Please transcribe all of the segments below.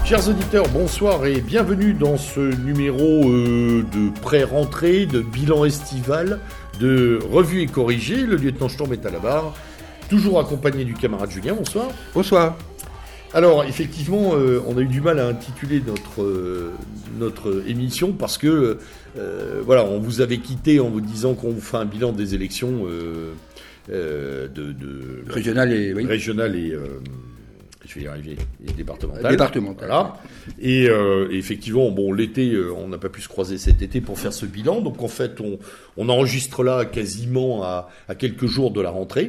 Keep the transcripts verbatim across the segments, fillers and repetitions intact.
Chers auditeurs, bonsoir et bienvenue dans ce numéro euh, de pré-rentrée, de bilan estival, de revue et corrigée. Le lieutenant Sturm est à la barre, toujours accompagné du camarade Julien. Bonsoir. Bonsoir. Alors, effectivement, euh, on a eu du mal à intituler notre, euh, notre émission parce que, euh, voilà, on vous avait quitté en vous disant qu'on fait un bilan des élections euh, euh, de, de régionales et oui. régionales et euh, je vais y arriver, et départementales. Départementales. Voilà. Et euh, effectivement, bon, l'été, euh, on n'a pas pu se croiser cet été pour faire ce bilan. Donc, en fait, on, on enregistre là quasiment à, à quelques jours de la rentrée.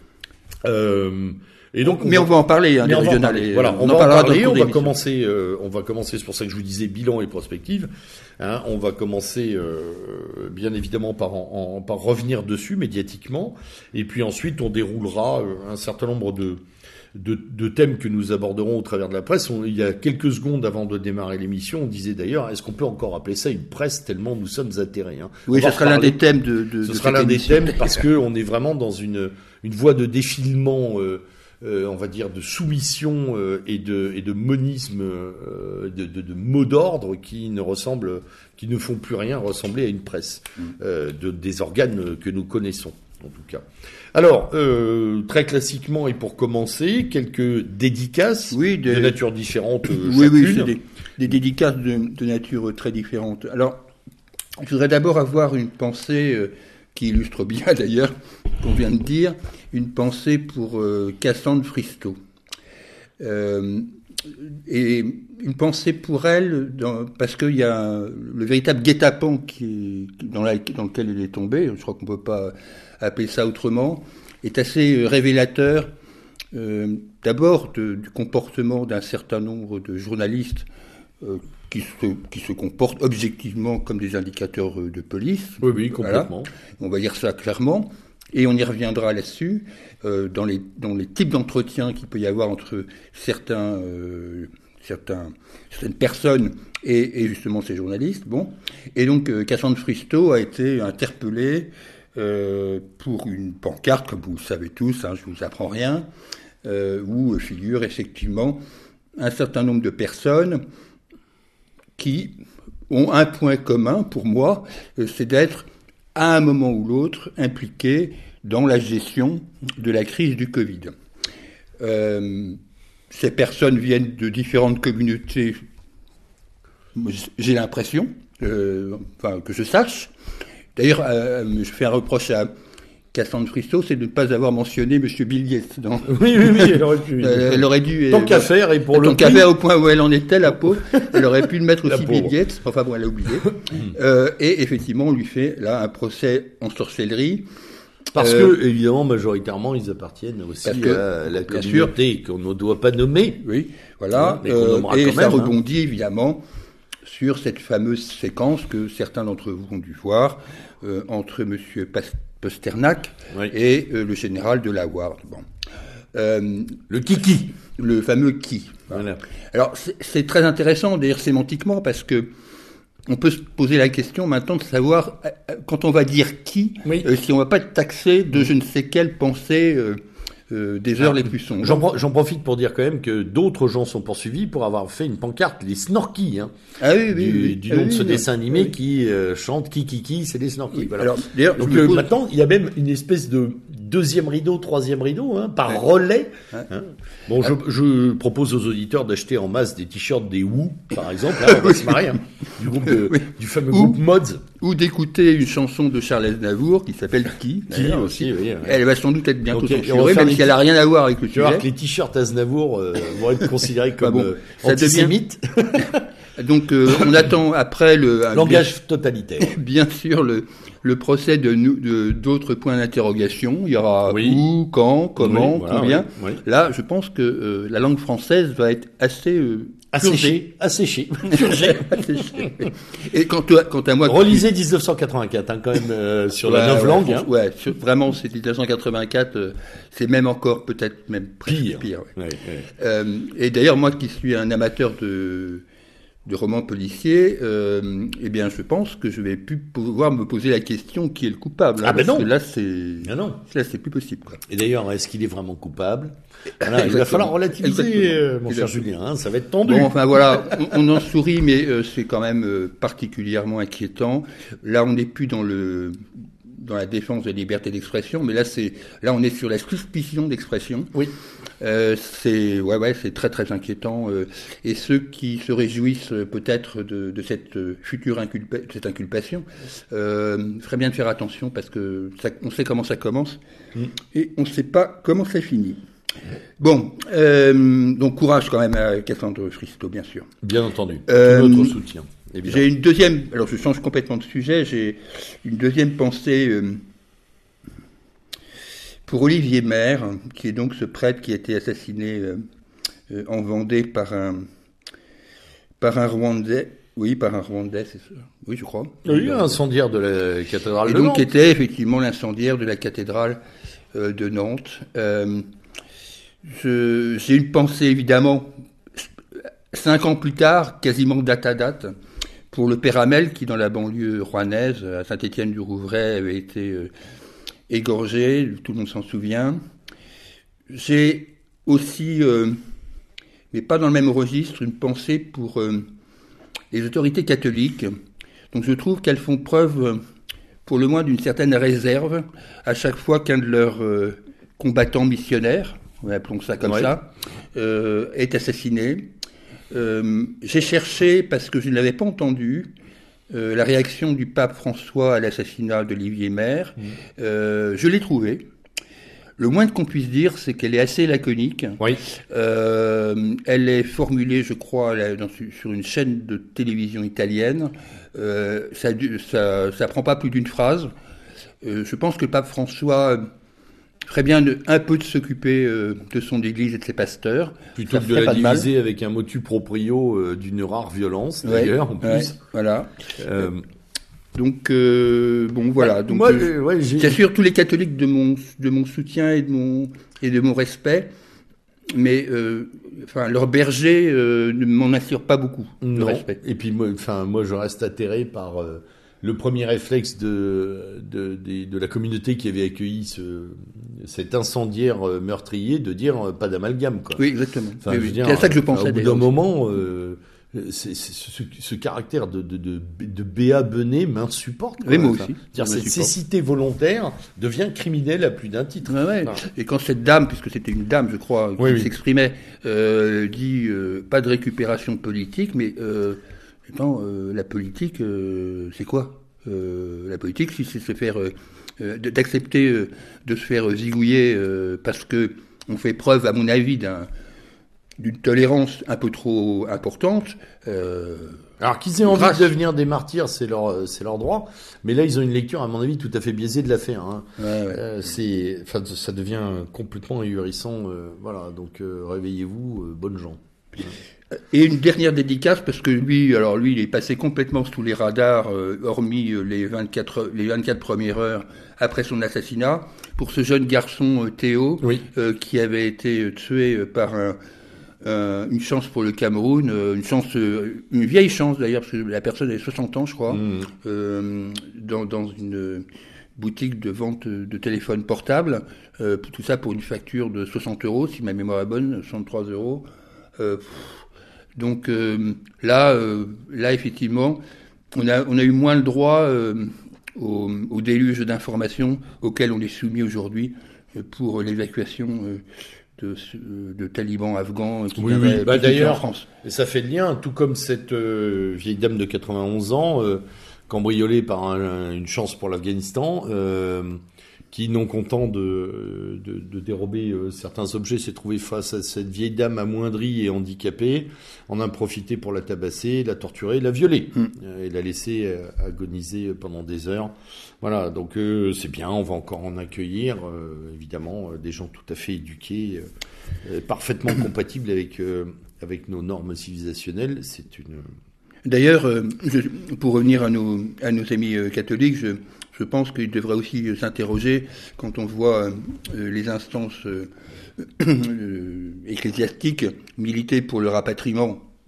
Euh, et donc, mais on va, on va en parler, hein, des régionales. Et, voilà, on, on va en parler. On va commencer. Euh, on va commencer. C'est pour ça que je vous disais bilan et prospective. Hein, on va commencer, euh, bien évidemment, par en, en, par revenir dessus médiatiquement. Et puis ensuite, on déroulera euh, un certain nombre de De, de thèmes que nous aborderons au travers de la presse. On, il y a quelques secondes avant de démarrer l'émission, on disait d'ailleurs, est-ce qu'on peut encore appeler ça une presse tellement nous sommes atterrés, hein. Oui, ce sera l'un des thèmes de, de Ce de sera l'un des émission. thèmes parce que on est vraiment dans une une voie de défilement, euh, euh, on va dire de soumission euh, et de et de monisme, euh, de, de, de mots d'ordre qui ne ressemblent, qui ne font plus rien ressembler à une presse, euh, de des organes que nous connaissons en tout cas. Alors, euh, très classiquement, et pour commencer, quelques dédicaces oui, des... de nature différente. Euh, oui, oui, c'est des, des dédicaces de, de nature très différente. Alors, je voudrais d'abord avoir une pensée euh, qui illustre bien, d'ailleurs, qu'on vient de dire, une pensée pour euh, Cassandre Fristo. Euh, et une pensée pour elle, dans, parce qu'il y a le véritable guet-apens qui, dans, la, dans lequel elle est tombée, je crois qu'on ne peut pas appeler ça autrement, est assez révélateur, euh, d'abord de, du comportement d'un certain nombre de journalistes euh, qui, se, qui se comportent objectivement comme des indicateurs de police. Oui, oui, complètement. Voilà. On va dire ça clairement. Et on y reviendra là-dessus, euh, dans, les, dans les types d'entretiens qu'il peut y avoir entre certains, euh, certains, certaines personnes et, et justement ces journalistes. Bon. Et donc, euh, Cassandre Fristo a été interpellée euh, pour une pancarte, comme vous le savez tous, hein, je ne vous apprends rien, euh, où figure effectivement un certain nombre de personnes qui ont un point commun, pour moi, euh, c'est d'être à un moment ou l'autre, impliqués dans la gestion de la crise du Covid. Euh, ces personnes viennent de différentes communautés, j'ai l'impression, euh, enfin, que je sache. D'ailleurs, euh, je fais un reproche à Cassandre Fristo, c'est de ne pas avoir mentionné M. Bill Gates. Dans... Oui, oui, oui, elle aurait pu. euh, elle aurait dû. Tant euh, qu'à faire, et pour le Tant qu'à faire au point où elle en était, la pauvre, elle aurait pu le mettre aussi pauvre. Bill Gates. Enfin bon, elle a oublié. euh, et effectivement, on lui fait là un procès en sorcellerie. Parce euh, que, évidemment, majoritairement, ils appartiennent aussi que, à la communauté qu'on ne doit pas nommer. Oui, voilà. Mais qu'on nommera euh, et quand ça même, rebondit, hein. Évidemment, sur cette fameuse séquence que certains d'entre vous ont dû voir euh, entre M. Pasternak oui. et euh, le général de la Ward. Bon. Euh, le kiki. Le fameux qui. Voilà. Alors, c'est, c'est très intéressant, d'ailleurs, sémantiquement, parce que on peut se poser la question maintenant de savoir, quand on va dire qui, oui. euh, si on ne va pas être taxé de je ne sais quelle pensée euh, euh, des heures ah, les plus sombres. J'en, j'en profite pour dire quand même que d'autres gens sont poursuivis pour avoir fait une pancarte, les Snorkies, hein, ah oui, oui, du, oui, du ah nom oui, de ce oui, dessin animé oui. qui euh, chante qui qui qui, c'est les Snorkies. Oui. Voilà. Alors, d'ailleurs, donc euh, pose... maintenant, il y a même une espèce de deuxième rideau, troisième rideau, hein, par ouais. relais. Ouais. Hein. Bon, je, je propose aux auditeurs d'acheter en masse des t-shirts des Who, par exemple, là, on va se marrer, hein, du groupe de, oui. du fameux ou, groupe Mods. Ou d'écouter une chanson de Charles Aznavour qui s'appelle Qui, qui aussi, oui, oui. Elle va sans doute être bientôt donc, censurée, même si elle n'a rien à voir avec le tu sujet. Tu vois que les t-shirts Aznavour euh, vont être considérés comme ah bon, euh, antisémites. Devient... Donc, euh, on attend après le... Un langage bien, totalitaire. Bien sûr, le, le procès de, de d'autres points d'interrogation. Il y aura oui. où, quand, comment, oui, voilà, combien. Oui, oui. Là, je pense que euh, la langue française va être assez... Euh, Asséché, asséché, asséché. Et quant à, quant à moi... Relisez dix-neuf cent quatre-vingt-quatre, hein, quand même, euh, sur ouais, la neuve ouais, langue. Hein. Ouais, sur, vraiment, c'est dix-neuf cent quatre-vingt-quatre, euh, c'est même encore, peut-être même pire. pire ouais. Ouais, ouais. Euh, et d'ailleurs, moi qui suis un amateur de, de romans policiers, euh, eh bien, je pense que je vais plus pouvoir me poser la question qui est le coupable. Ah hein, ben parce non. que là, c'est, ah non. là, c'est plus possible, quoi. Et d'ailleurs, est-ce qu'il est vraiment coupable? Voilà, il va falloir relativiser, euh, mon cher Julien, hein, ça va être tendu. Bon, enfin voilà, on, on en sourit, mais euh, c'est quand même euh, particulièrement inquiétant. Là, on n'est plus dans le dans la défense de la liberté d'expression, mais là, c'est là, on est sur la suspicion d'expression. Oui. Euh, c'est ouais, ouais, c'est très très inquiétant. Euh, et ceux qui se réjouissent euh, peut-être de, de cette euh, future inculpa- cette inculpation, euh, ferait bien de faire attention parce que ça, on sait comment ça commence mm. et on ne sait pas comment ça finit. Bon, euh, donc courage quand même à Cassandre Fristo, bien sûr. Bien entendu, euh, tout notre soutien. Évidemment. J'ai une deuxième, alors je change complètement de sujet, j'ai une deuxième pensée euh, pour Olivier Maire, qui est donc ce prêtre qui a été assassiné euh, euh, en Vendée par un, par un Rwandais. Oui, par un Rwandais, c'est ça. Oui, je crois. Oui, incendiaire de la cathédrale et de donc, Nantes. Et donc, était effectivement l'incendiaire de la cathédrale euh, de Nantes. Euh, Je, j'ai une pensée, évidemment, cinq ans plus tard, quasiment date à date, pour le père Hamel, qui, dans la banlieue rouennaise, à Saint-Étienne-du-Rouvray, avait été euh, égorgé, tout le monde s'en souvient. J'ai aussi, euh, mais pas dans le même registre, une pensée pour euh, les autorités catholiques. Donc je trouve qu'elles font preuve, pour le moins, d'une certaine réserve à chaque fois qu'un de leurs euh, combattants missionnaires, appelons ça comme ouais. ça, euh, est assassiné. Euh, j'ai cherché, parce que je ne l'avais pas entendu, euh, la réaction du pape François à l'assassinat d'Olivier Maire. Mmh. Euh, je l'ai trouvée. Le moins qu'on puisse dire, c'est qu'elle est assez laconique. Oui. Euh, elle est formulée, je crois, là, dans, sur une chaîne de télévision italienne. Euh, ça ça, ça prend pas plus d'une phrase. Euh, je pense que le pape François ferait bien de, un peu de s'occuper euh, de son église et de ses pasteurs. Plutôt que de la diviser avec un motu proprio euh, d'une rare violence, d'ailleurs, ouais, en plus. Ouais, voilà. Euh, donc, euh, bon, voilà. Bah, donc, moi, euh, ouais, j'ai... j'assure tous les catholiques de mon, de mon soutien et de mon, et de mon respect, mais euh, enfin, leur berger euh, ne m'en assure pas beaucoup non. de respect. Et puis, moi, enfin, moi, je reste atterré par... Euh, le premier réflexe de, de, de, de la communauté qui avait accueilli ce, cet incendiaire meurtrier de dire euh, pas d'amalgame, quoi. Oui, exactement. Enfin, oui, je veux oui. dire, c'est à ça que je pensais. Au bout d'un moment, euh, c'est, c'est, ce, ce caractère de, de, de, de Béat Benet m'insupporte. Oui, moi enfin, aussi. Dire cette cécité volontaire devient criminelle à plus d'un titre. Ouais, ouais. Ah. Et quand cette dame, puisque c'était une dame, je crois, qui oui, s'exprimait, oui. Euh, dit euh, pas de récupération politique, mais euh, attends, euh, la politique, euh, c'est quoi euh, la politique, si c'est se faire, euh, d'accepter euh, de se faire zigouiller euh, parce que on fait preuve, à mon avis, d'un, d'une tolérance un peu trop importante. Euh, Alors qu'ils aient envie grâce... de devenir des martyrs, c'est leur, c'est leur droit. Mais là, ils ont une lecture, à mon avis, tout à fait biaisée de l'affaire. Hein. Ouais, ouais. Euh, c'est, enfin, ça devient complètement ahurissant. Euh, voilà, donc euh, réveillez-vous, euh, bonnes gens. Et une dernière dédicace, parce que lui, alors lui, il est passé complètement sous les radars, euh, hormis euh, les vingt-quatre, les vingt-quatre premières heures après son assassinat, pour ce jeune garçon euh, Théo, oui. euh, qui avait été tué euh, par un, euh, une chance pour le Cameroun, euh, une chance, euh, une vieille chance d'ailleurs, parce que la personne avait soixante ans, je crois, mmh. euh, dans, dans une boutique de vente de téléphones portables, euh, tout ça pour une facture de soixante euros, si ma mémoire est bonne, soixante-trois euros. Euh, donc euh, là, euh, là effectivement, on a, on a eu moins le droit euh, au, au déluge d'informations auxquelles on est soumis aujourd'hui euh, pour l'évacuation euh, de, de talibans afghans qui oui, oui. Bah, d'ailleurs, en France. Ça fait le lien, tout comme cette euh, vieille dame de quatre-vingt-onze ans, euh, cambriolée par un, une chance pour l'Afghanistan. Euh, qui, non content de, de, de dérober euh, certains objets, s'est trouvé face à cette vieille dame amoindrie et handicapée, en a profité pour la tabasser, la torturer, la violer, mmh. euh, et la laisser euh, agoniser pendant des heures. Voilà, donc euh, c'est bien, on va encore en accueillir, euh, évidemment, euh, des gens tout à fait éduqués, euh, parfaitement compatibles avec, euh, avec nos normes civilisationnelles. C'est une... D'ailleurs, euh, je, pour revenir à nos, à nos amis euh, catholiques, je... Je pense qu'il devrait aussi s'interroger quand on voit euh, les instances euh, euh, ecclésiastiques militer pour le rapatriement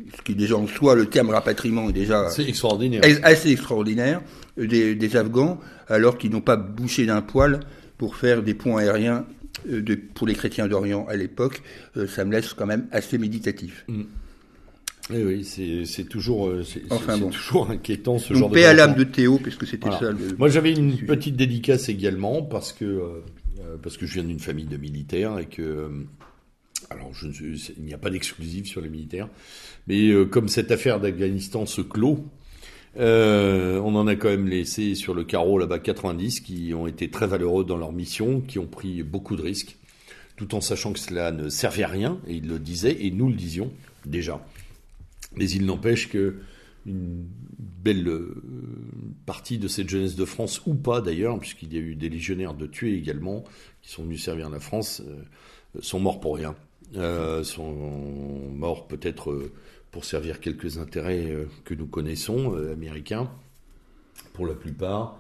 ce qui est déjà en soi, le terme rapatriement est déjà c'est extraordinaire. assez extraordinaire, des, des Afghans, alors qu'ils n'ont pas bouché d'un poil pour faire des ponts aériens de, pour les chrétiens d'Orient à l'époque. Euh, ça me laisse quand même assez méditatif. Mmh. Oui, oui, c'est, c'est toujours, c'est, enfin, c'est bon. toujours inquiétant ce Donc, genre de. Paix à l'âme de Théo, puisque c'était voilà. ça. Le... Moi, j'avais une petite dédicace également parce que euh, parce que je viens d'une famille de militaires et que euh, alors je, je, il n'y a pas d'exclusif sur les militaires, mais euh, comme cette affaire d'Afghanistan se clôt, euh, on en a quand même laissé sur le carreau là-bas quatre-vingt-dix qui ont été très valeureux dans leur mission, qui ont pris beaucoup de risques, tout en sachant que cela ne servait à rien, et ils le disaient et nous le disions déjà. Mais il n'empêche que une belle partie de cette jeunesse de France, ou pas d'ailleurs, puisqu'il y a eu des légionnaires de tués également, qui sont venus servir la France, euh, sont morts pour rien. Euh, sont morts peut-être euh, pour servir quelques intérêts euh, que nous connaissons, euh, américains, pour la plupart.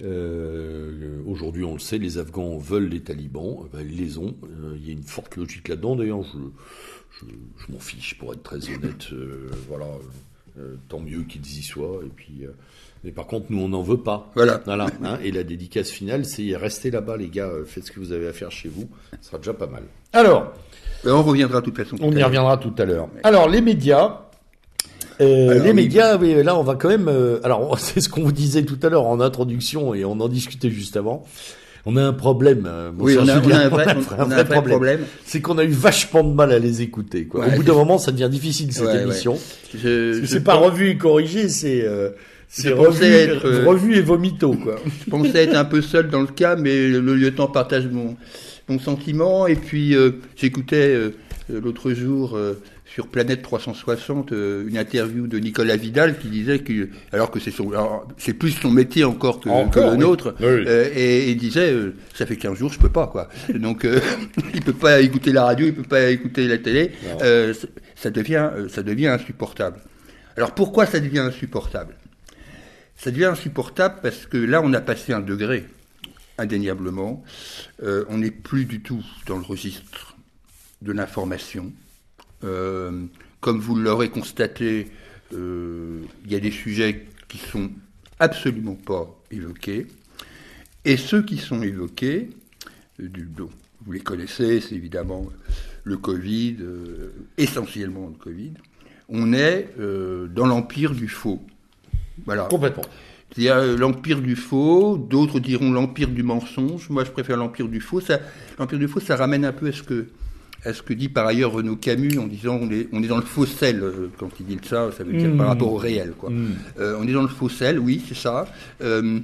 Euh, aujourd'hui, on le sait, les Afghans veulent les talibans, eh ben, ils les ont. Euh, il y a une forte logique là-dedans, d'ailleurs, je... Je, je m'en fiche, pour être très honnête. Euh, voilà, euh, tant mieux qu'ils y soient. Et puis, euh, mais par contre, nous, on n'en veut pas. Voilà. Voilà. Hein, et la dédicace finale, c'est restez là-bas, les gars. Faites ce que vous avez à faire chez vous. Ce sera déjà pas mal. Alors, mais on reviendra de toute façon. On y reviendra tout à l'heure. Alors, les médias. Euh, alors, les médias, oui, là, on va quand même. Euh, alors, c'est ce qu'on vous disait tout à l'heure en introduction, et on en discutait juste avant. On a un problème. Euh, oui, on a, Julien, on a un vrai, on a un vrai, on a un vrai problème. problème. C'est qu'on a eu vachement de mal à les écouter. Quoi. Ouais, Au bout d'un moment, ça devient difficile cette ouais, émission. Ouais. Je, Parce que je c'est pas pense... revu et corrigé, c'est euh, c'est revu, être, euh, revu et vomito. Quoi. Je pensais être un peu seul dans le cas, mais le lieutenant partage mon mon sentiment. Et puis euh, j'écoutais euh, l'autre jour. Euh, sur Planète trois cent soixante, euh, une interview de Nicolas Vidal qui disait que, alors que c'est son, alors, c'est plus son métier encore que, encore, que le oui. nôtre, oui. Euh, et il disait, euh, ça fait quinze jours, je peux pas, quoi. Donc, euh, il peut pas écouter la radio, il peut pas écouter la télé, euh, ça devient, ça devient insupportable. Alors, pourquoi ça devient insupportable? Ça devient insupportable parce que là, on a passé un degré, indéniablement. Euh, on n'est plus du tout dans le registre de l'information. Euh, comme vous l'aurez constaté, euh, il y a des sujets qui sont absolument pas évoqués, et ceux qui sont évoqués, euh, du, donc, vous les connaissez, c'est évidemment le Covid, euh, essentiellement le Covid. On est euh, dans l'empire du faux. Voilà. Complètement. C'est-à-dire euh, l'empire du faux, d'autres diront l'empire du mensonge. Moi, je préfère l'empire du faux. Ça, l'empire du faux, ça ramène un peu à ce que à ce que dit par ailleurs Renaud Camus en disant on est, on est dans le faux sel, euh, quand il dit ça, ça veut dire mmh. par rapport au réel, quoi. Mmh. Euh, on est dans le faux sel, oui, c'est ça. Euh,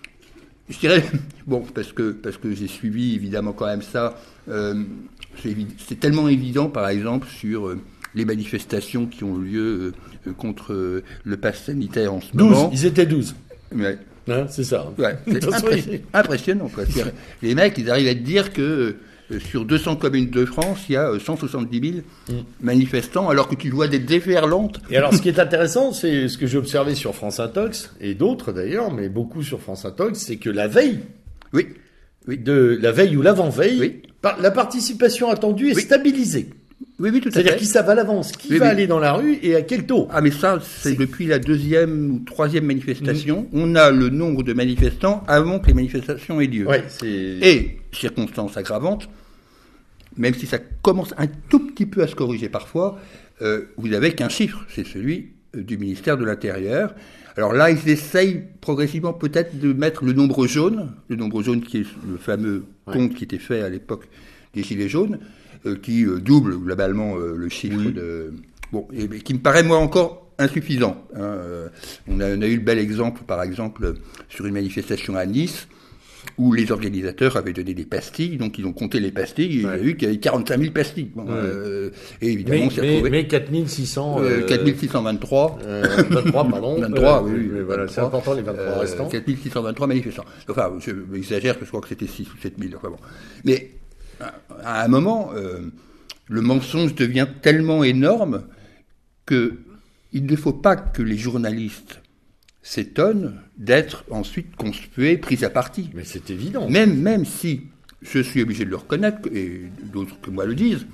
je dirais, bon, parce que, parce que j'ai suivi évidemment quand même ça, euh, c'est, c'est tellement évident, par exemple, sur euh, les manifestations qui ont lieu euh, contre euh, le pass sanitaire en ce douze, moment. Ils étaient douze. Ouais. Hein, c'est ça. Ouais, c'est impressionnant, impressionnant, quoi. Les mecs, ils arrivent à te dire que sur deux cents communes de France, il y a cent soixante-dix mille mmh. manifestants, alors que tu vois des déferlantes. Et alors, ce qui est intéressant, c'est ce que j'ai observé sur France Intox, et d'autres d'ailleurs, mais beaucoup sur France Intox, c'est que la veille, oui, oui. de la veille ou l'avant-veille, oui. par, la participation attendue est oui. stabilisée. Oui, oui, tout à fait. C'est-à-dire qu'ils savent à l'avance qui oui, va oui. aller dans la rue et à quel taux. Ah, mais ça, c'est, c'est... depuis la deuxième ou troisième manifestation, mmh. on a le nombre de manifestants avant que les manifestations aient lieu. Ouais, c'est... Et, circonstance aggravante, même si ça commence un tout petit peu à se corriger parfois, euh, vous n'avez qu'un chiffre, c'est celui euh, du ministère de l'Intérieur. Alors là, ils essayent progressivement peut-être de mettre le nombre jaune, le nombre jaune qui est le fameux ouais. compte qui était fait à l'époque des Gilets jaunes, euh, qui euh, double globalement euh, le chiffre oui. de... Bon, et, et qui me paraît, moi, encore insuffisant. Hein. Euh, on, a, on a eu le bel exemple, par exemple, sur une manifestation à Nice, où les organisateurs avaient donné des pastilles, donc ils ont compté les pastilles, et ouais. il y a eu qu'il y avait quarante-cinq mille pastilles. Bon, ouais. euh, et évidemment, mais, on s'est mais, retrouvé... Mais quatre mille six cents... Euh, quatre mille six cent vingt-trois. Euh, vingt-trois, pardon. vingt-trois, euh, oui. oui voilà, c'est important, les vingt-trois euh, restants. quatre mille six cent vingt-trois manifestants. Enfin, je exagère, parce que je crois que c'était six ou sept mille. Enfin bon. Mais, à un moment, euh, le mensonge devient tellement énorme que il ne faut pas que les journalistes s'étonne d'être ensuite conspué, pris à partie. Mais c'est évident. Même, même si, je suis obligé de le reconnaître, et d'autres que moi le disent,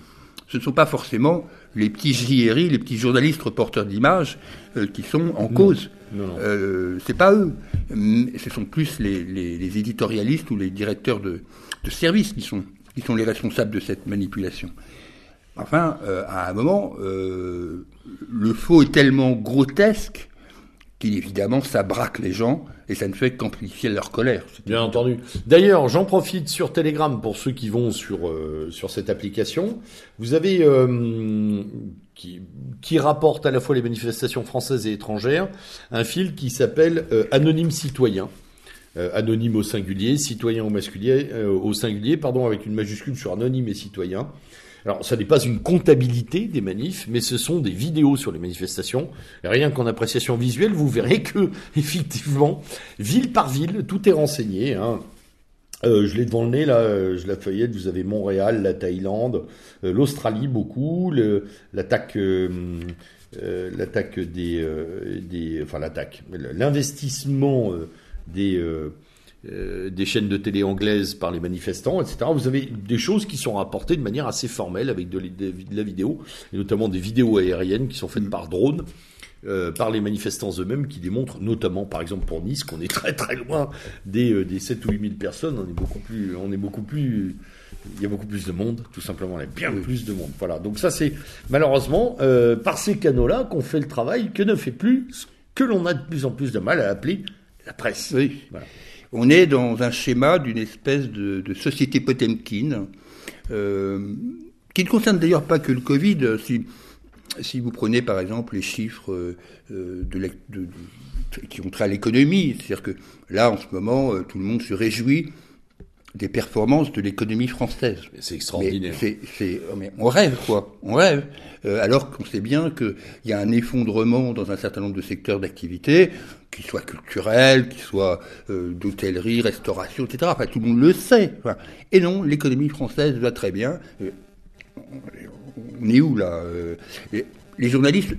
ce ne sont pas forcément les petits J R I, les petits journalistes reporters d'images euh, qui sont en cause. Non, non. Euh, c'est pas eux. Ce sont plus les, les, les éditorialistes ou les directeurs de, de services qui sont, qui sont les responsables de cette manipulation. Enfin, euh, à un moment, euh, le faux est tellement grotesque qu'évidemment, ça braque les gens et ça ne fait qu'amplifier leur colère. Bien entendu. D'ailleurs, j'en profite sur Telegram pour ceux qui vont sur euh, sur cette application. Vous avez euh, qui, qui rapporte à la fois les manifestations françaises et étrangères un fil qui s'appelle euh, Anonyme Citoyen. Euh, anonyme au singulier, citoyen au masculin, euh, au singulier, pardon, avec une majuscule sur anonyme et citoyen. Alors, ça n'est pas une comptabilité des manifs, mais ce sont des vidéos sur les manifestations. Et rien qu'en appréciation visuelle, vous verrez que, effectivement, ville par ville, tout est renseigné. Hein. Euh, je l'ai devant le nez, là, je la feuillette. Vous avez Montréal, la Thaïlande, euh, l'Australie, beaucoup, le, l'attaque, euh, euh, l'attaque des, euh, des, enfin l'attaque, l'investissement euh, des euh, Euh, des chaînes de télé anglaises par les manifestants, et cetera. Vous avez des choses qui sont rapportées de manière assez formelle avec de, de, de la vidéo, et notamment des vidéos aériennes qui sont faites par drone, euh, par les manifestants eux-mêmes, qui démontrent notamment, par exemple pour Nice, qu'on est très très loin des, euh, des sept ou huit mille personnes. On est beaucoup plus, on est beaucoup plus, il y a beaucoup plus de monde, tout simplement, il y a bien plus de monde. Voilà. Donc ça, c'est malheureusement euh, par ces canaux-là qu'on fait le travail que ne fait plus ce que l'on a de plus en plus de mal à appeler la presse. Oui. Voilà. On est dans un schéma d'une espèce de, de société Potemkin, euh, qui ne concerne d'ailleurs pas que le Covid. Si, si vous prenez par exemple les chiffres euh, de, de, de, qui ont trait à l'économie, c'est-à-dire que là, en ce moment, euh, tout le monde se réjouit des performances de l'économie française. C'est extraordinaire. Mais c'est, c'est, mais on rêve, quoi. On rêve. Euh, alors qu'on sait bien qu'il y a un effondrement dans un certain nombre de secteurs d'activité, qu'ils soient culturels, qu'ils soient euh, d'hôtellerie, restauration, et cetera. Enfin, tout le monde le sait. Enfin, et non, l'économie française va très bien. Euh, on est où, là euh, les, les journalistes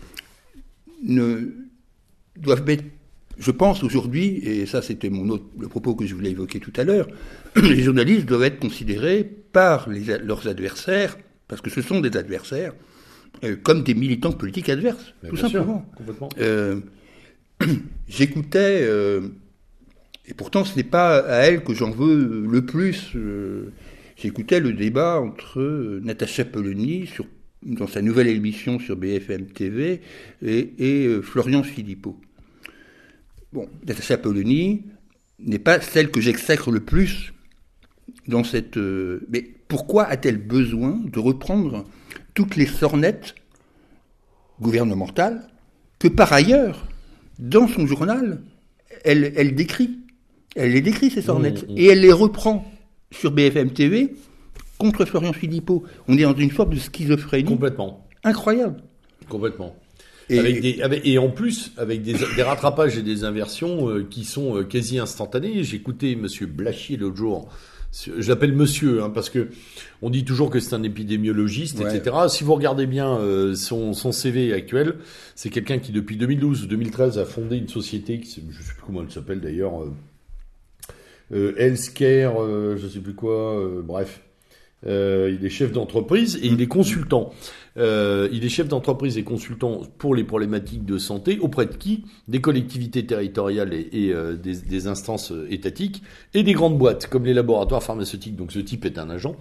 ne doivent mettre... Je pense aujourd'hui, et ça c'était mon autre, le propos que je voulais évoquer tout à l'heure, les journalistes doivent être considérés par les, leurs adversaires, parce que ce sont des adversaires, euh, comme des militants politiques adverses, mais tout simplement. Sûr, complètement. Euh, j'écoutais, euh, et pourtant ce n'est pas à elle que j'en veux le plus, euh, j'écoutais le débat entre euh, Natacha Polony sur, dans sa nouvelle émission sur B F M T V et, et euh, Florian Philippot. Bon, Natacha Polony n'est pas celle que j'exècre le plus dans cette... Euh, mais pourquoi a-t-elle besoin de reprendre toutes les sornettes gouvernementales que, par ailleurs, dans son journal, elle, elle décrit. Elle les décrit, ces sornettes. Mmh, mmh. Et elle les reprend sur B F M T V contre Florian Philippot. On est dans une sorte de schizophrénie. Complètement. Incroyable. Complètement. Et, avec des, avec, et en plus, avec des, des rattrapages et des inversions euh, qui sont euh, quasi instantanées. J'ai écouté Monsieur Blachier l'autre jour. Je l'appelle Monsieur, hein, parce que on dit toujours que c'est un épidémiologiste, ouais. et cetera. Si vous regardez bien euh, son, son C V actuel, c'est quelqu'un qui depuis deux mille douze ou deux mille treize a fondé une société, qui, je ne sais plus comment elle s'appelle d'ailleurs, euh, euh, Healthcare, euh, je ne sais plus quoi, euh, bref. Euh, il est chef d'entreprise et il est consultant. Euh, il est chef d'entreprise et consultant pour les problématiques de santé auprès de qui? Des collectivités territoriales et, et euh, des, des instances étatiques et des grandes boîtes comme les laboratoires pharmaceutiques. Donc ce type est un agent.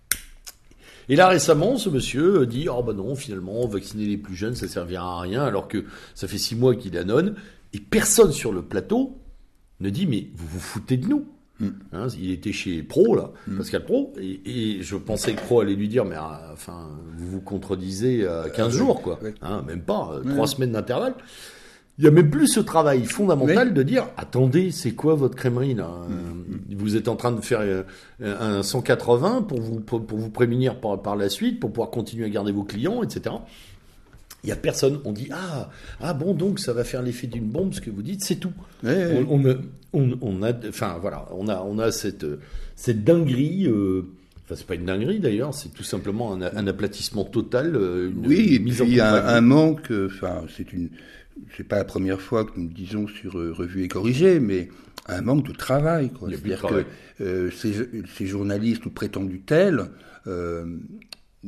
Et là récemment, ce monsieur dit oh bah non, finalement vacciner les plus jeunes ça servira à rien alors que ça fait six mois qu'il annonce et personne sur le plateau ne dit mais vous vous foutez de nous. Mm. Hein, il était chez Pro là, mm. Pascal Pro, et, et je pensais que Pro allait lui dire mais euh, enfin vous vous contredisez à quinze euh, jours quoi, oui. Hein, même pas trois euh, semaines d'intervalle. Il y a même plus ce travail fondamental oui. de dire attendez c'est quoi votre crèmerie là, mm. euh, vous êtes en train de faire euh, un cent quatre-vingts pour vous pour, pour vous prémunir par, par la suite pour pouvoir continuer à garder vos clients et cetera. Il y a personne. On dit ah ah bon donc ça va faire l'effet d'une bombe ce que vous dites c'est tout. Ouais, on, on, on, on a enfin voilà on a on a cette cette dinguerie. Euh, enfin c'est pas une dinguerie d'ailleurs c'est tout simplement un, un aplatissement total. Une, oui une mise et puis il y a un, un manque. Enfin c'est une c'est pas la première fois que nous le disons sur euh, Revue et Corrigé mais un manque de travail quoi. C'est-à-dire que euh, ces, ces journalistes ou prétendus tels. Euh,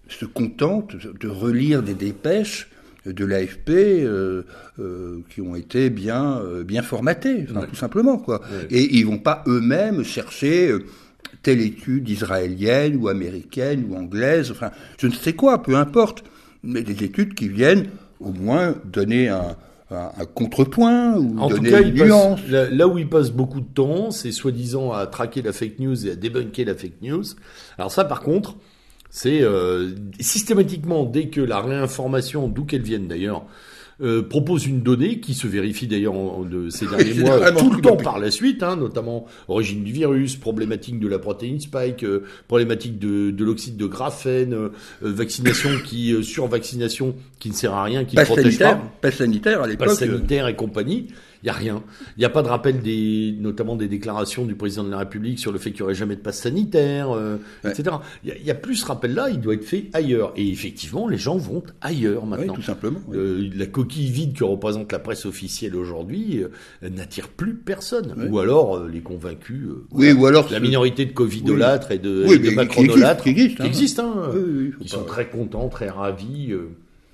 se contentent de relire des dépêches de l'A F P euh, euh, qui ont été bien, euh, bien formatées, enfin, ouais. tout simplement, quoi. Ouais. Et ils vont pas eux-mêmes chercher euh, telle étude israélienne ou américaine ou anglaise, enfin, je ne sais quoi, peu importe, mais des études qui viennent au moins donner un, un, un contrepoint ou en donner tout cas, une nuance. Passe, là, là où ils passent beaucoup de temps, c'est soi-disant à traquer la fake news et à débunker la fake news. Alors ça, par contre, c'est euh, systématiquement, dès que la réinformation, d'où qu'elle vienne d'ailleurs, euh, propose une donnée qui se vérifie d'ailleurs en, en, de ces derniers oui, mois tout le temps par la suite, hein, notamment origine du virus, problématique de la protéine spike, euh, problématique de, de l'oxyde de graphène, euh, vaccination qui euh, survaccination qui ne sert à rien, qui ne protège sanitaire, pas, passe sanitaire à l'époque, passe sanitaire et compagnie. Il y a rien. Il n'y a pas de rappel des, notamment des déclarations du président de la République sur le fait qu'il n'y aurait jamais de passe sanitaire, euh, ouais. et cetera. Il y, a, il y a plus ce rappel-là, il doit être fait ailleurs. Et effectivement, les gens vont ailleurs maintenant. Oui, tout simplement. Oui. Euh, la coquille vide que représente la presse officielle aujourd'hui euh, n'attire plus personne. Oui. Ou alors euh, les convaincus. Euh, oui, voilà, ou alors la ce... minorité de covidolâtres oui. et de, oui, et de macronolâtres qui existent, qui existent, hein, oui, oui, qui pas... sont très contents, très ravis. Euh,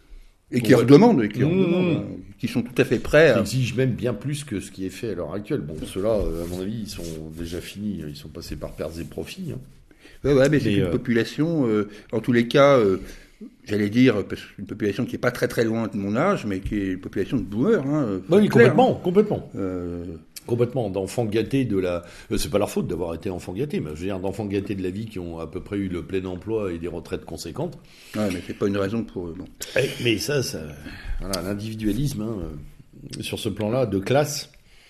Et qui redemandent, et qui, mmh. redemandent, qui sont tout à fait prêts. Qui exigent même bien plus que ce qui est fait à l'heure actuelle. Bon, ceux-là, à mon avis, ils sont déjà finis. Ils sont passés par pertes et profits. Hein. Ouais, ouais, mais c'est et une euh... population, euh, en tous les cas, euh, j'allais dire, parce que une population qui est pas très très loin de mon âge, mais qui est une population de boomers. Hein, oui, clair, complètement, hein. complètement. Euh... Complètement, d'enfants gâtés de la... Euh, c'est pas leur faute d'avoir été enfants gâtés, mais je veux dire, d'enfants gâtés de la vie qui ont à peu près eu le plein emploi et des retraites conséquentes. Ouais, mais c'est pas une raison pour eux, non. Et, mais ça, ça... Voilà, l'individualisme, hein, sur ce plan-là, de classe,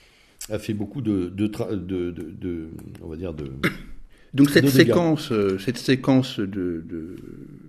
a fait beaucoup de... de, tra... de, de, de on va dire de... Donc cette de séquence, euh, cette séquence de, de...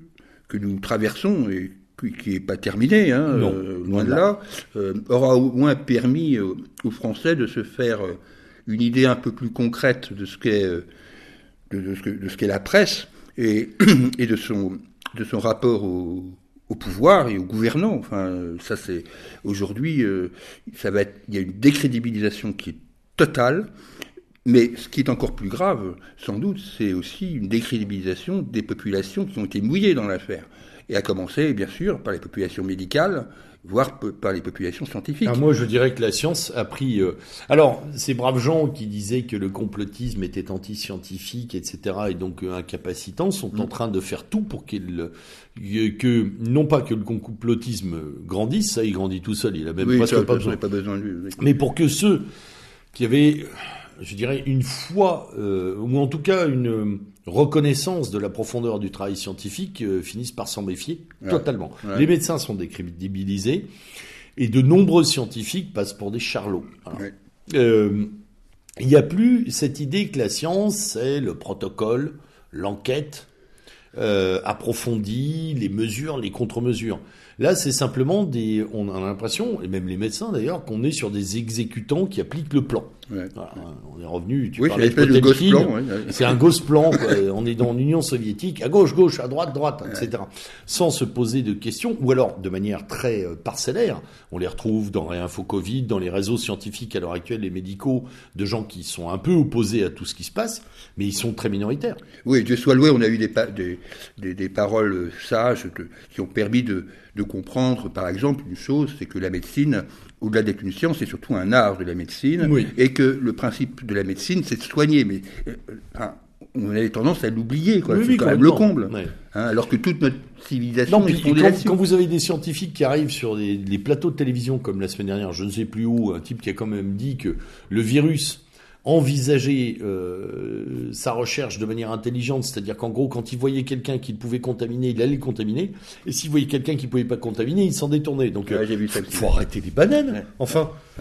que nous traversons, et qui n'est pas terminé, hein, non, euh, loin de là, euh, aura au moins permis euh, aux Français de se faire euh, une idée un peu plus concrète de ce qu'est, euh, de, de, ce que, de ce qu'est la presse et, et de, son, de son rapport au, au pouvoir et aux gouvernants. Enfin, ça c'est aujourd'hui, euh, ça va être, il y a une décrédibilisation qui est totale. Mais ce qui est encore plus grave, sans doute, c'est aussi une décrédibilisation des populations qui ont été mouillées dans l'affaire. Et à commencer, bien sûr, par les populations médicales, voire par les populations scientifiques. Alors moi, je dirais que la science a pris... Euh... Alors, ces braves gens qui disaient que le complotisme était anti-scientifique, et cetera, et donc euh, incapacitant, sont mmh. en train de faire tout pour qu'il... que, non pas que le complotisme grandisse, ça, il grandit tout seul, il a même oui, presque ça, pas besoin. pas besoin de lui. Oui. Mais pour que ceux qui avaient... je dirais, une foi, euh, ou en tout cas une reconnaissance de la profondeur du travail scientifique, euh, finissent par s'en méfier ouais. totalement. Ouais. Les médecins sont décrédibilisés, et de nombreux scientifiques passent pour des charlots. Ouais. Euh, il n'y a plus cette idée que la science, c'est le protocole, l'enquête euh, approfondie, les mesures, les contre-mesures. Là, c'est simplement des... On a l'impression, et même les médecins d'ailleurs, qu'on est sur des exécutants qui appliquent le plan. Ouais. Voilà, on est revenu... Tu oui, parlais c'est de ghost plan. Ouais. C'est un ghost plan. Quoi. On est dans l'Union soviétique, à gauche, gauche, à droite, droite, ouais. et cetera. Sans se poser de questions, ou alors de manière très euh, parcellaire. On les retrouve dans Réinfo Covid, dans les réseaux scientifiques à l'heure actuelle, les médicaux, de gens qui sont un peu opposés à tout ce qui se passe, mais ils sont très minoritaires. Oui, Dieu soit loué, on a eu des, pa- des, des, des paroles sages de, qui ont permis de... de comprendre, par exemple, une chose, c'est que la médecine, au-delà d'être une science, c'est surtout un art de la médecine, oui. et que le principe de la médecine, c'est de soigner. Mais euh, enfin, on a tendance à l'oublier, quoi. Oui, c'est oui, quand même le comble. Oui. Hein, alors que toute notre civilisation non, est fondée quand, là-dessus. Quand vous avez des scientifiques qui arrivent sur des, les plateaux de télévision, comme la semaine dernière, je ne sais plus où, un type qui a quand même dit que le virus... envisager euh, sa recherche de manière intelligente, c'est-à-dire qu'en gros, quand il voyait quelqu'un qu'il pouvait contaminer, il allait le contaminer, et s'il voyait quelqu'un qu'il ne pouvait pas contaminer, il s'en détournait. Donc, ouais, il faut, faut arrêter les bananes. Ouais. Enfin, ouais.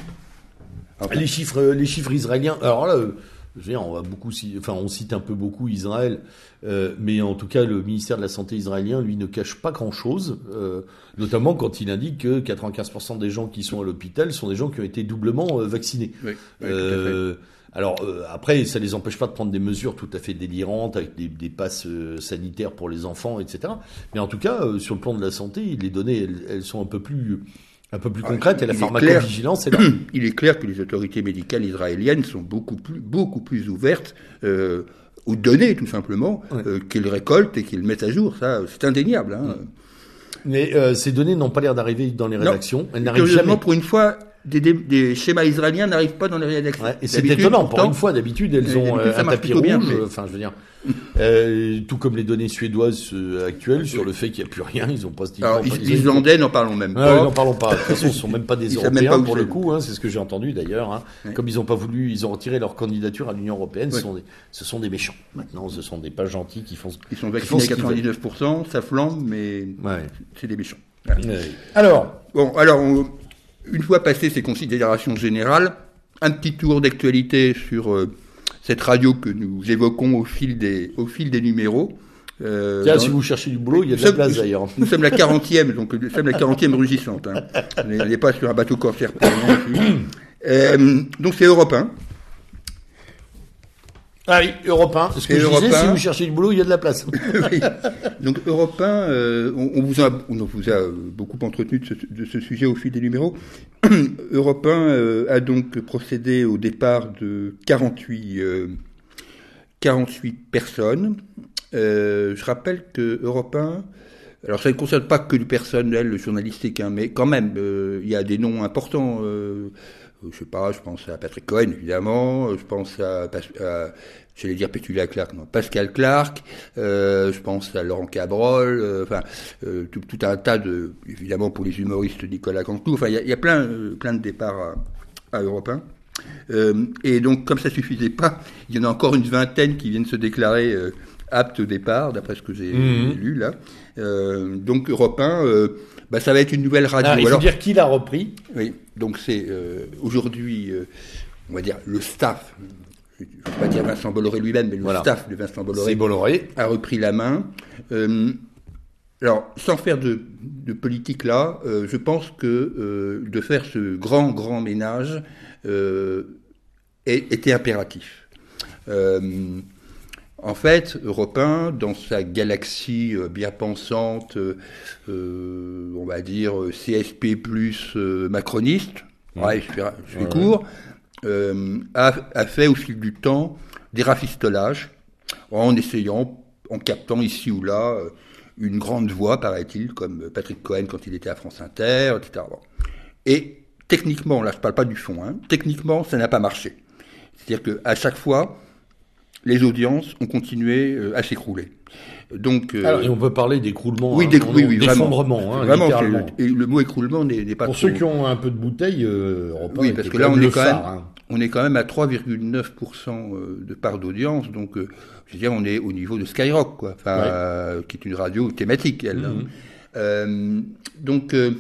enfin, les chiffres, les chiffres israéliens. Alors là, euh, je veux dire, on va beaucoup, enfin, on cite un peu beaucoup Israël, euh, mais en tout cas, le ministère de la Santé israélien, lui, ne cache pas grand-chose, euh, notamment quand il indique que quatre-vingt-quinze pour cent des gens qui sont à l'hôpital sont des gens qui ont été doublement euh, vaccinés. Oui, oui, euh, alors euh, après, ça les empêche pas de prendre des mesures tout à fait délirantes avec des, des passes euh, sanitaires pour les enfants, et cetera. Mais en tout cas, euh, sur le plan de la santé, les données, elles, elles sont un peu plus un peu plus concrète, et la pharmacovigilance est là. Il est clair que les autorités médicales israéliennes sont beaucoup plus, beaucoup plus ouvertes euh, aux données, tout simplement, ouais. euh, qu'ils récoltent et qu'ils mettent à jour. Ça, c'est indéniable. Hein. Mais euh, ces données n'ont pas l'air d'arriver dans les rédactions. Non. Elles n'arrivent jamais. Pour une fois, des, des, des schémas israéliens n'arrivent pas dans les rédactions. Ouais, et c'est étonnant. Pourtant, pour une fois, d'habitude, elles ont euh, un tapis rouge. Bien, mais... Enfin, je veux dire, euh, tout comme les données suédoises euh, actuelles sur le fait qu'il n'y a plus rien. Ils ont pas. Alors, les Islandais, n'en parlons même pas. Ouais, n'en parlons pas. De toute façon, ce sont même pas des Européens pour le coup. Hein, c'est ce que j'ai entendu d'ailleurs. Hein. Ouais. Comme ils n'ont pas voulu, ils ont retiré leur candidature à l'Union européenne. Ouais. Ce sont des, ce sont des méchants. Maintenant, ce sont des pas gentils qui font. Ils sont vaccinés à quatre-vingt-dix-neuf pour cent, ça flambe, mais ouais. c'est des méchants. Ouais. Alors, bon, alors. On... Une fois passées ces considérations générales, un petit tour d'actualité sur euh, cette radio que nous évoquons au fil des, au fil des numéros. Euh, Tiens, dans... si vous cherchez du boulot, il y a de la place d'ailleurs. Nous sommes la quarantième, donc nous sommes la quarantième rugissante. Hein. On n'est pas sur un bateau corsaire pour rien. euh, donc c'est Europe un. Ah oui, Europe un. Ce que je disais, si vous cherchez du boulot, il y a de la place. Oui. Donc Europe un, euh, on, on, vous a, on vous a beaucoup entretenu de ce, de ce sujet au fil des numéros. Europe un euh, a donc procédé au départ de quarante-huit, euh, quarante-huit personnes. Euh, je rappelle que Europe un, alors ça ne concerne pas que le personnel journalistique, hein, mais quand même, euh, il y a des noms importants. Euh, je sais pas, je pense à Patrick Cohen, évidemment, je pense à, à j'allais dire Petula Clark, non, Pascal Clark, euh, je pense à Laurent Cabrol, euh, enfin, euh, tout, tout un tas de, évidemment pour les humoristes, Nicolas Canteloup, enfin, il y a, y a plein, euh, plein de départs à, à Europe un. Euh, et donc, comme ça suffisait pas, il y en a encore une vingtaine qui viennent se déclarer euh, aptes au départ, d'après ce que j'ai mmh. lu, là. Euh, donc, Europe un, euh, bah, ça va être une nouvelle radio. Ah, il faut Alors, dire qui l'a repris. Oui, donc c'est euh, aujourd'hui, euh, on va dire, le staff, je ne vais pas dire Vincent Bolloré lui-même, mais le voilà. staff de Vincent Bolloré, Bolloré a repris la main. Euh, alors, sans faire de, de politique là, euh, je pense que euh, de faire ce grand, grand ménage euh, était impératif. Euh, En fait, Europe un, dans sa galaxie euh, bien pensante, euh, on va dire C S P plus euh, macroniste, mmh. ouais, je fais, je fais ouais, court, euh, a, a fait au fil du temps des rafistolages en essayant, en captant ici ou là euh, une grande voix, paraît-il, comme Patrick Cohen quand il était à France Inter, et cetera. Bon. Et techniquement, là je ne parle pas du fond, hein, techniquement ça n'a pas marché. C'est-à-dire qu'à chaque fois, les audiences ont continué euh, à s'écrouler. Donc, euh, Alors, et on peut parler d'écroulement, oui, hein, oui, oui, d'effondrement, hein, vraiment. Et le mot écroulement n'est, n'est pas pour trop... ceux qui ont un peu de bouteille. Euh, oui, parce que là, on est quand phare, même, hein. on est quand même à trois virgule neuf pour cent de part d'audience. Donc, euh, je veux dire, on est au niveau de Skyrock, quoi. Enfin, ouais. euh, qui est une radio thématique, elle. Mm-hmm. Euh, donc, euh,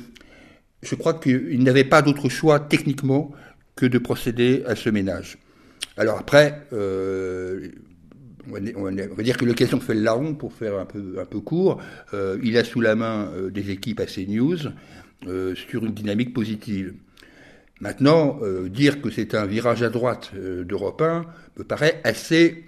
je crois qu'il n'avait pas d'autre choix techniquement que de procéder à ce ménage. Alors après, euh, on, va, on, va, on va dire que l'occasion fait le larron, pour faire un peu, un peu court. Euh, il a sous la main euh, des équipes à CNews euh, sur une dynamique positive. Maintenant, euh, dire que c'est un virage à droite euh, d'Europe un me paraît assez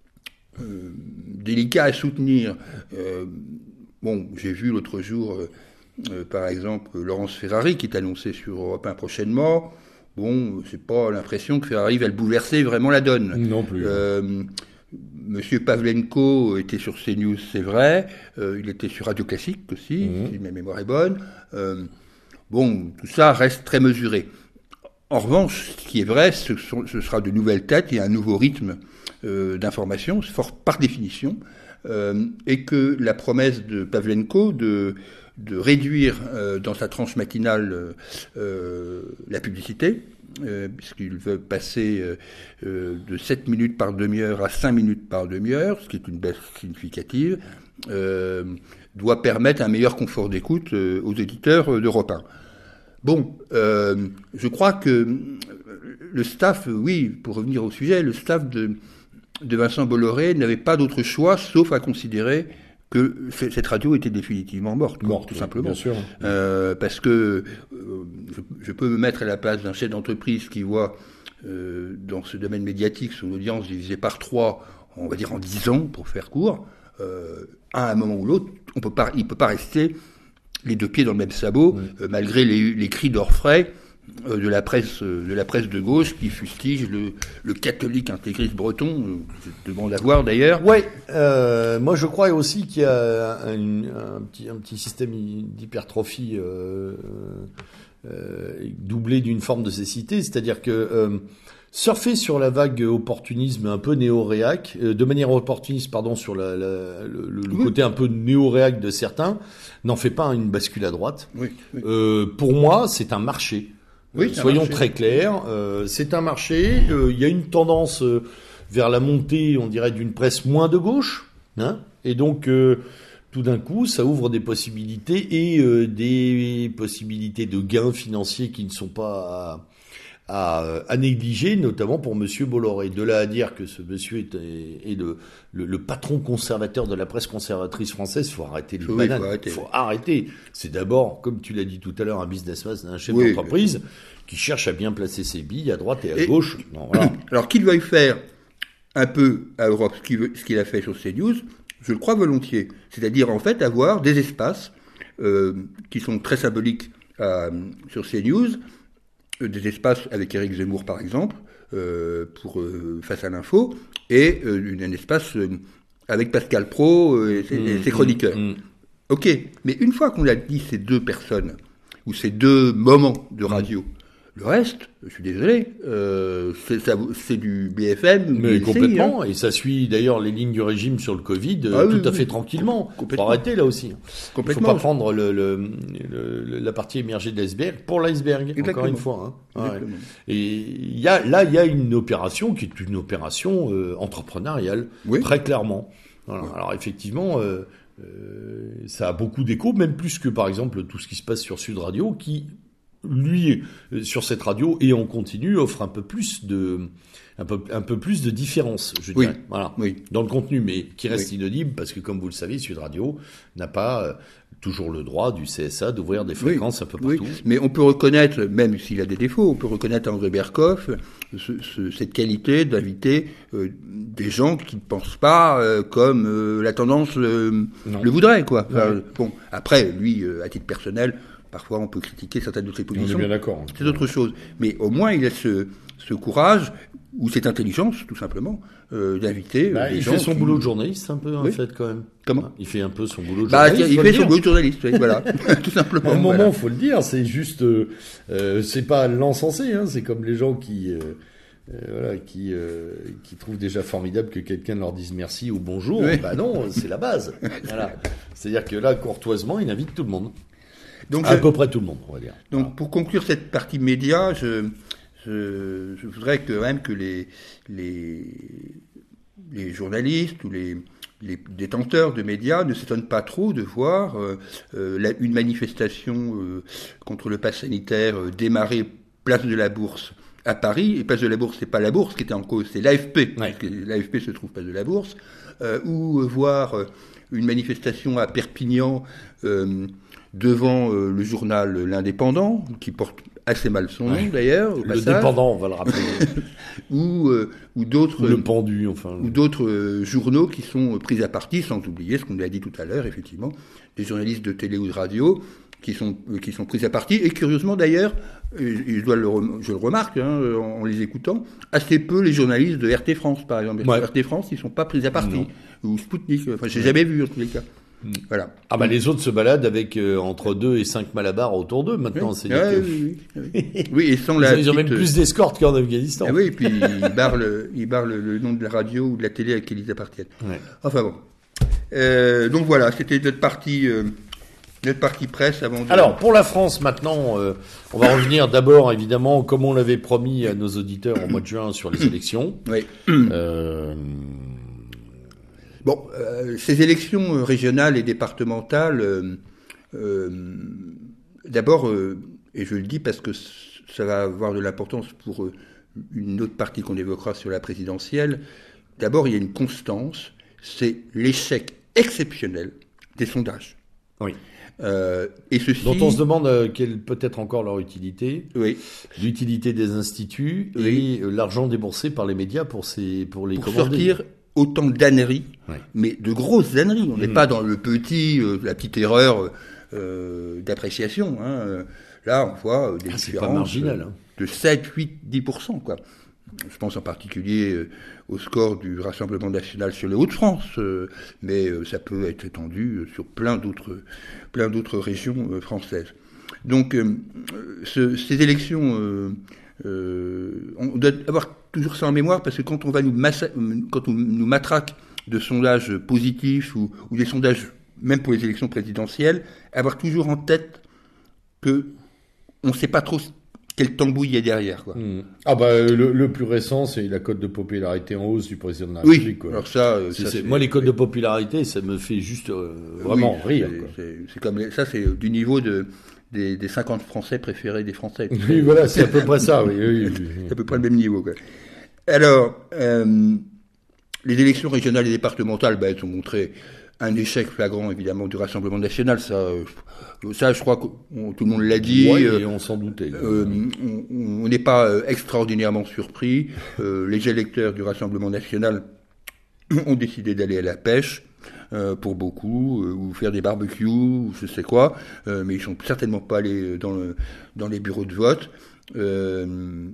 euh, délicat à soutenir. Euh, bon, j'ai vu l'autre jour, euh, euh, par exemple, Laurence Ferrari qui est annoncée sur Europe un prochainement. Bon, c'est pas l'impression que Ferrari va le bouleverser vraiment la donne. Non plus. Euh, Monsieur Pavlenko était sur CNews, c'est vrai. Euh, il était sur Radio Classique aussi, mmh. si ma mémoire est bonne. Euh, bon, tout ça reste très mesuré. En revanche, ce qui est vrai, ce, sont, ce sera de nouvelles têtes et un nouveau rythme euh, d'information, fort par définition, euh, et que la promesse de Pavlenko de de réduire euh, dans sa tranche matinale euh, la publicité, euh, puisqu'il veut passer euh, de sept minutes par demi-heure à cinq minutes par demi-heure, ce qui est une baisse significative, euh, doit permettre un meilleur confort d'écoute euh, aux éditeurs d'Europe un. Bon, euh, je crois que le staff, oui, pour revenir au sujet, le staff de, de Vincent Bolloré n'avait pas d'autre choix, sauf à considérer que cette radio était définitivement morte, morte tout oui, simplement. Bien sûr. Euh, parce que euh, je, je peux me mettre à la place d'un chef d'entreprise qui voit euh, dans ce domaine médiatique son audience divisée par trois, on va dire en dix ans, pour faire court. Euh, à un moment ou l'autre, on peut pas, il ne peut pas rester les deux pieds dans le même sabot, oui. euh, malgré les, les cris d'orfraie euh, de la presse euh, de la presse de gauche qui fustige le, le catholique intégriste breton. Euh, je demande à voir d'ailleurs. Ouais, euh, moi je crois aussi qu'il y a un, un, un petit un petit système d'hypertrophie euh, euh, doublé d'une forme de cécité, c'est-à-dire que euh, surfer sur la vague opportunisme un peu néo-réac, euh, de manière opportuniste, pardon, sur la, la, le, le oui. côté un peu néo-réac de certains, n'en fait pas une bascule à droite. Oui, oui. Euh, pour moi, c'est un marché. Oui, euh, soyons marché. très clairs. Euh, c'est un marché. Il euh, y a une tendance euh, vers la montée, on dirait, d'une presse moins de gauche, hein, et donc. Euh, Tout d'un coup, ça ouvre des possibilités et euh, des possibilités de gains financiers qui ne sont pas à, à, à négliger, notamment pour Monsieur Bolloré. De là à dire que ce monsieur est, est, est le, le, le patron conservateur de la presse conservatrice française, il faut arrêter les oui, bananes. faut arrêter. Il faut arrêter. C'est d'abord, comme tu l'as dit tout à l'heure, un businessman, un chef oui, d'entreprise oui. qui cherche à bien placer ses billes à droite et à et, gauche. Non, voilà. Alors qu'il veuille faire un peu à Europe ce qu'il, veut, ce qu'il a fait sur CNews, je le crois volontiers. C'est-à-dire, en fait, avoir des espaces euh, qui sont très symboliques euh, sur CNews, euh, des espaces avec Éric Zemmour, par exemple, euh, pour euh, Face à l'info, et euh, un espace euh, avec Pascal Praud euh, et, ses, mmh, et ses chroniqueurs. Mmh. Ok, mais une fois qu'on a dit ces deux personnes, ou ces deux moments de radio, mmh. le reste, je suis désolé, euh, c'est, ça, c'est du B F M. Mais B L C, complètement, hein. Et ça suit d'ailleurs les lignes du régime sur le Covid euh, ah, tout oui, à oui, fait tranquillement. Com- Faut arrêter là aussi. Complètement. Il faut pas prendre le, le, le, la partie émergée de l'iceberg pour l'iceberg, exactement. Encore une fois. Hein. Ouais. Et il y a, là, il y a une opération qui est une opération euh, entrepreneuriale, oui. très clairement. Voilà. Oui. Alors effectivement... Euh, Euh, ça a beaucoup d'écho, même plus que par exemple tout ce qui se passe sur Sud Radio, qui lui sur cette radio et en continu offre un peu plus de un peu un peu plus de différence, je dirais, oui. voilà, oui. dans le contenu, mais qui reste oui. inaudible parce que comme vous le savez, Sud Radio n'a pas euh, toujours le droit du C S A d'ouvrir des fréquences oui. un peu partout. Oui. Mais on peut reconnaître, même s'il a des défauts, on peut reconnaître à André Berkoff ce, ce, cette qualité d'inviter euh, des gens qui ne pensent pas euh, comme euh, la tendance euh, le voudrait, quoi. Enfin, ouais. Bon, après, lui, euh, à titre personnel, parfois on peut critiquer certaines de ses positions. On est bien d'accord. C'est autre chose. Mais au moins, il a ce, ce courage ou cette intelligence, tout simplement, euh, d'inviter bah, des il gens. Il fait son qui... boulot de journaliste, un peu, en oui. fait, quand même. Comment ? Il fait un peu son boulot de bah, journaliste. Il fait son boulot de journaliste, oui, voilà. Tout simplement. À un moment, voilà. faut le dire, c'est juste, euh, euh, c'est pas l'encenser, hein, c'est comme les gens qui, euh, euh, voilà, qui, euh, qui trouvent déjà formidable que quelqu'un leur dise merci ou bonjour. Oui. Bah non, c'est la base. Voilà. C'est-à-dire que là, courtoisement, il invite tout le monde. Donc, à je... peu près tout le monde, on va dire. Donc, voilà. Pour conclure cette partie média, je, je, je voudrais quand même que les, les, les journalistes ou les, les détenteurs de médias ne s'étonnent pas trop de voir euh, euh, la, une manifestation euh, contre le pass sanitaire euh, démarrer place de la Bourse à Paris. Et place de la Bourse, c'est pas la Bourse qui était en cause, c'est l'A F P. Ouais. Parce que l'A F P se trouve place de la Bourse. Euh, ou euh, voir euh, une manifestation à Perpignan euh, devant euh, le journal L'Indépendant, qui porte assez mal son nom, ouais. d'ailleurs. Le Dépendant, on va le rappeler. ou, euh, ou d'autres... Ou le Pendu, enfin. Ou d'autres euh, journaux qui sont pris à partie, sans oublier ce qu'on a dit tout à l'heure, effectivement, des journalistes de télé ou de radio qui sont, euh, qui sont pris à partie. Et curieusement, d'ailleurs, euh, je, dois le rem- je le remarque hein, en, en les écoutant, assez peu les journalistes de R T France, par exemple. Ouais. R T France, ils ne sont pas pris à partie. Non. Ou Spoutnik, enfin, je n'ai ouais. jamais vu, en tous les cas. Voilà. Ah bah les autres se baladent avec euh, entre deux et cinq malabars autour d'eux maintenant. Oui. C'est ah, que... oui, oui, oui. oui, et sans ils, la ils ont petite... même plus d'escorte qu'en Afghanistan. Ah oui, et puis ils barrent, le, ils barrent le, le nom de la radio ou de la télé à laquelle ils appartiennent. Ouais. Enfin bon. Euh, donc voilà, c'était notre partie, euh, notre partie presse avant de... Alors pour la France maintenant, euh, on va revenir d'abord évidemment comme on l'avait promis à nos auditeurs au mois de juin sur les élections. Oui. Euh... Bon, euh, ces élections régionales et départementales, euh, euh, d'abord, euh, et je le dis parce que ça va avoir de l'importance pour euh, une autre partie qu'on évoquera sur la présidentielle, d'abord il y a une constance, c'est l'échec exceptionnel des sondages. Oui. Euh, et ceci... Dont on se demande euh, quelle peut être encore leur utilité, oui. l'utilité des instituts oui. et euh, l'argent déboursé par les médias pour, ces, pour les pour commander. sortir autant d'âneries, ouais. mais de grosses âneries. On n'est mmh. pas dans le petit, euh, la petite erreur euh, d'appréciation. Hein. Là, on voit des ah, différences c'est pas marginal, hein. de sept, huit, dix pour cent, quoi. Je pense en particulier euh, au score du Rassemblement national sur les Hauts-de-France, euh, mais euh, ça peut être étendu sur plein d'autres, plein d'autres régions euh, françaises. Donc, euh, ce, ces élections, euh, euh, on doit avoir toujours ça en mémoire, parce que quand on va nous, massa- quand on nous matraque de sondages positifs ou, ou des sondages, même pour les élections présidentielles, avoir toujours en tête que on ne sait pas trop quel tambouille il y a derrière, quoi. Mmh. Ah bah le, le plus récent, c'est la cote de popularité en hausse du président de la oui, République. Quoi. Alors ça, c'est, ça c'est, c'est, moi les cotes de popularité, ça me fait juste euh, vraiment oui, rire. C'est, quoi. C'est, c'est comme les, ça, c'est du niveau de des, des cinquante Français préférés des Français. Oui, voilà, c'est à peu près ça. Oui, oui, oui. C'est à peu près le même niveau, quoi. Alors, euh, les élections régionales et départementales, bah, elles ont montré un échec flagrant, évidemment, du Rassemblement national. Ça, euh, ça je crois que on, tout le monde l'a dit. Ouais, euh, et on s'en doutait. Euh, on n'est pas euh, extraordinairement surpris. Euh, les électeurs du Rassemblement national ont décidé d'aller à la pêche, euh, pour beaucoup, euh, ou faire des barbecues, ou je sais quoi, euh, mais ils sont certainement pas allés dans, le, dans les bureaux de vote. Euh,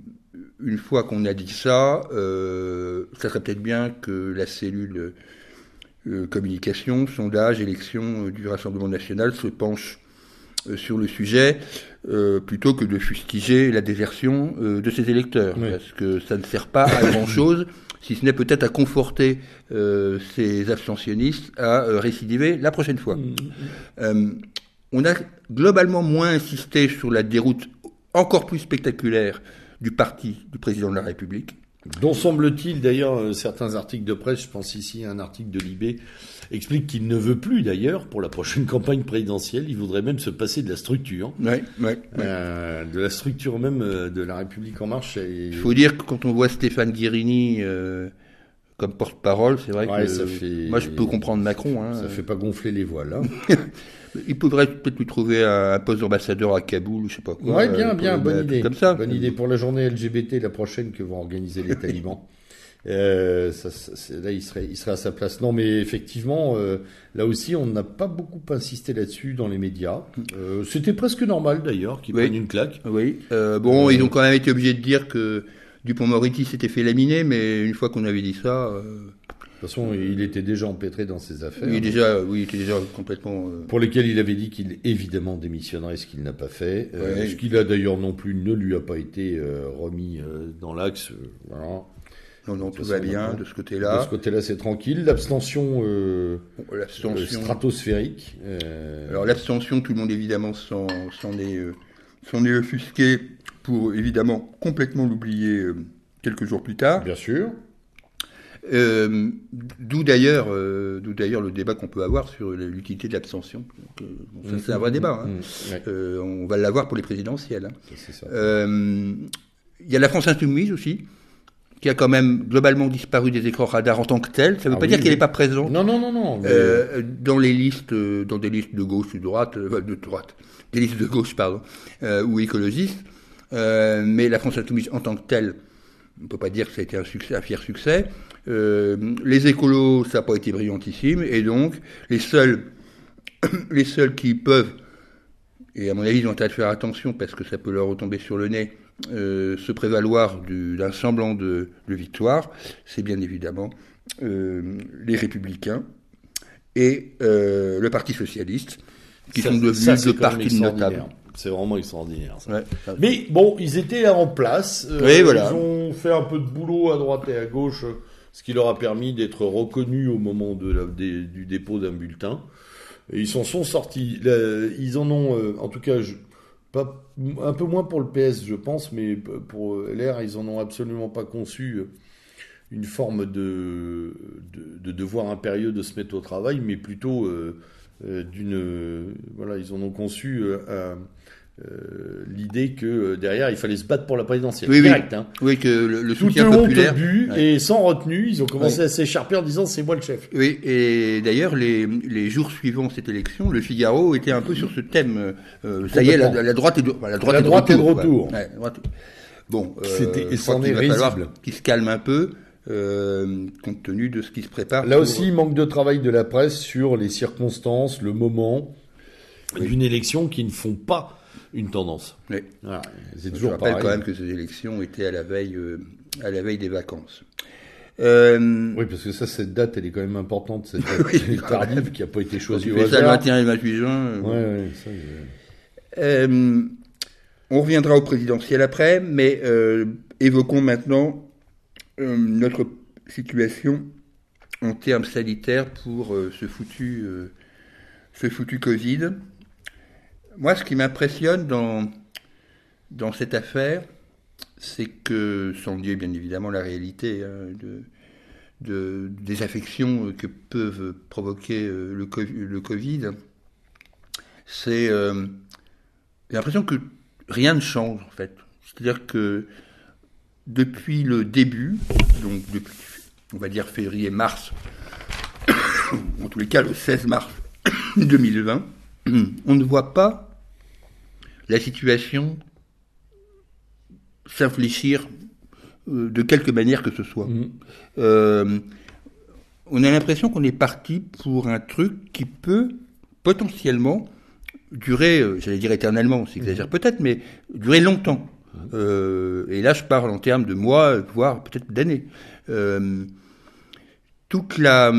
une fois qu'on a dit ça, euh, ça serait peut-être bien que la cellule euh, communication, sondage, élection euh, du Rassemblement national se penche euh, sur le sujet, euh, plutôt que de fustiger la désertion euh, de ses électeurs, oui. Parce que ça ne sert pas à grand-chose, si ce n'est peut-être à conforter euh, ces abstentionnistes à euh, récidiver la prochaine fois. Mmh. Euh, on a globalement moins insisté sur la déroute encore plus spectaculaire du parti du président de la République. Dont semble-t-il, d'ailleurs, certains articles de presse, je pense ici à un article de Libé, explique qu'il ne veut plus, d'ailleurs, pour la prochaine campagne présidentielle, il voudrait même se passer de la structure. Oui, oui. Euh, de la structure même de la République En Marche. Et... Il faut dire que quand on voit Stéphane Guérini euh, comme porte-parole, c'est vrai ouais, que ça fait... moi je peux comprendre Macron. Hein. Ça fait pas gonfler les voiles, hein. Il pourrait peut-être lui trouver un poste d'ambassadeur à Kaboul, je sais pas quoi. Ouais, bien, bien, bonne idée. Comme ça. Bonne idée pour la journée L G B T, la prochaine que vont organiser les talibans. Euh, ça, ça, là, il serait, il serait à sa place. Non, mais effectivement, euh, là aussi, on n'a pas beaucoup insisté là-dessus dans les médias. Euh, c'était presque normal, d'ailleurs, qu'ils oui. prennent une claque. Oui. Euh, bon, euh, ils ont quand même été obligés de dire que Dupond-Moretti s'était fait laminer, mais une fois qu'on avait dit ça... Euh... De toute façon, il était déjà empêtré dans ses affaires. Il, déjà, oui, il était déjà complètement... Euh... Pour lesquelles il avait dit qu'il évidemment démissionnerait, ce qu'il n'a pas fait. Ouais, euh, ce qu'il a d'ailleurs non plus ne lui a pas été euh, remis euh, dans l'axe. Euh, voilà. Non, non, tout va bien de ce côté-là. De ce côté-là, c'est tranquille. L'abstention, euh, bon, l'abstention... Euh, stratosphérique. Euh... Alors l'abstention, tout le monde évidemment s'en, s'en, est, euh, s'en est offusqué pour évidemment complètement l'oublier euh, quelques jours plus tard. Bien sûr. Euh, d'où d'ailleurs, euh, d'où d'ailleurs le débat qu'on peut avoir sur l'utilité de l'abstention. Donc, euh, bon, ça, mmh, c'est un vrai mmh, débat. Hein. Mmh, ouais. euh, on va l'avoir pour les présidentielles. Hein. Ça, c'est ça. Euh, il y a la France insoumise aussi, qui a quand même globalement disparu des écrans radars en tant que telle. Ça ne veut ah pas oui, dire oui. qu'elle n'est pas présente. Non, non, non, non. Mais... Euh, dans les listes, dans des listes de gauche ou de droite, euh, de droite, des listes de gauche, pardon, euh, ou écologistes. Euh, mais la France insoumise en tant que telle, on ne peut pas dire que ça a été un succès, un fier succès. Euh, les écolos, ça n'a pas été brillantissime, et donc les seuls, les seuls qui peuvent, et à mon avis ils ont intérêt de faire attention parce que ça peut leur retomber sur le nez, euh, se prévaloir du, d'un semblant de, de victoire, c'est bien évidemment euh, les Républicains et euh, le Parti socialiste, qui ça, sont devenus deux partis notables. C'est vraiment extraordinaire. Ça. Ouais. Mais bon, ils étaient en place. Euh, oui, voilà. Ils ont fait un peu de boulot à droite et à gauche, ce qui leur a permis d'être reconnus au moment de la, des, du dépôt d'un bulletin. Et ils s'en sont sortis. Là, ils en ont, euh, en tout cas, je, pas, un peu moins pour le P S, je pense, mais pour L R, ils en ont absolument pas conçu une forme de, de, de devoir impérieux de se mettre au travail, mais plutôt euh, euh, d'une... Euh, voilà, ils en ont conçu... Euh, Euh, l'idée que euh, derrière il fallait se battre pour la présidentielle oui, direct oui. Hein. Oui, que le, le tout soutien honte populaire but ouais. Et sans retenue ils ont commencé ouais. à s'écharper en disant c'est moi le chef. Oui, et d'ailleurs les, les jours suivant cette élection, le Figaro était un peu sur ce thème. Euh, ça y est, la, la droite est de, la droite la est de droite retour. Est de retour. Ouais, droite... Bon, euh, c'était et c'en est va falloir qu'il se calme un peu. Euh, compte tenu de ce qui se prépare. Là pour... aussi, manque de travail de la presse sur les circonstances, le moment. oui. d'une élection qui ne font pas une tendance. Oui. Voilà, c'est toujours Je rappelle pareil. Quand même que ces élections étaient à la veille, euh, à la veille des vacances. Euh... Oui, parce que ça, cette date, elle est quand même importante, cette date oui, tardive qui n'a pas été choisie au hasard. Ça le vingt et un et le vingt-huit juin. Euh, ouais, ouais, ça, je... euh, on reviendra au présidentiel après, mais euh, évoquons maintenant euh, notre situation en termes sanitaires pour euh, ce foutu, euh, ce foutu Covid. Moi, ce qui m'impressionne dans, dans cette affaire, c'est que, sans nier bien évidemment la réalité hein, de, de, des affections que peuvent provoquer euh, le, le Covid, c'est euh, l'impression que rien ne change en fait. C'est-à-dire que depuis le début, donc depuis, on va dire février-mars, en tous les cas le seize mars deux mille vingt, on ne voit pas la situation s'infléchir euh, de quelque manière que ce soit. Mmh. Euh, on a l'impression qu'on est parti pour un truc qui peut potentiellement durer, euh, j'allais dire éternellement, on s'exagère mmh. peut-être, mais durer longtemps. Mmh. Euh, et là, je parle en termes de mois, voire peut-être d'années. Euh, toute la,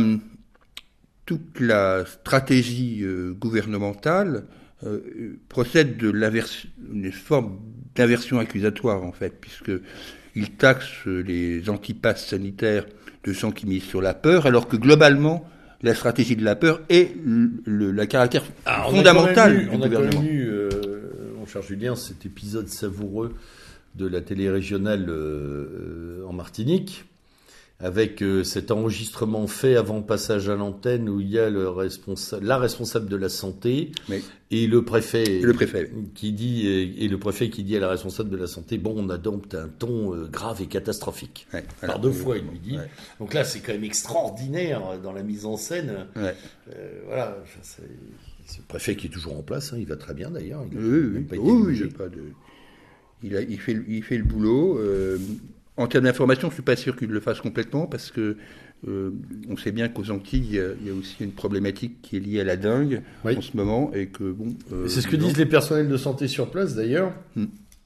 toute la stratégie euh, gouvernementale Euh, procède de l'inversion, une forme d'inversion accusatoire en fait, puisque il taxe les antipasses sanitaires de gens qui misent sur la peur, alors que globalement la stratégie de la peur est le, le la caractère ah, fondamental du on a gouvernement. On a connu, euh, mon cher Julien, cet épisode savoureux de la télé régionale euh, en Martinique, avec euh, cet enregistrement fait avant le passage à l'antenne où il y a le responsable, la responsable de la santé oui. et le préfet, le préfet qui dit et, et le préfet qui dit à la responsable de la santé bon, on adopte un ton euh, grave et catastrophique. Ouais, Par deux fois, il lui dit. Ouais. Donc là, c'est quand même extraordinaire dans la mise en scène. Ouais. Euh, voilà, c'est, c'est le préfet qui est toujours en place. Hein, il va très bien d'ailleurs. Il a oui, oui, pas oui, oui, j'ai pas de. Il a, il fait, il fait le boulot. Euh... En termes d'information, je ne suis pas sûr qu'il le fasse complètement parce que euh, on sait bien qu'aux Antilles, il y, a, il y a aussi une problématique qui est liée à la dengue oui. en ce moment et que bon. Euh, c'est ce que disent les personnels de santé sur place d'ailleurs. Hmm.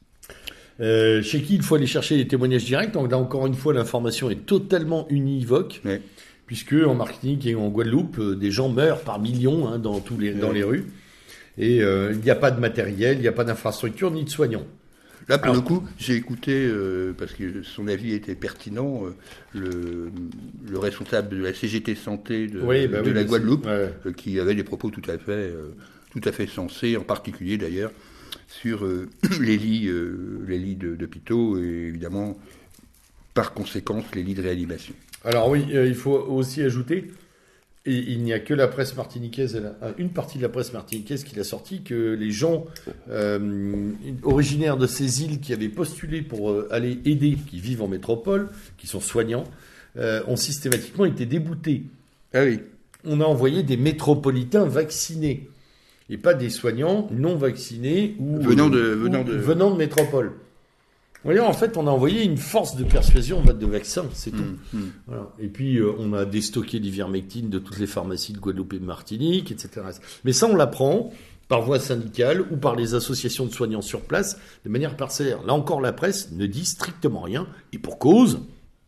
Euh, chez qui il faut aller chercher les témoignages directs. Donc là encore une fois, l'information est totalement univoque, oui. puisque en Martinique et en Guadeloupe, euh, des gens meurent par millions hein, dans tous les oui. dans les rues et euh, il n'y a pas de matériel, il n'y a pas d'infrastructure ni de soignants. Là, pour Alors, le coup, j'ai écouté, euh, parce que son avis était pertinent, euh, le, le responsable de la C G T Santé de, oui, bah de oui, la Guadeloupe, ouais. euh, qui avait des propos tout à fait, euh, tout à fait sensés, en particulier d'ailleurs, sur euh, les lits, euh, les lits de, d'hôpitaux et évidemment, par conséquence, les lits de réanimation. Alors oui, euh, il faut aussi ajouter... Et il n'y a que la presse martiniquaise, une partie de la presse martiniquaise qui l'a sorti, que les gens euh, originaires de ces îles qui avaient postulé pour euh, aller aider, qui vivent en métropole, qui sont soignants, euh, ont systématiquement été déboutés. Ah oui. On a envoyé des métropolitains vaccinés, et pas des soignants non vaccinés ou venant de, euh, venant ou, de... venant de métropole. Vous voyez, en fait, on a envoyé une force de persuasion de vaccins, c'est tout. Mmh, mmh. Voilà. Et puis, euh, on a déstocké l'ivermectine de toutes les pharmacies de Guadeloupe et de Martinique, et cetera. Mais ça, on l'apprend par voie syndicale ou par les associations de soignants sur place, de manière parcellaire. Là encore, la presse ne dit strictement rien, et pour cause,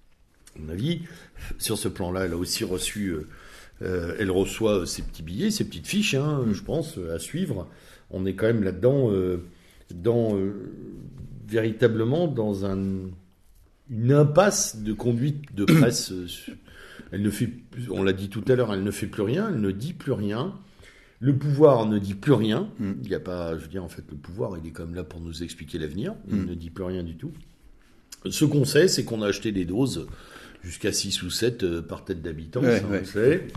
à mon avis, sur ce plan-là, elle a aussi reçu, euh, euh, elle reçoit ses petits billets, ses petites fiches, hein, mmh. je pense, à suivre. On est quand même là-dedans, euh, dans... Euh, véritablement dans un, une impasse de conduite de presse. Elle ne fait, on l'a dit tout à l'heure, elle ne fait plus rien, elle ne dit plus rien. Le pouvoir ne dit plus rien. Mm. Il n'y a pas, je veux dire, en fait, le pouvoir, il est quand même là pour nous expliquer l'avenir. Il mm. ne dit plus rien du tout. Ce qu'on sait, c'est qu'on a acheté des doses jusqu'à six ou sept par tête d'habitant, ouais, ça ouais. on le sait.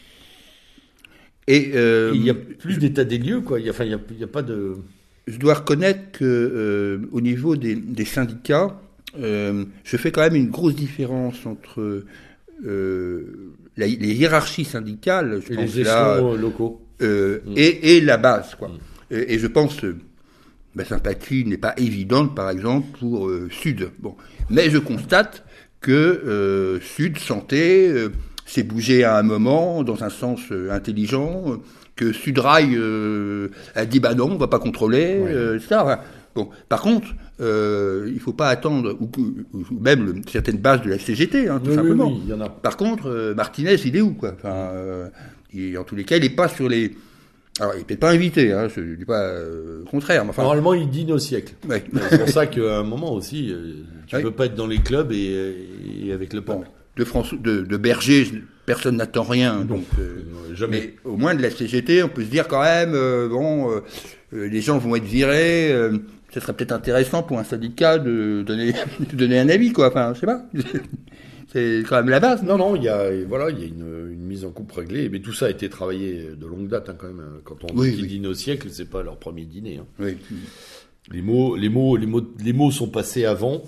Et euh, il n'y a plus d'état des lieux, quoi. Il n'y a, enfin, il y a, il y a pas de... Je dois reconnaître que euh, au niveau des, des syndicats, euh, je fais quand même une grosse différence entre euh, la, les hiérarchies syndicales, je et pense les là, échelons locaux, euh, mmh. et, et la base, quoi. Mmh. Et, et je pense que ma sympathie n'est pas évidente, par exemple, pour euh, Sud. Bon, mais je constate que euh, Sud Santé euh, s'est bougé à un moment dans un sens euh, intelligent. que Sudrail euh, a dit bah non, on va pas contrôler, ouais. euh, et cetera. Enfin, bon, par contre, euh, il faut pas attendre, ou, ou, ou même le, certaines bases de la C G T, hein, tout oui, simplement. Oui, oui, il y en a. Par contre, euh, Martinez, il est où, quoi? Enfin, euh, il, en tous les cas, il est pas sur les. Alors, il n'est peut-être pas invité, hein, je ne dis pas euh, le contraire. Mais enfin... Normalement, il dîne au siècle. Ouais. C'est pour ça qu'à un moment aussi, euh, tu ne ouais. peux pas être dans les clubs et, et avec le peuple. Bon, de, France, de, de Berger, personne n'attend rien. Non, donc, euh, jamais. Mais au moins de la C G T, on peut se dire quand même, euh, bon, euh, les gens vont être virés. Euh, ce serait peut-être intéressant pour un syndicat de donner, de donner un avis, quoi. Enfin, je sais pas. C'est quand même la base. Non, non, il y a, voilà, il y a une, une mise en coupe réglée, mais tout ça a été travaillé de longue date, hein, quand même. Quand on oui, dit qu'ils oui. dînent au siècle, c'est pas leur premier dîner. Hein. Oui. Les mots, les mots, les mots, les mots sont passés avant,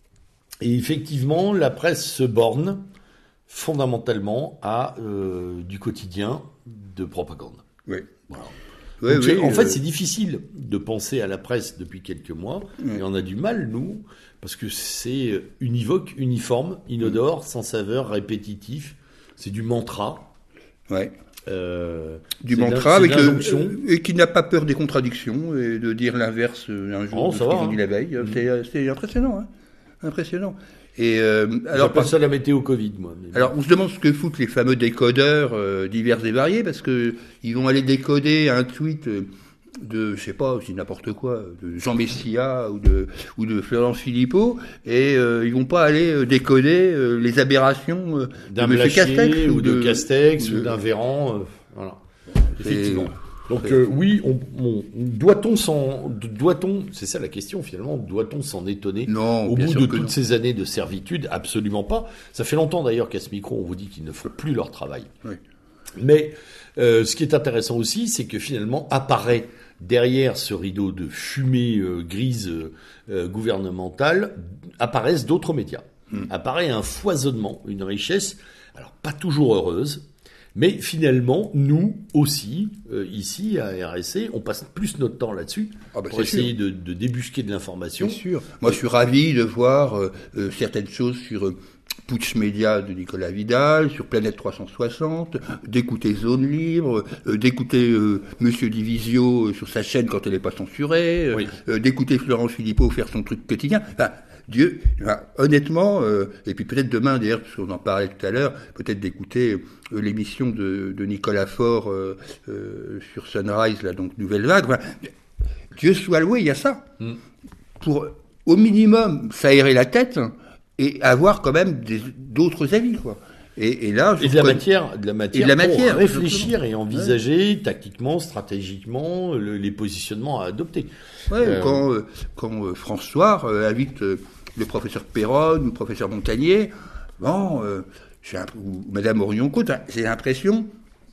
et effectivement, la presse se borne fondamentalement à euh, du quotidien de propagande. Oui. Voilà. Oui, Donc, oui, en euh... fait, c'est difficile de penser à la presse depuis quelques mois, oui. et on a du mal, nous, parce que c'est univoque, uniforme, inodore, sans saveur, répétitif. C'est du mantra. Ouais. Euh, du mantra avec le, et qui n'a pas peur des contradictions et de dire l'inverse un jour oh, de ce qu'ils ont dit la veille. Mmh. C'est, c'est impressionnant, hein. Impressionnant. Et euh, alors j'appelle ça la météo Covid, moi. Mais... Alors on se demande ce que foutent les fameux décodeurs euh, divers et variés, parce que ils vont aller décoder un tweet euh, de, je sais pas, c'est n'importe quoi, de Jean Messia ou de ou de Florence Philippot, et euh, ils vont pas aller euh, décoder euh, les aberrations euh, d'un de M. Castex ou de, de Castex ou, de... ou d'un Véran, euh, voilà. C'est... Effectivement. Donc euh, oui, on, on, doit-on s'en, doit-on, c'est ça la question finalement, doit-on s'en étonner non, au bout de toutes non. ces années de servitude? Absolument pas. Ça fait longtemps d'ailleurs qu'à ce micro on vous dit qu'ils ne font plus leur travail. Oui. Mais euh, ce qui est intéressant aussi, c'est que finalement apparaît derrière ce rideau de fumée euh, grise euh, gouvernementale, apparaissent d'autres médias. Mmh. Apparaît un foisonnement, une richesse, alors pas toujours heureuse. Mais finalement, nous aussi, euh, ici à R S C, on passe plus notre temps là-dessus ah bah pour essayer de, de débusquer de l'information. C'est sûr. Moi, je suis ravi de voir euh, euh, certaines choses sur euh, Putsch Média de Nicolas Vidal, sur Planète trois cent soixante, d'écouter Zone Libre, euh, d'écouter euh, Monsieur Divisio euh, sur sa chaîne quand elle n'est pas censurée, euh, oui. euh, d'écouter Florence Philippot faire son truc quotidien. Enfin, Dieu, enfin, honnêtement, euh, et puis peut-être demain, d'ailleurs, parce qu'on en parlait tout à l'heure, peut-être d'écouter euh, l'émission de, de Nicolas Faure euh, euh, sur Sunrise, là, donc Nouvelle Vague. Enfin, Dieu soit loué, il y a ça. Mm. Pour, au minimum, s'aérer la tête et avoir quand même des, d'autres avis, quoi. Et, et là, et de la matière, de la matière, et de la pour matière, réfléchir et envisager ouais. tactiquement, stratégiquement le, les positionnements à adopter. Ouais, euh... quand euh, quand euh, François euh, invite euh, le professeur Perron ou le professeur Montagnier, bon, euh, j'ai un, ou Madame Orion-Côte, j'ai l'impression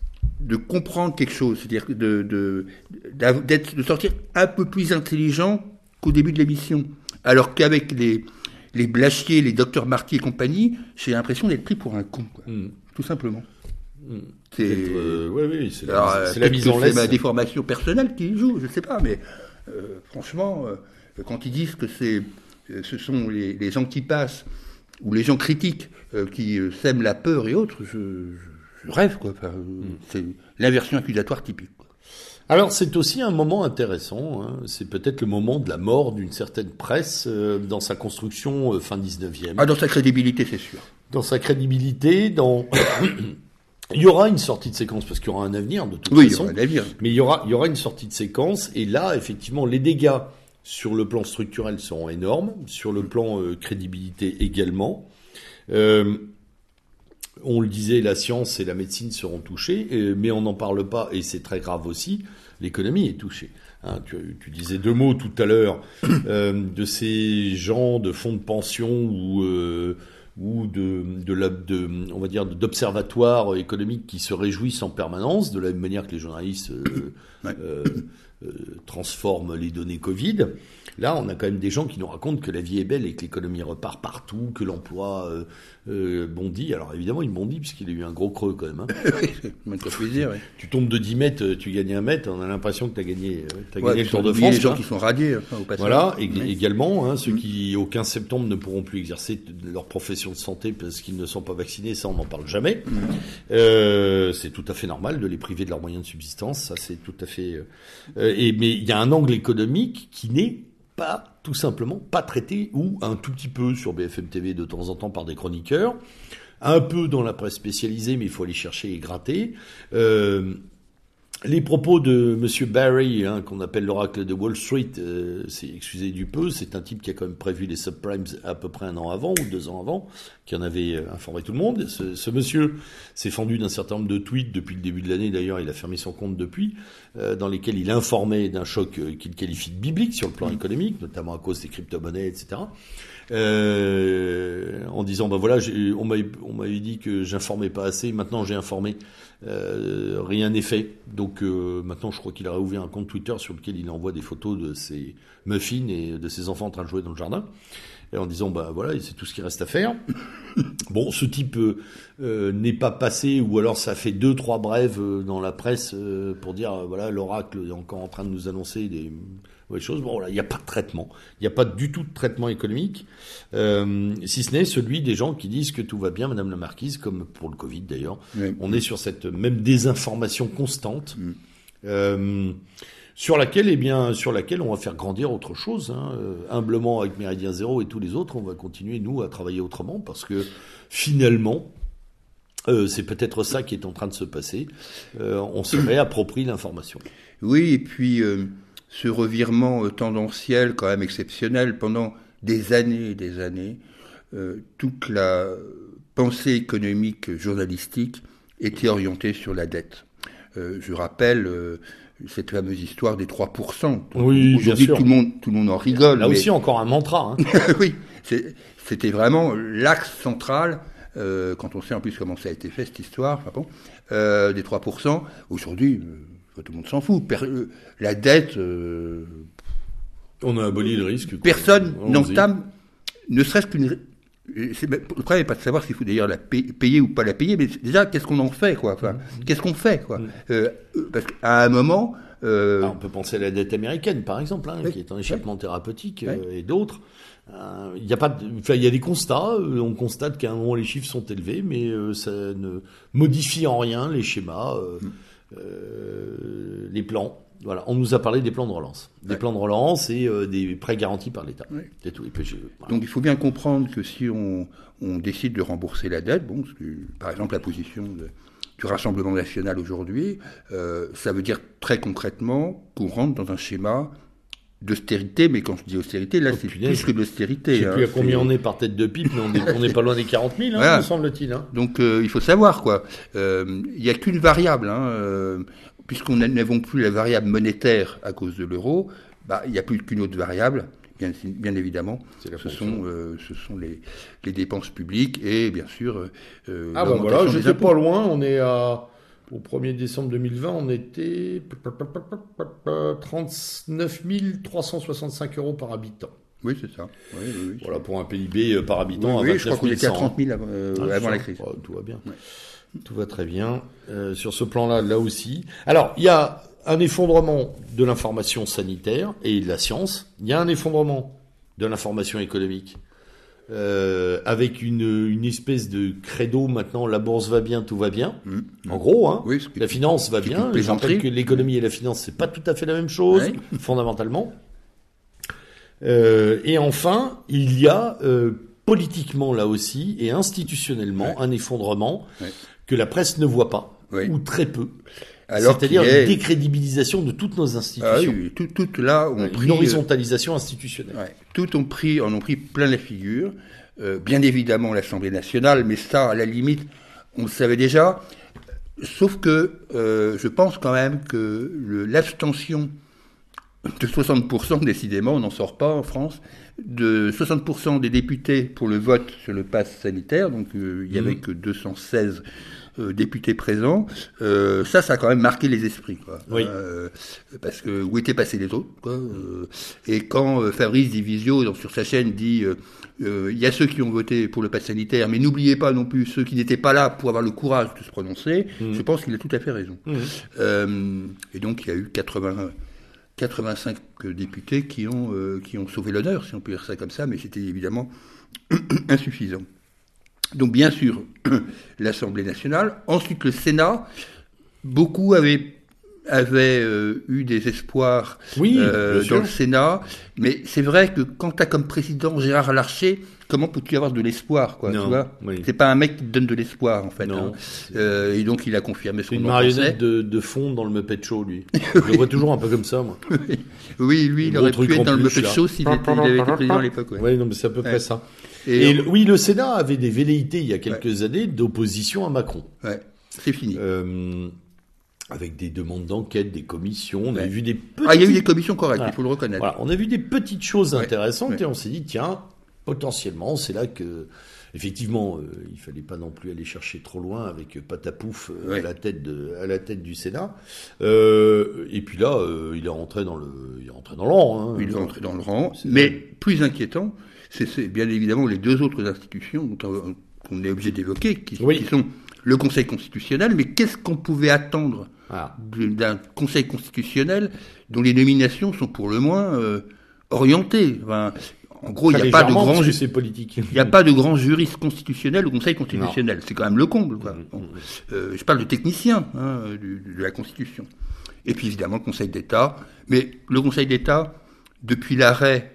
de comprendre quelque chose, c'est-à-dire de de d'être de sortir un peu plus intelligent qu'au début de l'émission, alors qu'avec les les Blachier, les docteurs Marty et compagnie, j'ai l'impression d'être pris pour un con, quoi. Mm. Tout simplement. Mm. C'est, euh, oui, oui, c'est la, Alors, c'est la mise en laisse. C'est ma déformation personnelle qui joue, je sais pas, mais euh, franchement, euh, quand ils disent que c'est, ce sont les, les antipasses ou les gens critiques euh, qui euh, sèment la peur et autres, je, je, je rêve, quoi. Enfin, mm. C'est l'inversion accusatoire typique. Alors c'est aussi un moment intéressant, hein. C'est peut-être le moment de la mort d'une certaine presse euh, dans sa construction euh, fin dix-neuvième. Ah, dans sa crédibilité, c'est sûr. Dans sa crédibilité, dans... il y aura une sortie de séquence, parce qu'il y aura un avenir de toute oui, façon. Oui, il y aura un avenir. Mais il y aura, il y aura une sortie de séquence, et là, effectivement, les dégâts sur le plan structurel seront énormes, sur le plan euh, crédibilité également. Euh, On le disait, la science et la médecine seront touchées, mais on n'en parle pas, et c'est très grave aussi, l'économie est touchée. Hein, tu, tu disais deux mots tout à l'heure euh, de ces gens de fonds de pension ou, euh, ou de, de, la, de, on va dire, d'observatoires économiques qui se réjouissent en permanence, de la même manière que les journalistes euh, ouais. euh, euh, transforme les données Covid. Là, on a quand même des gens qui nous racontent que la vie est belle et que l'économie repart partout, que l'emploi euh, euh, bondit. Alors évidemment, il bondit puisqu'il a eu un gros creux quand même. Hein. Oui, c'est plaisir. Oui. Tu tombes de dix mètres, tu gagnes un mètre, on a l'impression que tu as gagné, t'as ouais, gagné le Tour de France. Les gens hein. qui sont radiés enfin, au passage. Voilà, et, oui. également, hein, ceux mmh. qui au quinze septembre ne pourront plus exercer leur profession de santé parce qu'ils ne sont pas vaccinés, ça on n'en parle jamais. Mmh. Euh, c'est tout à fait normal de les priver de leurs moyens de subsistance, ça c'est tout à fait... Euh, et, mais il y a un angle économique qui n'est pas, tout simplement, pas traité, ou un tout petit peu sur B F M T V de temps en temps par des chroniqueurs, un peu dans la presse spécialisée, mais il faut aller chercher et gratter. Euh, les propos de Monsieur Barry, hein, qu'on appelle l'oracle de Wall Street, euh, c'est, excusez du peu, c'est un type qui a quand même prévu les subprimes à peu près un an avant, ou deux ans avant, qui en avait euh, informé tout le monde. Ce, ce monsieur s'est fendu d'un certain nombre de tweets depuis le début de l'année, d'ailleurs il a fermé son compte depuis, euh, dans lesquels il informait d'un choc euh, qu'il qualifie de biblique sur le plan économique, notamment à cause des crypto-monnaies, et cetera. Euh, en disant, ben voilà, j'ai, on m'avait, on m'avait dit que j'informais pas assez, maintenant j'ai informé, euh, rien n'est fait. Donc euh, maintenant je crois qu'il a réouvert un compte Twitter sur lequel il envoie des photos de ses muffins et de ses enfants en train de jouer dans le jardin. Et en disant, bah voilà, c'est tout ce qui reste à faire. Bon, ce type euh, euh, n'est pas passé, ou alors ça fait deux, trois brèves euh, dans la presse euh, pour dire, euh, voilà, l'oracle est encore en train de nous annoncer des, des choses. Bon, là, il n'y a pas de traitement. Il n'y a pas du tout de traitement économique, euh, si ce n'est celui des gens qui disent que tout va bien, Madame la Marquise, comme pour le Covid d'ailleurs. Oui. On est sur cette même désinformation constante. Oui. Euh, sur laquelle, eh bien, sur laquelle on va faire grandir autre chose. Hein. Euh, humblement, avec Méridien Zéro et tous les autres, on va continuer, nous, à travailler autrement, parce que, finalement, euh, c'est peut-être ça qui est en train de se passer. Euh, on se réapproprie l'information. Oui, et puis, euh, ce revirement euh, tendanciel, quand même exceptionnel, pendant des années et des années, euh, toute la pensée économique journalistique était orientée sur la dette. Euh, je rappelle... Euh, cette fameuse histoire des trois pour cent. Oui, aujourd'hui, bien sûr. Tout le monde, tout le monde en rigole. Là mais... aussi, encore un mantra. Hein. Oui, c'est, c'était vraiment l'axe central, euh, quand on sait en plus comment ça a été fait, cette histoire, enfin bon, euh, des trois pour cent. Aujourd'hui, euh, tout le monde s'en fout. Per- euh, la dette... Euh, on a aboli le risque. Personne n'entame, ne serait-ce qu'une... C'est, le problème n'est pas de savoir s'il faut d'ailleurs la payer ou pas la payer, mais déjà, qu'est-ce qu'on en fait, quoi. Enfin, mmh. Qu'est-ce qu'on fait, quoi. Mmh. Euh, parce qu'à un moment... Euh... Ah, on peut penser à la dette américaine, par exemple, hein, oui. qui est un échappement oui. thérapeutique, euh, oui. et d'autres. Il euh, y a pas, enfin, il y a des constats. Euh, on constate qu'à un moment les chiffres sont élevés, mais euh, ça ne modifie en rien les schémas, euh, mmh. euh, les plans. Voilà, on nous a parlé des plans de relance. Des ouais. plans de relance et euh, des prêts garantis par l'État. Ouais. C'est tout. Et puis, je, voilà. Donc il faut bien comprendre que si on, on décide de rembourser la dette, bon, que, par exemple la position de, du Rassemblement national aujourd'hui, euh, ça veut dire très concrètement qu'on rentre dans un schéma d'austérité, mais quand je dis austérité, là, oh, c'est punaise. Plus que de l'austérité. Je ne sais hein, plus à combien c'est... on est par tête de pipe, mais on n'est on est pas loin des quarante mille, hein, voilà. me semble-t-il. Hein. Donc euh, il faut savoir, quoi. Il euh, n'y a qu'une variable, hein, euh, puisqu'on n'avons plus la variable monétaire à cause de l'euro, bah, il n'y a plus qu'une autre variable, bien, bien évidemment, ce sont, euh, ce sont les, les dépenses publiques et bien sûr... Euh, ah ben voilà, j'étais pas loin, on est à... Au premier décembre deux mille vingt, on était trente-neuf mille trois cent soixante-cinq euros par habitant. Oui, c'est ça. Oui, oui, oui. Voilà, pour un P I B par habitant. Oui, à oui je crois qu'on était à trente mille avant, euh, ah, avant la crise. Oh, tout va bien. Ouais. Tout va très bien. Euh, sur ce plan-là, là aussi. Alors, il y a un effondrement de l'information sanitaire et de la science. Il y a un effondrement de l'information économique. Euh, avec une, une espèce de credo maintenant, la bourse va bien, tout va bien. Mmh. En gros, hein, oui, la finance va bien. Je rappelle que l'économie et la finance, c'est pas tout à fait la même chose, oui. fondamentalement. Euh, et enfin, il y a euh, politiquement là aussi et institutionnellement oui. un effondrement oui. que la presse ne voit pas, oui. ou très peu. Alors C'est-à-dire est... une décrédibilisation de toutes nos institutions. Ah oui, tout, tout là ont une pris, horizontalisation institutionnelle. Ouais, tout ont pris, en ont pris plein la figure. Euh, bien évidemment l'Assemblée nationale, mais ça, à la limite, on le savait déjà. Sauf que euh, je pense quand même que le, l'abstention de soixante pour cent, décidément, on n'en sort pas en France, de soixante pour cent des députés pour le vote sur le pass sanitaire, donc euh, il n'y avait mmh. que deux cent seize euh, députés présents. Euh, ça, ça a quand même marqué les esprits, quoi. Oui. Euh, parce que où étaient passés les autres, quoi. Euh, et quand euh, Fabrice Divisio, donc, sur sa chaîne, dit euh, euh, il y a ceux qui ont voté pour le pass sanitaire, mais n'oubliez pas non plus ceux qui n'étaient pas là pour avoir le courage de se prononcer, mmh. je pense qu'il a tout à fait raison. Mmh. Euh, et donc il y a eu quatre-vingts quatre-vingt-cinq députés qui ont, euh, qui ont sauvé l'honneur, si on peut dire ça comme ça, mais c'était évidemment insuffisant. Donc bien sûr, l'Assemblée nationale. Ensuite, le Sénat. Beaucoup avaient, avaient euh, eu des espoirs oui, euh, dans le Sénat, mais c'est vrai que quand tu as comme président Gérard Larcher, comment peux-tu avoir de l'espoir, quoi, non, tu vois oui. C'est pas un mec qui te donne de l'espoir, en fait. Non, hein. euh, et donc, il a confirmé ce qu'on en pensait. C'est une marionnette de, de fond dans le Muppet Show, lui. Je le vois toujours un peu comme ça, moi. Oui, lui, il aurait pu être dans le Muppet Show s'il était, il avait été président à l'époque. Oui, ouais, non, mais c'est à peu près ouais. ça. Et, et on... oui, le Sénat avait des velléités, il y a quelques ouais. années, d'opposition à Macron. Ouais, c'est fini. Euh... Avec des demandes d'enquête, des commissions, on ouais. a vu des petites... Ah, il y a eu des commissions correctes, voilà. il faut le reconnaître. Voilà, on a vu des petites choses ouais. intéressantes ouais. et on s'est dit, tiens, potentiellement, c'est là que, effectivement, euh, il fallait pas non plus aller chercher trop loin avec Patapouf euh, ouais. à la tête de, à la tête du Sénat. Euh, et puis là, euh, il est rentré dans le, il est rentré dans le rang. Hein. Il est rentré dans le rang. Mais vrai. Plus inquiétant, c'est, c'est bien évidemment les deux autres institutions dont on est obligé d'évoquer, qui, oui. qui sont le Conseil constitutionnel. Mais qu'est-ce qu'on pouvait attendre ah. d'un Conseil constitutionnel dont les nominations sont pour le moins euh, orientées. Enfin, en gros, il n'y a pas de grand ju- politique. Il n'y a pas de grand juriste constitutionnel au Conseil constitutionnel. Non. C'est quand même le comble, quoi. Mmh. Bon. Euh, je parle de techniciens hein, du, de la Constitution. Et puis évidemment le Conseil d'État. Mais le Conseil d'État, depuis l'arrêt,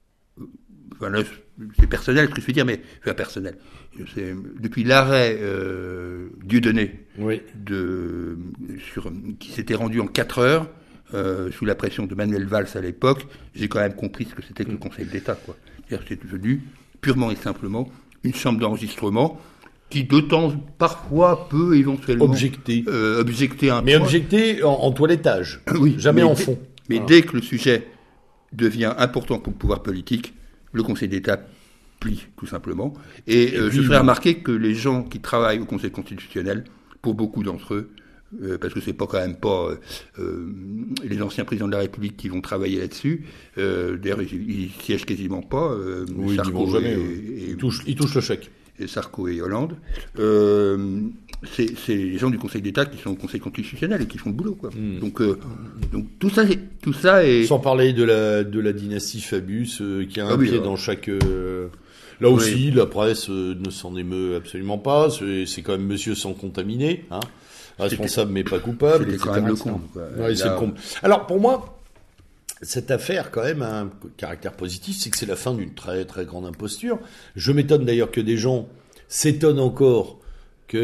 enfin là, c'est personnel ce que je veux dire, mais enfin personnel. C'est, depuis l'arrêt euh, Dieudonné, oui. de, sur, qui s'était rendu en quatre heures, euh, sous la pression de Manuel Valls à l'époque, j'ai quand même compris ce que c'était que le Conseil d'État, quoi. C'est-à-dire que c'est devenu purement et simplement une chambre d'enregistrement qui, de temps, parfois, peut éventuellement objecter, euh, objecter un mais point. objecter en, en toilettage, oui, jamais en dès, fond. Mais voilà. Dès que le sujet devient important pour le pouvoir politique, le Conseil d'État plie, tout simplement. Et, et euh, puis, je ferai remarquer que les gens qui travaillent au Conseil constitutionnel, pour beaucoup d'entre eux, euh, parce que c'est pas quand même pas euh, euh, les anciens présidents de la République qui vont travailler là-dessus, euh, d'ailleurs ils, ils siègent quasiment pas, euh, oui, Sarko ils vont jamais, et, et, ils, touchent, ils touchent le chèque. Et Sarko et Hollande, euh, c'est, c'est les gens du Conseil d'État qui sont au Conseil constitutionnel et qui font le boulot, quoi. Mm. Donc, euh, donc tout ça, tout ça est. Sans parler de la de la dynastie Fabius euh, qui a un ah, pied oui, dans chaque. Euh, là aussi, oui. La presse euh, ne s'en émeut absolument pas. C'est, c'est quand même Monsieur sans contaminer, hein, responsable mais pas coupable. C'est quand même le con. Ouais, c'est le con. Alors pour moi, cette affaire, quand même, a un caractère positif, c'est que c'est la fin d'une très très grande imposture. Je m'étonne d'ailleurs que des gens s'étonnent encore que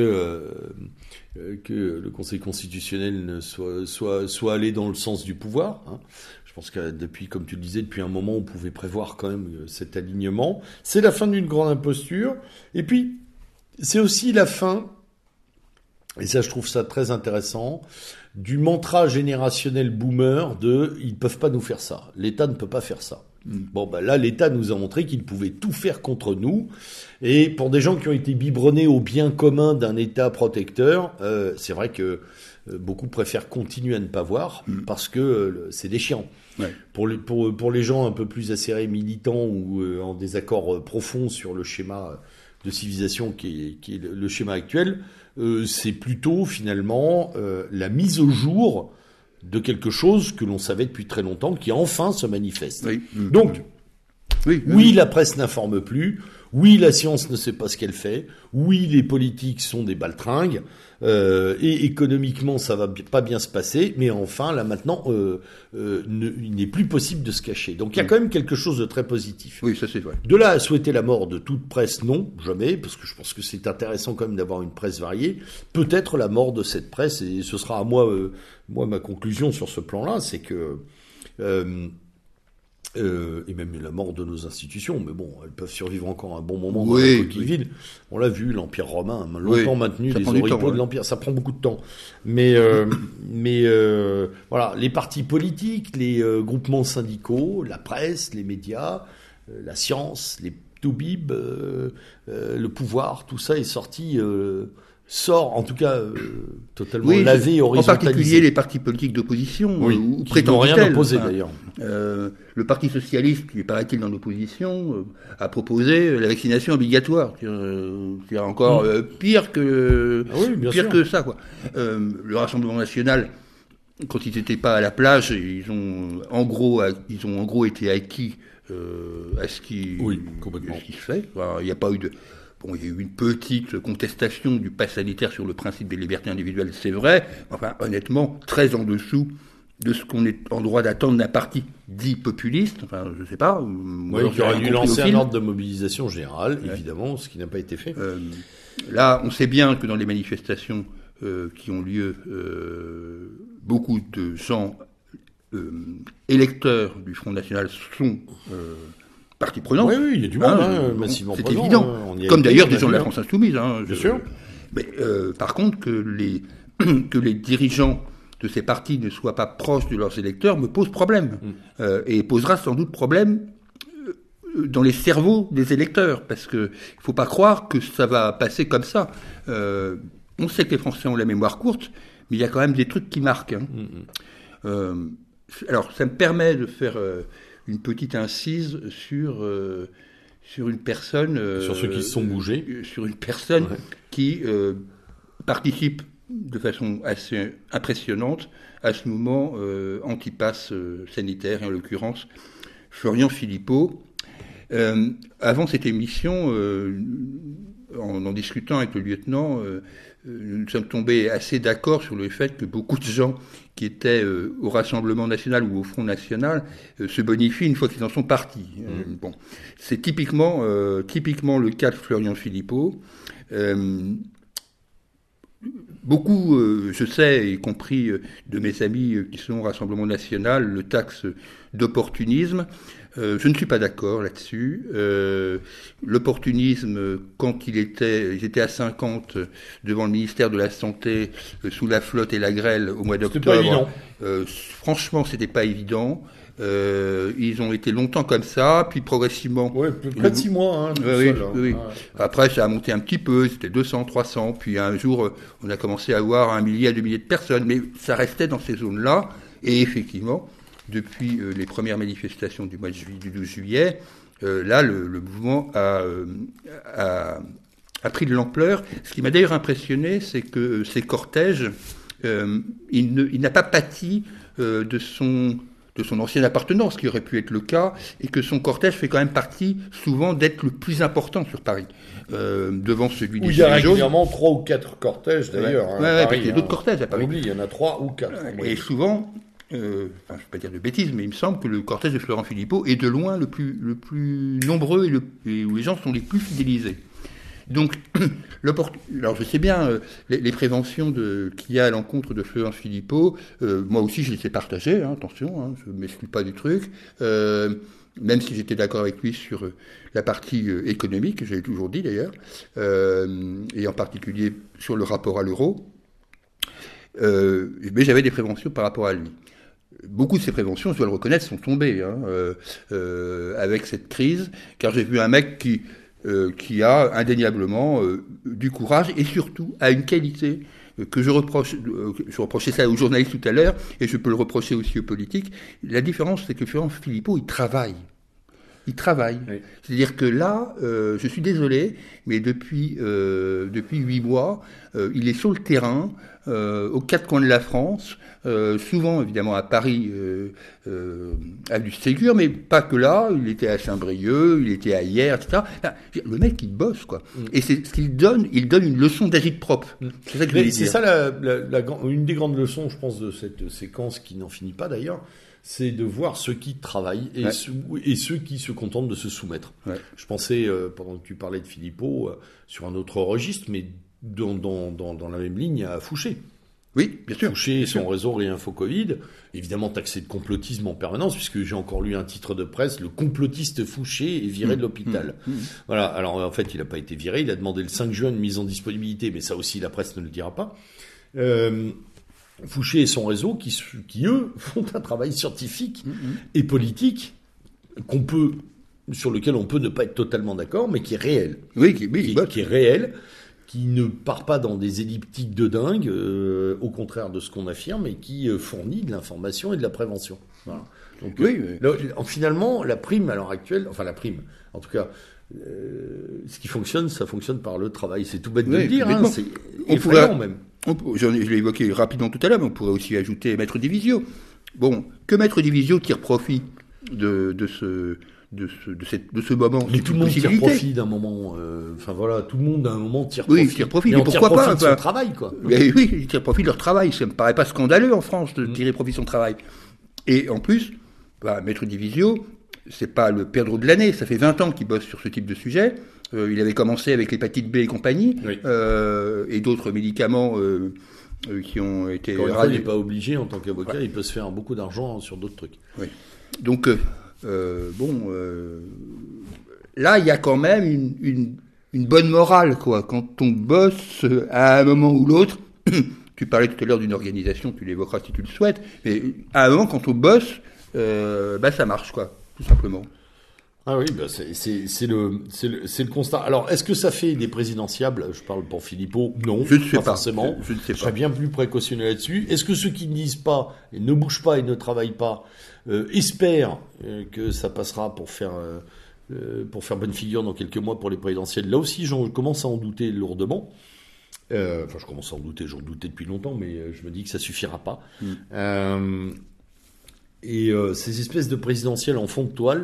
euh, que le Conseil constitutionnel ne soit soit soit allé dans le sens du pouvoir. Hein. Je pense que depuis, comme tu le disais, depuis un moment, on pouvait prévoir quand même cet alignement. C'est la fin d'une grande imposture. Et puis, c'est aussi la fin, et ça, je trouve ça très intéressant, du mantra générationnel boomer de « ils ne peuvent pas nous faire ça, l'État ne peut pas faire ça ». Mm. Bon, ben là, l'État nous a montré qu'il pouvait tout faire contre nous. Et pour des gens qui ont été biberonnés au bien commun d'un État protecteur, euh, c'est vrai que euh, beaucoup préfèrent continuer à ne pas voir mm. parce que euh, c'est déchirant. Ouais. Pour, les, pour, pour les gens un peu plus acérés, militants ou euh, en désaccord euh, profond sur le schéma de civilisation qui est, qui est le, le schéma actuel, euh, c'est plutôt finalement euh, la mise au jour de quelque chose que l'on savait depuis très longtemps, qui enfin se manifeste. Oui. Donc, oui, oui, oui, la presse n'informe plus, oui, la science ne sait pas ce qu'elle fait, oui, les politiques sont des baltringues, euh, et économiquement, ça va pas bien se passer, mais enfin, là maintenant, euh, euh, ne, il n'est plus possible de se cacher. Donc, il y a oui. quand même quelque chose de très positif. Oui, ça c'est vrai. De là à souhaiter la mort de toute presse, non, jamais, parce que je pense que c'est intéressant quand même d'avoir une presse variée. Peut-être la mort de cette presse, et ce sera à moi, euh, moi ma conclusion sur ce plan-là, c'est que... Euh, Euh, et même la mort de nos institutions, mais bon, elles peuvent survivre encore un bon moment dans oui, la coquille oui. vide. On l'a vu, l'Empire romain a longtemps oui, maintenu les oripeaux temps, de l'Empire. Ça prend beaucoup de temps. Mais, euh, mais euh, voilà, les partis politiques, les euh, groupements syndicaux, la presse, les médias, la science, les toubibs, euh, euh, le pouvoir, tout ça est sorti, euh, sort en tout cas euh, totalement oui, lavé et horizontalisé. En particulier les partis politiques d'opposition, oui, ou qui n'ont rien opposé enfin, d'ailleurs. Euh, le Parti socialiste, qui paraît-il dans l'opposition, euh, a proposé la vaccination obligatoire, c'est-à-dire, c'est-à-dire encore mmh. euh, pire que ah oui, bien pire sûr. que ça, quoi. Euh, le Rassemblement national, quand ils n'étaient pas à la plage, ils ont en gros, ils ont en gros été acquis euh, à ce qui, oui, complètement. À ce qui se fait. Enfin, il n'y a pas eu de Bon, il y a eu une petite contestation du pass sanitaire sur le principe des libertés individuelles, c'est vrai. Enfin, honnêtement, très en dessous de ce qu'on est en droit d'attendre d'un parti dit populiste. Enfin, je ne sais pas. Oui, qui aurait dû lancer un ordre de mobilisation générale, ouais. évidemment, ce qui n'a pas été fait. Euh, là, on sait bien que dans les manifestations euh, qui ont lieu, euh, beaucoup de gens euh, électeurs du Front National sont... Euh, partie prenante. Oui, oui, il y a du monde, hein, hein, massivement c'est présent. évident. Hein, Comme été, d'ailleurs des gens de la France Insoumise. Hein, Bien je, sûr. Mais euh, par contre, que les, que les dirigeants de ces partis ne soient pas proches de leurs électeurs me pose problème. Mm. Euh, et posera sans doute problème dans les cerveaux des électeurs. Parce qu'il ne faut pas croire que ça va passer comme ça. Euh, on sait que les Français ont la mémoire courte, mais il y a quand même des trucs qui marquent. Hein. Mm. Euh, alors, ça me permet de faire... Euh, une petite incise sur, euh, sur une personne... Euh, sur ceux qui se sont bougés. Euh, sur une personne ouais. qui euh, participe de façon assez impressionnante à ce mouvement euh, anti-pass euh, sanitaire, et en l'occurrence Florian Philippot. Euh, avant cette émission, euh, en, en discutant avec le lieutenant, euh, nous sommes tombés assez d'accord sur le fait que beaucoup de gens qui étaient euh, au Rassemblement national ou au Front national euh, se bonifient une fois qu'ils en sont partis. Mmh. Euh, bon, c'est typiquement, euh, typiquement le cas de Florian Philippot. Euh, beaucoup, euh, je sais, y compris euh, de mes amis euh, qui sont au Rassemblement national, le taxe d'opportunisme. Euh, je ne suis pas d'accord là-dessus. Euh, l'opportunisme, quand il était, ils étaient à cinquante devant le ministère de la Santé, euh, sous la flotte et la grêle au mois d'octobre. C'était pas évident. Euh, franchement, c'était pas évident. Euh, ils ont été longtemps comme ça, puis progressivement... Oui, près de six mois. Hein, oui, seul, hein. oui. Ouais. Après, ça a monté un petit peu, c'était deux cents, trois cents, puis un jour, on a commencé à avoir un millier à deux milliers de personnes, mais ça restait dans ces zones-là, et effectivement... Depuis euh, les premières manifestations du mois de juillet, du douze juillet, euh, là, le, le mouvement a, euh, a, a pris de l'ampleur. Ce qui m'a d'ailleurs impressionné, c'est que ces cortèges, euh, il, ne, il n'a pas pâti euh, de son... de son ancienne appartenance, ce qui aurait pu être le cas, et que son cortège fait quand même partie, souvent, d'être le plus important sur Paris, euh, devant celui des Gilets jaunes. Il y a régulièrement trois ou quatre cortèges, d'ailleurs. Ouais, hein, ouais, Paris, il y a d'autres cortèges à Paris. On oublie, il y en a trois ou quatre. Et souvent... Euh, enfin, je ne vais pas dire de bêtises, mais il me semble que le cortège de Florian Philippot est de loin le plus, le plus nombreux et, le, et où les gens sont les plus fidélisés. Donc, alors je sais bien, euh, les, les préventions de, qu'il y a à l'encontre de Florian Philippot, euh, moi aussi je les ai partagées, hein, attention, hein, je ne m'exclus pas du truc, euh, même si j'étais d'accord avec lui sur euh, la partie euh, économique, j'avais toujours dit d'ailleurs, euh, et en particulier sur le rapport à l'euro, euh, mais j'avais des préventions par rapport à lui. Beaucoup de ces préventions, je dois le reconnaître, sont tombées hein, euh, euh, avec cette crise, car j'ai vu un mec qui, euh, qui a indéniablement euh, du courage et surtout a une qualité euh, que je reproche, euh, je reprochais ça aux journalistes tout à l'heure et je peux le reprocher aussi aux politiques. La différence, c'est que Florian Philippot, il travaille. Il travaille. Oui. C'est-à-dire que là, euh, je suis désolé, mais depuis euh, depuis huit mois, euh, il est sur le terrain, euh, aux quatre coins de la France, euh, souvent évidemment à Paris, euh, euh, avenue Ségur, mais pas que là. Il était à Saint-Brieuc, il était à Hyères, et cetera. Là, le mec, il bosse, quoi. Mm. Et c'est ce qu'il donne. Il donne une leçon d'agite-propre. Mm. C'est ça, que mais c'est ça la, la, la, une des grandes leçons, je pense, de cette séquence qui n'en finit pas d'ailleurs. C'est de voir ceux qui travaillent et, ouais. ceux, et ceux qui se contentent de se soumettre. Ouais. Je pensais, euh, pendant que tu parlais de Philippot, euh, sur un autre registre, mais dans, dans, dans, dans la même ligne, à Fouché. Oui, bien sûr. Fouché bien et son sûr. réseau Réinfo Covid, évidemment taxé de complotisme en permanence, puisque j'ai encore lu un titre de presse, le complotiste Fouché est viré mmh, de l'hôpital. Mmh, mmh. Voilà, alors en fait, il n'a pas été viré, il a demandé le cinq juin une mise en disponibilité, mais ça aussi, la presse ne le dira pas. Euh, Fouché et son réseau qui, qui, eux, font un travail scientifique mmh. et politique qu'on peut sur lequel on peut ne pas être totalement d'accord, mais qui est réel. Oui, qui, oui, qui, bah, qui est réel, qui ne part pas dans des elliptiques de dingue, euh, au contraire de ce qu'on affirme, et qui euh, fournit de l'information et de la prévention. Voilà. Donc, oui, euh, oui. Là, finalement, la prime à l'heure actuelle, enfin la prime, en tout cas, euh, ce qui fonctionne, ça fonctionne par le travail. C'est tout bête de oui, le dire, hein, c'est on effrayant pourrait, même. On, je l'ai évoqué rapidement tout à l'heure, mais on pourrait aussi ajouter Maître Divisio. Bon, que Maître Divisio tire profit de, de ce... De ce, de, cette, de ce moment. Mais tout le monde tire profit d'un moment. Euh, enfin voilà, tout le monde à un moment tire oui, profit. Tire profit. Mais mais on pourquoi tire profit pas de son travail, quoi. Mais oui, ils tirent profit de leur travail. Ça me paraît pas scandaleux en France de tirer profit de son travail. Et en plus, bah, Maître Divisio, c'est pas le perdreau de l'année. Ça fait vingt ans qu'il bosse sur ce type de sujet. Euh, il avait commencé avec l'hépatite B et compagnie, oui. euh, et d'autres médicaments euh, euh, qui ont été. Encore une fois, il n'est pas obligé en tant qu'avocat. Ouais. Il peut se faire beaucoup d'argent sur d'autres trucs. Oui. Donc. Euh, Euh, bon, euh, là, il y a quand même une, une, une bonne morale, quoi. Quand on bosse à un moment ou l'autre, tu parlais tout à l'heure d'une organisation, tu l'évoqueras si tu le souhaites, mais à un moment, quand on bosse, euh, bah, ça marche, quoi, tout simplement. Ah oui, bah c'est, c'est, c'est, le, c'est, le, c'est le constat. Alors, est-ce que ça fait des présidentiables ? Je parle pour Philippot. Non, je ne sais pas, pas forcément. Je, je ne sais pas. Je serais bien plus précautionneux là-dessus. Est-ce que ceux qui ne disent pas, et ne bougent pas et ne travaillent pas, euh, espèrent euh, que ça passera pour faire, euh, pour faire bonne figure dans quelques mois pour les présidentielles ? Là aussi, je commence à en douter lourdement. Euh, enfin, je commence à en douter, j'en doutais depuis longtemps, mais je me dis que ça suffira pas. Mm. Euh, et euh, ces espèces de présidentielles en fond de toile,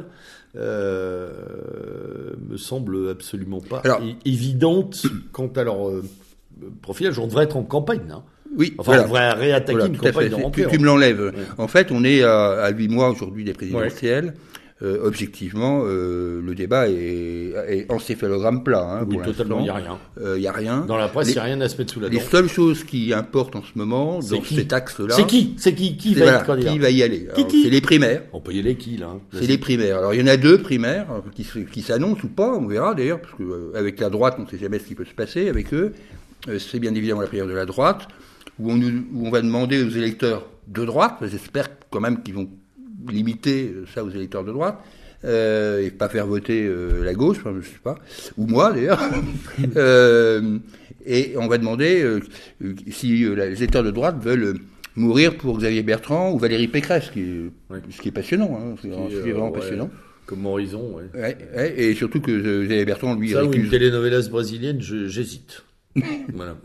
Euh, me semble absolument pas Alors, é- évidente quant à leur euh, profilage. On devrait être en campagne, hein. Oui, enfin, voilà. on devrait réattaquer voilà, une campagne de rentrée. Tu, tu me l'enlèves. Ouais. En fait, on est à, à huit mois aujourd'hui des présidentielles. Ouais. Euh, objectivement, euh, le débat est, est encéphalogramme plat. Hein, oui, pour totalement, il n'y a rien. Il euh, n'y a rien. Dans la presse, il n'y a rien à se mettre sous la dent. Les seules choses qui importent en ce moment, c'est dans qui cet axe-là... C'est qui C'est qui Qui va voilà, être candidat ? Qui va y aller ? qui, qui C'est les primaires. On peut y aller qui, là ? C'est les primaires. Alors, il y en a deux primaires qui, qui s'annoncent ou pas, on verra d'ailleurs, parce qu'avec la droite, on ne sait jamais ce qui peut se passer avec eux. Euh, c'est bien évidemment la primaire de la droite, où on, où on va demander aux électeurs de droite, j'espère quand même qu'ils vont limiter ça aux électeurs de droite, Euh, et pas faire voter euh, la gauche, enfin, je sais pas, ou moi d'ailleurs. euh, et on va demander euh, si euh, les électeurs de droite veulent mourir pour Xavier Bertrand ou Valérie Pécresse, ce qui est, ouais. ce qui est passionnant, hein, c'est, qui, c'est vraiment euh, passionnant. Ouais. Comme Morison, ouais. Ouais, ouais. Et surtout que euh, Xavier Bertrand, lui, ça récuse... ou une telenovelas brésilienne, je, j'hésite. Voilà.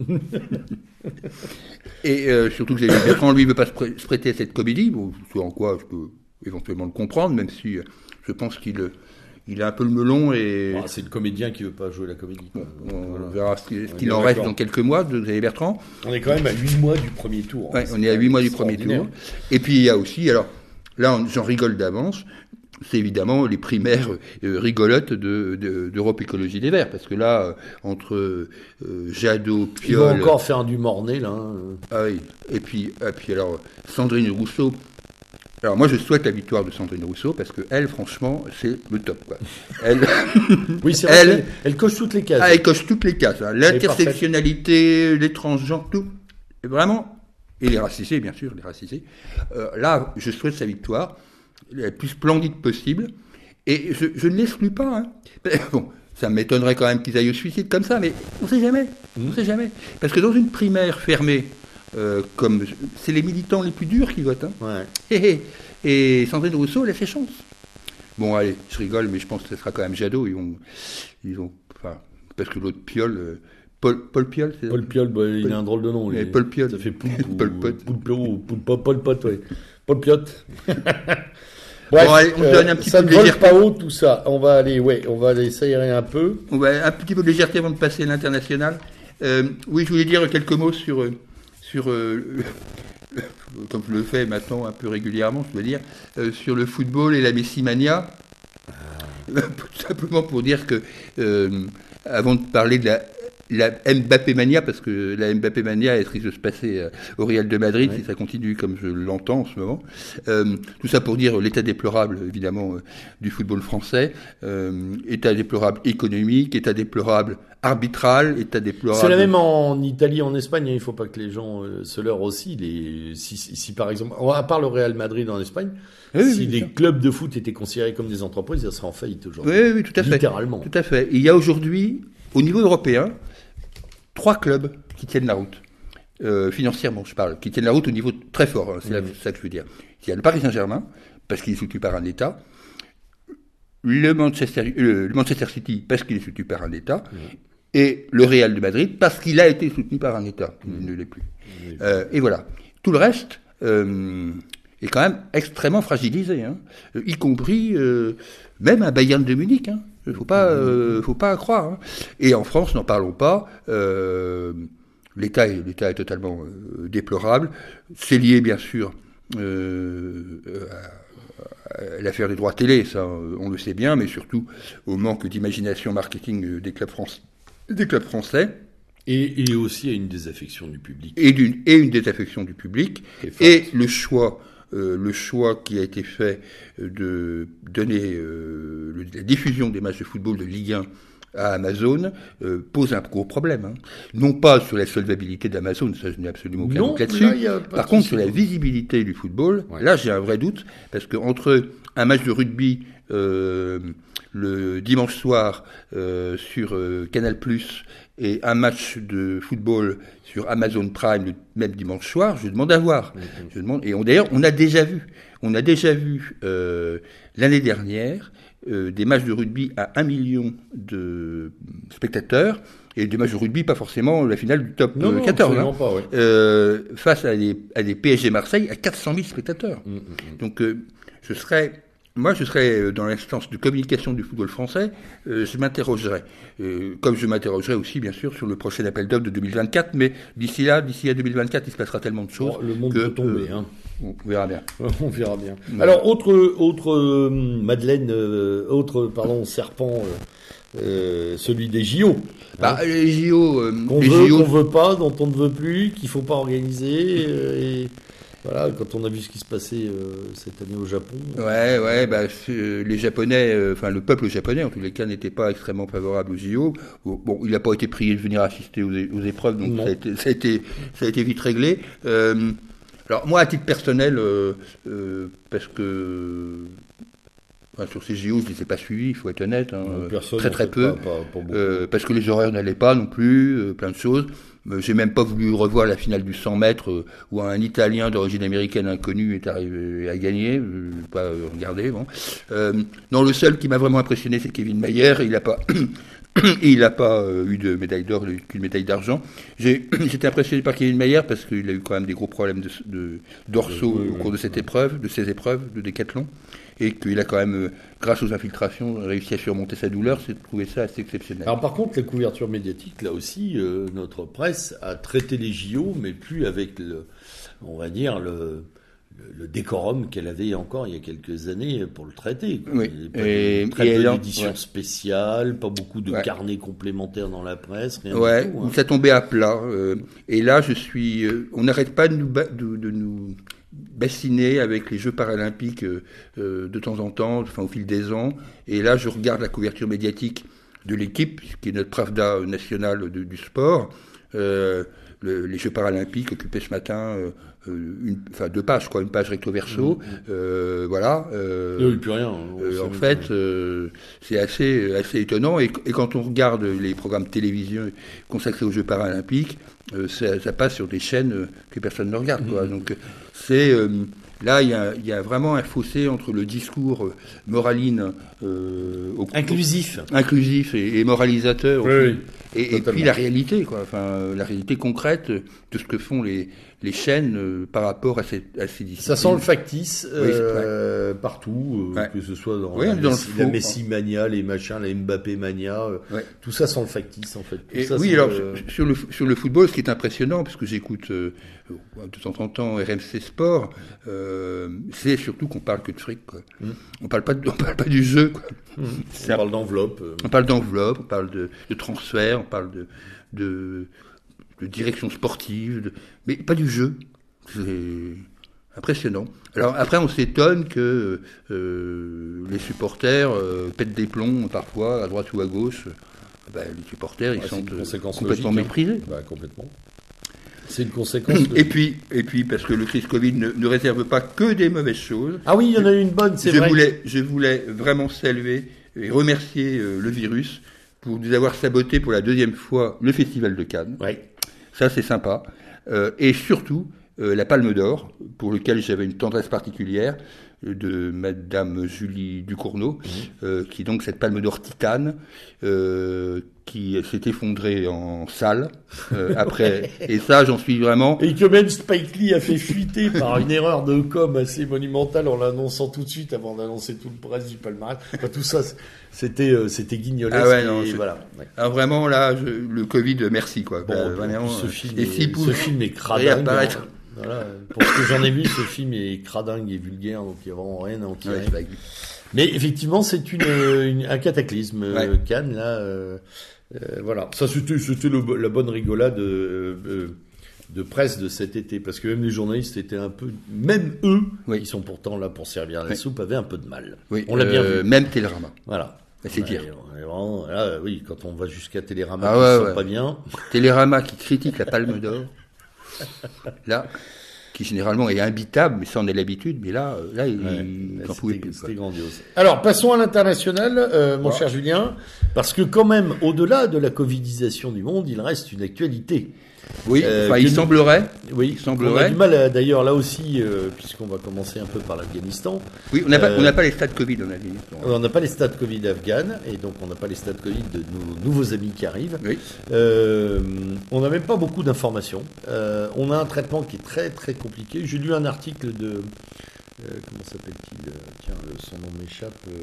Et euh, surtout que Xavier Bertrand, lui, ne veut pas se, prê- se prêter à cette comédie, bon, soit en quoi je peux éventuellement le comprendre, même si euh, je pense qu'il il a un peu le melon et... Ah, c'est le comédien qui ne veut pas jouer la comédie. Bon, on voilà. verra ce qu'il, ce qu'il en reste dans quelques mois de Xavier Bertrand. On est quand même à huit mois du premier tour. Ouais, on est à huit mois du premier tour. Et puis il y a aussi, alors là on, j'en rigole d'avance, c'est évidemment les primaires euh, rigolotes de, de, d'Europe Écologie des Verts, parce que là, euh, entre euh, Jadot, Piolle... Ils vont encore faire du Mornay, là. Hein. Ah oui, et puis, et puis alors, Sandrine Rousseau... Alors moi je souhaite la victoire de Sandrine Rousseau parce que elle franchement c'est le top quoi. Elle, oui c'est vrai. Elle, elle, elle coche toutes les cases. Ah, elle coche toutes les cases. Hein. L'intersectionnalité, les transgenres, tout. Et vraiment. Et les racisés bien sûr, les racisés. Euh, là je souhaite sa victoire la plus splendide possible. Et je, je ne l'exclus pas. Hein. Bon, ça m'étonnerait quand même qu'ils aillent au suicide comme ça, mais on ne sait jamais. Mmh. On ne sait jamais. Parce que dans une primaire fermée. Euh, comme c'est les militants les plus durs qui votent, hein. Ouais. Et, et Sandrine Rousseau, elle a ses chances. Bon, allez, je rigole, mais je pense que ce sera quand même Jadot. Ils ont, ils ont, enfin, parce que l'autre Piolle, euh, Paul, Paul Piolle, c'est Paul Piolle, bah, il Paul, a un drôle de nom. Lui. Paul Piolle, ça fait Paul Pot, Paul Pot, ouais. Paul Piotte. Bref, bon, allez, on euh, donne un petit ça peu ne de légèreté. Pas haut tout ça. On va aller, ouais, on va aller s'aérer un peu. On va un petit peu de légèreté avant de passer à l'international. Euh, oui, je voulais dire quelques mots sur. Euh, sur, euh, comme je le fais maintenant un peu régulièrement, je dois dire, euh, sur le football et la Messimania. Ah. Tout simplement pour dire que, euh, avant de parler de la la Mbappé mania, parce que la Mbappé mania est risque de se passer euh, au Real de Madrid oui. si ça continue comme je l'entends en ce moment. Euh, tout ça pour dire l'état déplorable, évidemment, euh, du football français. Euh, état déplorable économique, état déplorable arbitral, état déplorable... C'est la même en Italie, en Espagne. Il ne faut pas que les gens euh, se leurrent aussi. Les, si, si, si par exemple, à part le Real Madrid en Espagne, oui, si oui, les sûr. clubs de foot étaient considérés comme des entreprises, ça serait en faillite aujourd'hui. Oui, oui, tout à fait. Littéralement. Tout à fait. Il y a aujourd'hui, au niveau européen, trois clubs qui tiennent la route. Euh, financièrement, je parle, qui tiennent la route au niveau très fort. Hein, c'est mmh. ça que je veux dire. Il y a le Paris Saint-Germain, parce qu'il est soutenu par un État. Le Manchester, euh, le Manchester City, parce qu'il est soutenu par un État. Mmh. Et le Real de Madrid, parce qu'il a été soutenu par un État. Il mmh. ne l'est plus. Mmh. Euh, et voilà. Tout le reste... Euh, est quand même extrêmement fragilisé, hein, y compris euh, même à Bayern de Munich. Il hein, ne faut pas, euh, faut pas croire. Hein. Et en France, n'en parlons pas. Euh, l'État, est, l'État est totalement euh, déplorable. C'est lié, bien sûr, euh, à, à l'affaire des droits télé, ça, on le sait bien, mais surtout au manque d'imagination marketing des clubs français. Des clubs français. Et, et aussi à une désaffection du public. Et, d'une, et une désaffection du public. Et le choix... Euh, le choix qui a été fait de donner euh, le, la diffusion des matchs de football de Ligue un à Amazon euh, pose un gros problème. Hein. Non pas sur la solvabilité d'Amazon, ça je n'ai absolument aucun doute là-dessus. Là, Par contre, sur la visibilité du football, ouais. là j'ai un vrai doute, parce qu'entre un match de rugby euh, le dimanche soir euh, sur euh, Canal plus, et un match de football sur Amazon Prime le même dimanche soir, je demande à voir. Mmh. Je demande, et on, d'ailleurs, on a déjà vu, on a déjà vu euh, l'année dernière euh, des matchs de rugby à un million de spectateurs, et des matchs de rugby, pas forcément la finale du top non, quatorze, non, hein, pas, ouais. euh, face à des, à des P S G Marseille à quatre cent mille spectateurs. Mmh, mmh. Donc, euh, je serais... Moi, je serais dans l'instance de communication du football français, euh, je m'interrogerais. Euh, comme je m'interrogerais aussi, bien sûr, sur le prochain appel d'offres de deux mille vingt-quatre, mais d'ici là, d'ici à deux mille vingt-quatre, il se passera tellement de choses. Oh, le monde que, peut tomber, euh, hein. On verra bien. On verra bien. Ouais. Alors, autre, autre euh, Madeleine, euh, autre, pardon, serpent, euh, euh, celui des J O. Bah, hein. Les J O, euh, qu'on les veut, J O, qu'on veut pas, dont on ne veut plus, qu'il faut pas organiser, euh, et... Voilà, quand on a vu ce qui se passait euh, cette année au Japon. Ouais, ouais, bah, euh, les Japonais, euh, enfin le peuple japonais en tous les cas n'était pas extrêmement favorable aux J O. Bon, il n'a pas été prié de venir assister aux, aux épreuves, donc ça a, été, ça, a été, ça a été vite réglé. Euh, alors moi, à titre personnel, euh, euh, parce que enfin, sur ces J O, je ne les ai pas suivis, il faut être honnête, hein, Personne, très très peu, pas, pas, pas euh, parce que les horaires n'allaient pas non plus, euh, plein de choses. J'ai même pas voulu revoir la finale du cent mètres euh, où un Italien d'origine américaine inconnu est arrivé à gagner. Je n'ai pas regardé. Bon. Euh, non, le seul qui m'a vraiment impressionné, c'est Kevin Mayer. Il n'a pas, il n'a pas euh, eu de médaille d'or, il a eu qu'une médaille d'argent. J'ai, j'étais impressionné par Kevin Mayer parce qu'il a eu quand même des gros problèmes de, de dorsaux oui, oui, au cours de cette épreuve, de ces épreuves de décathlon. Et qu'il a quand même, grâce aux infiltrations, réussi à surmonter sa douleur, c'est de trouver ça assez exceptionnel. Alors par contre, la couverture médiatique, là aussi, euh, notre presse a traité les J O, mais plus avec, le, on va dire, le, le, le décorum qu'elle avait encore il y a quelques années pour le traiter. Oui. Pas et, de, très et peu d'éditions ouais. spéciales, pas beaucoup de ouais. carnets complémentaires dans la presse, rien ouais, du tout. Hein. Ça tombait à plat. Euh, et là, je suis, euh, on n'arrête pas de nous... Ba- de, de nous bassiné avec les Jeux paralympiques euh, euh, de temps en temps, enfin au fil des ans. Et là, je regarde la couverture médiatique de l'équipe, qui est notre Pravda nationale de, du sport. Euh, le, les Jeux paralympiques occupaient ce matin, euh, une, enfin deux pages, quoi, une page recto verso. Mmh. Euh, voilà. Euh, Il n'y a eu plus rien. Euh, en fait, euh, c'est assez, assez étonnant. Et, et quand on regarde les programmes télévision consacrés aux Jeux paralympiques, euh, ça, ça passe sur des chaînes que personne ne regarde, quoi. Mmh. Donc, c'est euh, là, il y a, y a vraiment un fossé entre le discours euh, moraline, euh, au, inclusif, au, inclusif et, et moralisateur, oui, oui, et, et puis la réalité, quoi. Enfin, la réalité concrète de ce que font les les chaînes euh, par rapport à ces, à ces disciplines. Ça sent le factice euh, oui, partout, euh, ouais. que ce soit dans, oui, la, dans Messi, la Messi mania, les machins, la Mbappé mania, euh, ouais. tout ça sent le factice en fait. Tout et ça, oui, alors euh... sur le sur le football, ce qui est impressionnant, parce que j'écoute euh, de temps en temps R M C Sport, euh, c'est surtout qu'on parle que de fric, quoi. Mm. On parle pas de, on parle pas du jeu, quoi. Mm. On parle d'enveloppe. Euh... On parle d'enveloppe, on parle de, de transfert, on parle de, de, de direction sportive, de, mais pas du jeu. C'est impressionnant. Alors après, on s'étonne que euh, les supporters euh, pètent des plombs parfois à droite ou à gauche. Ben, les supporters, ils ouais, sont complètement logique, méprisés. Hein. Ben, complètement. C'est une conséquence. Et puis, et puis, parce que le crise Covid ne, ne réserve pas que des mauvaises choses. Ah oui, il y en a une bonne, c'est je vrai. Voulais, je voulais vraiment saluer et remercier euh, le virus pour nous avoir saboté pour la deuxième fois le Festival de Cannes. Oui. Ça, c'est sympa. Euh, et surtout, euh, la Palme d'Or, pour lequel j'avais une tendresse particulière, de Madame Julie Ducournau, mmh. euh, qui donc cette Palme d'Or titane, euh, qui s'est effondrée en salle euh, après. Et ça, j'en suis vraiment. Et que même Spike Lee a fait fuiter par une erreur de com assez monumentale en l'annonçant tout de suite avant d'annoncer tout le reste du palmarès. Enfin, tout ça, c'était euh, c'était guignolesque. Ah ouais, non, et voilà. Ouais. Alors vraiment là, je, le Covid, merci quoi. Bon, euh, vraiment, ce, film et est, si ce film est cradingue. Voilà. Pour ce que j'en ai vu, ce film est cradingue et vulgaire, donc il n'y a vraiment rien à en tirer. Ouais, mais effectivement, c'est une, une un cataclysme. Ouais. Euh, Cannes, là, euh, euh, voilà. Ça, c'était, c'était le, la bonne rigolade euh, euh, de presse de cet été, parce que même les journalistes étaient un peu, même eux, oui. qui sont pourtant là pour servir la oui. soupe, avaient un peu de mal. Oui. On l'a bien euh, vu. Même Télérama. Voilà. C'est dire. Vraiment, là, oui, quand on va jusqu'à Télérama, ah ouais, ça ouais. pas bien. Télérama qui critique la Palme d'Or. Là, qui généralement est imbitable, mais ça on a l'habitude, mais là, là, il ouais, n'en pouvait plus. C'était grandiose. Alors, passons à l'international, euh, mon ouais. cher Julien, parce que quand même, au-delà de la covidisation du monde, il reste une actualité. Oui, euh, enfin, il nous... semblerait. Oui, il semblerait. On a du mal, à, d'ailleurs, là aussi, euh, puisqu'on va commencer un peu par l'Afghanistan. Oui, on n'a euh, pas, pas les stades Covid en Afghanistan. On n'a pas les stades Covid afghanes, et donc on n'a pas les stades Covid de nos nouveaux amis qui arrivent. Oui. Euh, on n'a même pas beaucoup d'informations. Euh, on a un traitement qui est très très compliqué. J'ai lu un article de... Euh, comment s'appelle-t-il ? Tiens, son nom m'échappe. Euh,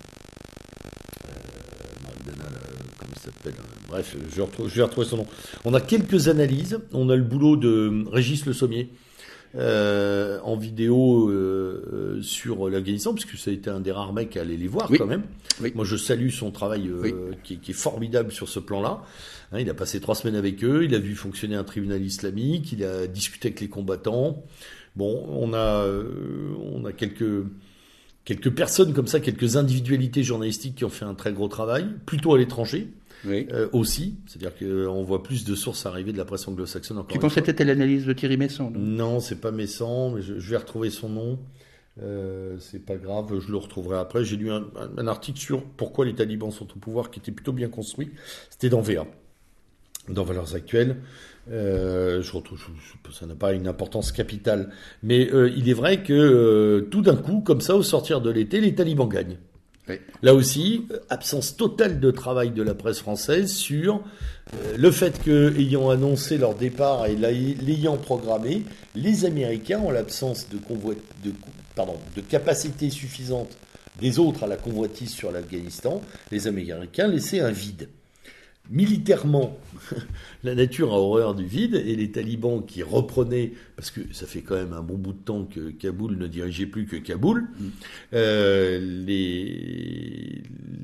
Comment il s'appelle ? Bref, je vais, retrouver, je vais retrouver son nom. On a quelques analyses. On a le boulot de Régis Le Sommier euh, en vidéo euh, sur l'Afghanistan, parce que ça a été un des rares mecs à aller les voir oui. quand même. Oui. Moi, je salue son travail euh, oui. qui, qui est formidable sur ce plan-là. Hein, il a passé trois semaines avec eux. Il a vu fonctionner un tribunal islamique. Il a discuté avec les combattants. Bon, on a, euh, on a quelques... Quelques personnes comme ça, quelques individualités journalistiques qui ont fait un très gros travail, plutôt à l'étranger oui. euh, aussi. C'est-à-dire qu'on voit plus de sources arriver de la presse anglo-saxonne encore. Tu penses que c'était l'analyse de Thierry Messant ? Non, non c'est pas Messant, mais je, je vais retrouver son nom. Euh, c'est pas grave, je le retrouverai après. J'ai lu un, un, un article sur pourquoi les talibans sont au pouvoir qui était plutôt bien construit. C'était dans V A, dans Valeurs Actuelles. Euh, je retrouve, je, ça n'a pas une importance capitale, mais euh, il est vrai que euh, tout d'un coup, comme ça, au sortir de l'été, les talibans gagnent. Oui. Là aussi, absence totale de travail de la presse française sur euh, le fait que, ayant annoncé leur départ et l'ayant programmé, les Américains, en l'absence de, convoi- de, pardon, de capacité suffisante des autres à la convoitise sur l'Afghanistan, les Américains laissaient un vide. Militairement, la nature a horreur du vide, et les talibans qui reprenaient, parce que ça fait quand même un bon bout de temps que Kaboul ne dirigeait plus que Kaboul, mmh. euh, les,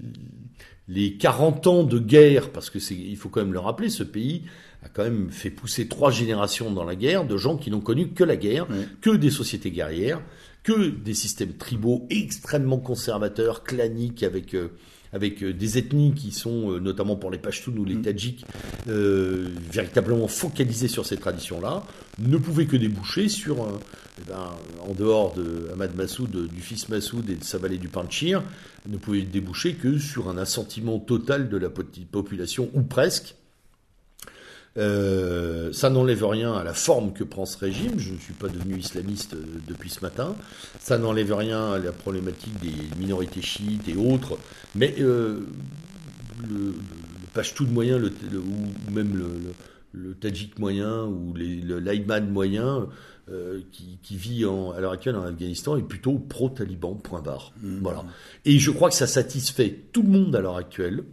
les quarante ans de guerre, parce que c'est, il faut quand même le rappeler, ce pays a quand même fait pousser trois générations dans la guerre de gens qui n'ont connu que la guerre, mmh. que des sociétés guerrières, que des systèmes tribaux extrêmement conservateurs, claniques, avec... Euh, avec des ethnies qui sont, notamment pour les Pashtuns ou les Tadjiks, euh, véritablement focalisées sur ces traditions-là, ne pouvaient que déboucher sur, euh, eh ben, en dehors de Ahmad Massoud, du fils Massoud et de sa vallée du Panchir, ne pouvaient déboucher que sur un assentiment total de la population, ou presque. Euh, ça n'enlève rien à la forme que prend ce régime. Je ne suis pas devenu islamiste euh, depuis ce matin. Ça n'enlève rien à la problématique des minorités chiites et autres. Mais euh, le, le Pashtoun moyen, le, le, ou même le, le, le Tadjik moyen, ou les, le l'Aïman moyen, euh, qui, qui vit en, à l'heure actuelle en Afghanistan, est plutôt pro-taliban, point barre. Mmh. Voilà. Et je crois que ça satisfait tout le monde à l'heure actuelle.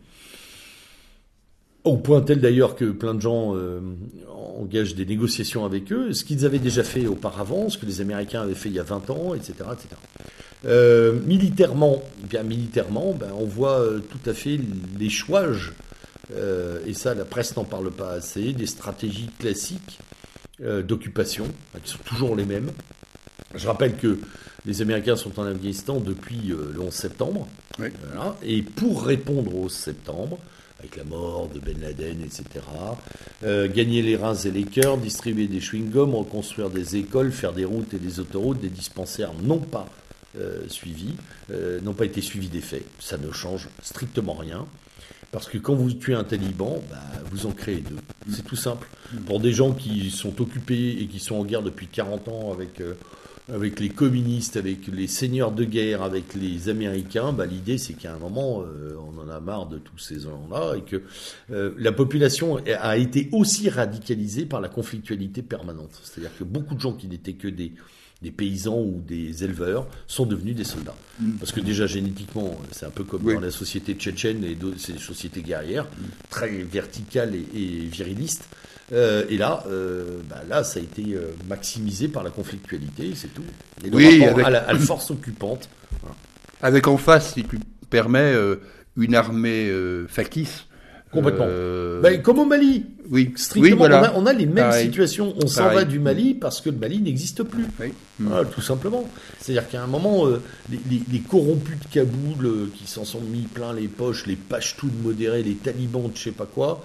Au point tel d'ailleurs que plein de gens euh, engagent des négociations avec eux, ce qu'ils avaient déjà fait auparavant, ce que les Américains avaient fait il y a vingt ans, et cetera, et cetera. Euh, militairement, bien militairement, ben, on voit euh, tout à fait l'échouage euh, et ça la presse n'en parle pas assez, des stratégies classiques euh, d'occupation, qui sont toujours les mêmes. Je rappelle que les Américains sont en Afghanistan depuis euh, le onze septembre, oui. Voilà, et pour répondre au onze septembre, avec la mort de Ben Laden, et cetera, euh, gagner les reins et les cœurs, distribuer des chewing-gums, reconstruire des écoles, faire des routes et des autoroutes, des dispensaires n'ont pas euh, suivi, euh, n'ont pas été suivis des faits. Ça ne change strictement rien. Parce que quand vous tuez un taliban, bah, vous en créez deux. C'est tout simple. Pour des gens qui sont occupés et qui sont en guerre depuis quarante ans avec... Euh, avec les communistes, avec les seigneurs de guerre, avec les Américains, bah, l'idée c'est qu'à un moment, euh, on en a marre de tous ces gens-là et que euh, la population a été aussi radicalisée par la conflictualité permanente. C'est-à-dire que beaucoup de gens qui n'étaient que des, des paysans ou des éleveurs sont devenus des soldats. Mmh. Parce que déjà génétiquement, c'est un peu comme oui. dans la société tchétchène et d'autres, c'est des sociétés guerrières, mmh. très verticales et, et virilistes. Euh, et là, euh, bah là, ça a été euh, maximisé par la conflictualité, c'est tout. Et donc, oui, avec... à, la, à la force occupante. Voilà. Avec en face, si tu permets, euh, une armée euh, factice. Complètement. Euh... Bah, comme au Mali. Oui. Strictement, oui, voilà. on, a, on a les mêmes Pareil. situations. On s'en Pareil. va du Mali parce que le Mali n'existe plus. Oui. Voilà, tout simplement. C'est-à-dire qu'à un moment, euh, les, les, les corrompus de Kaboul euh, qui s'en sont mis plein les poches, les pachtoun modérés, les talibans de je sais pas quoi,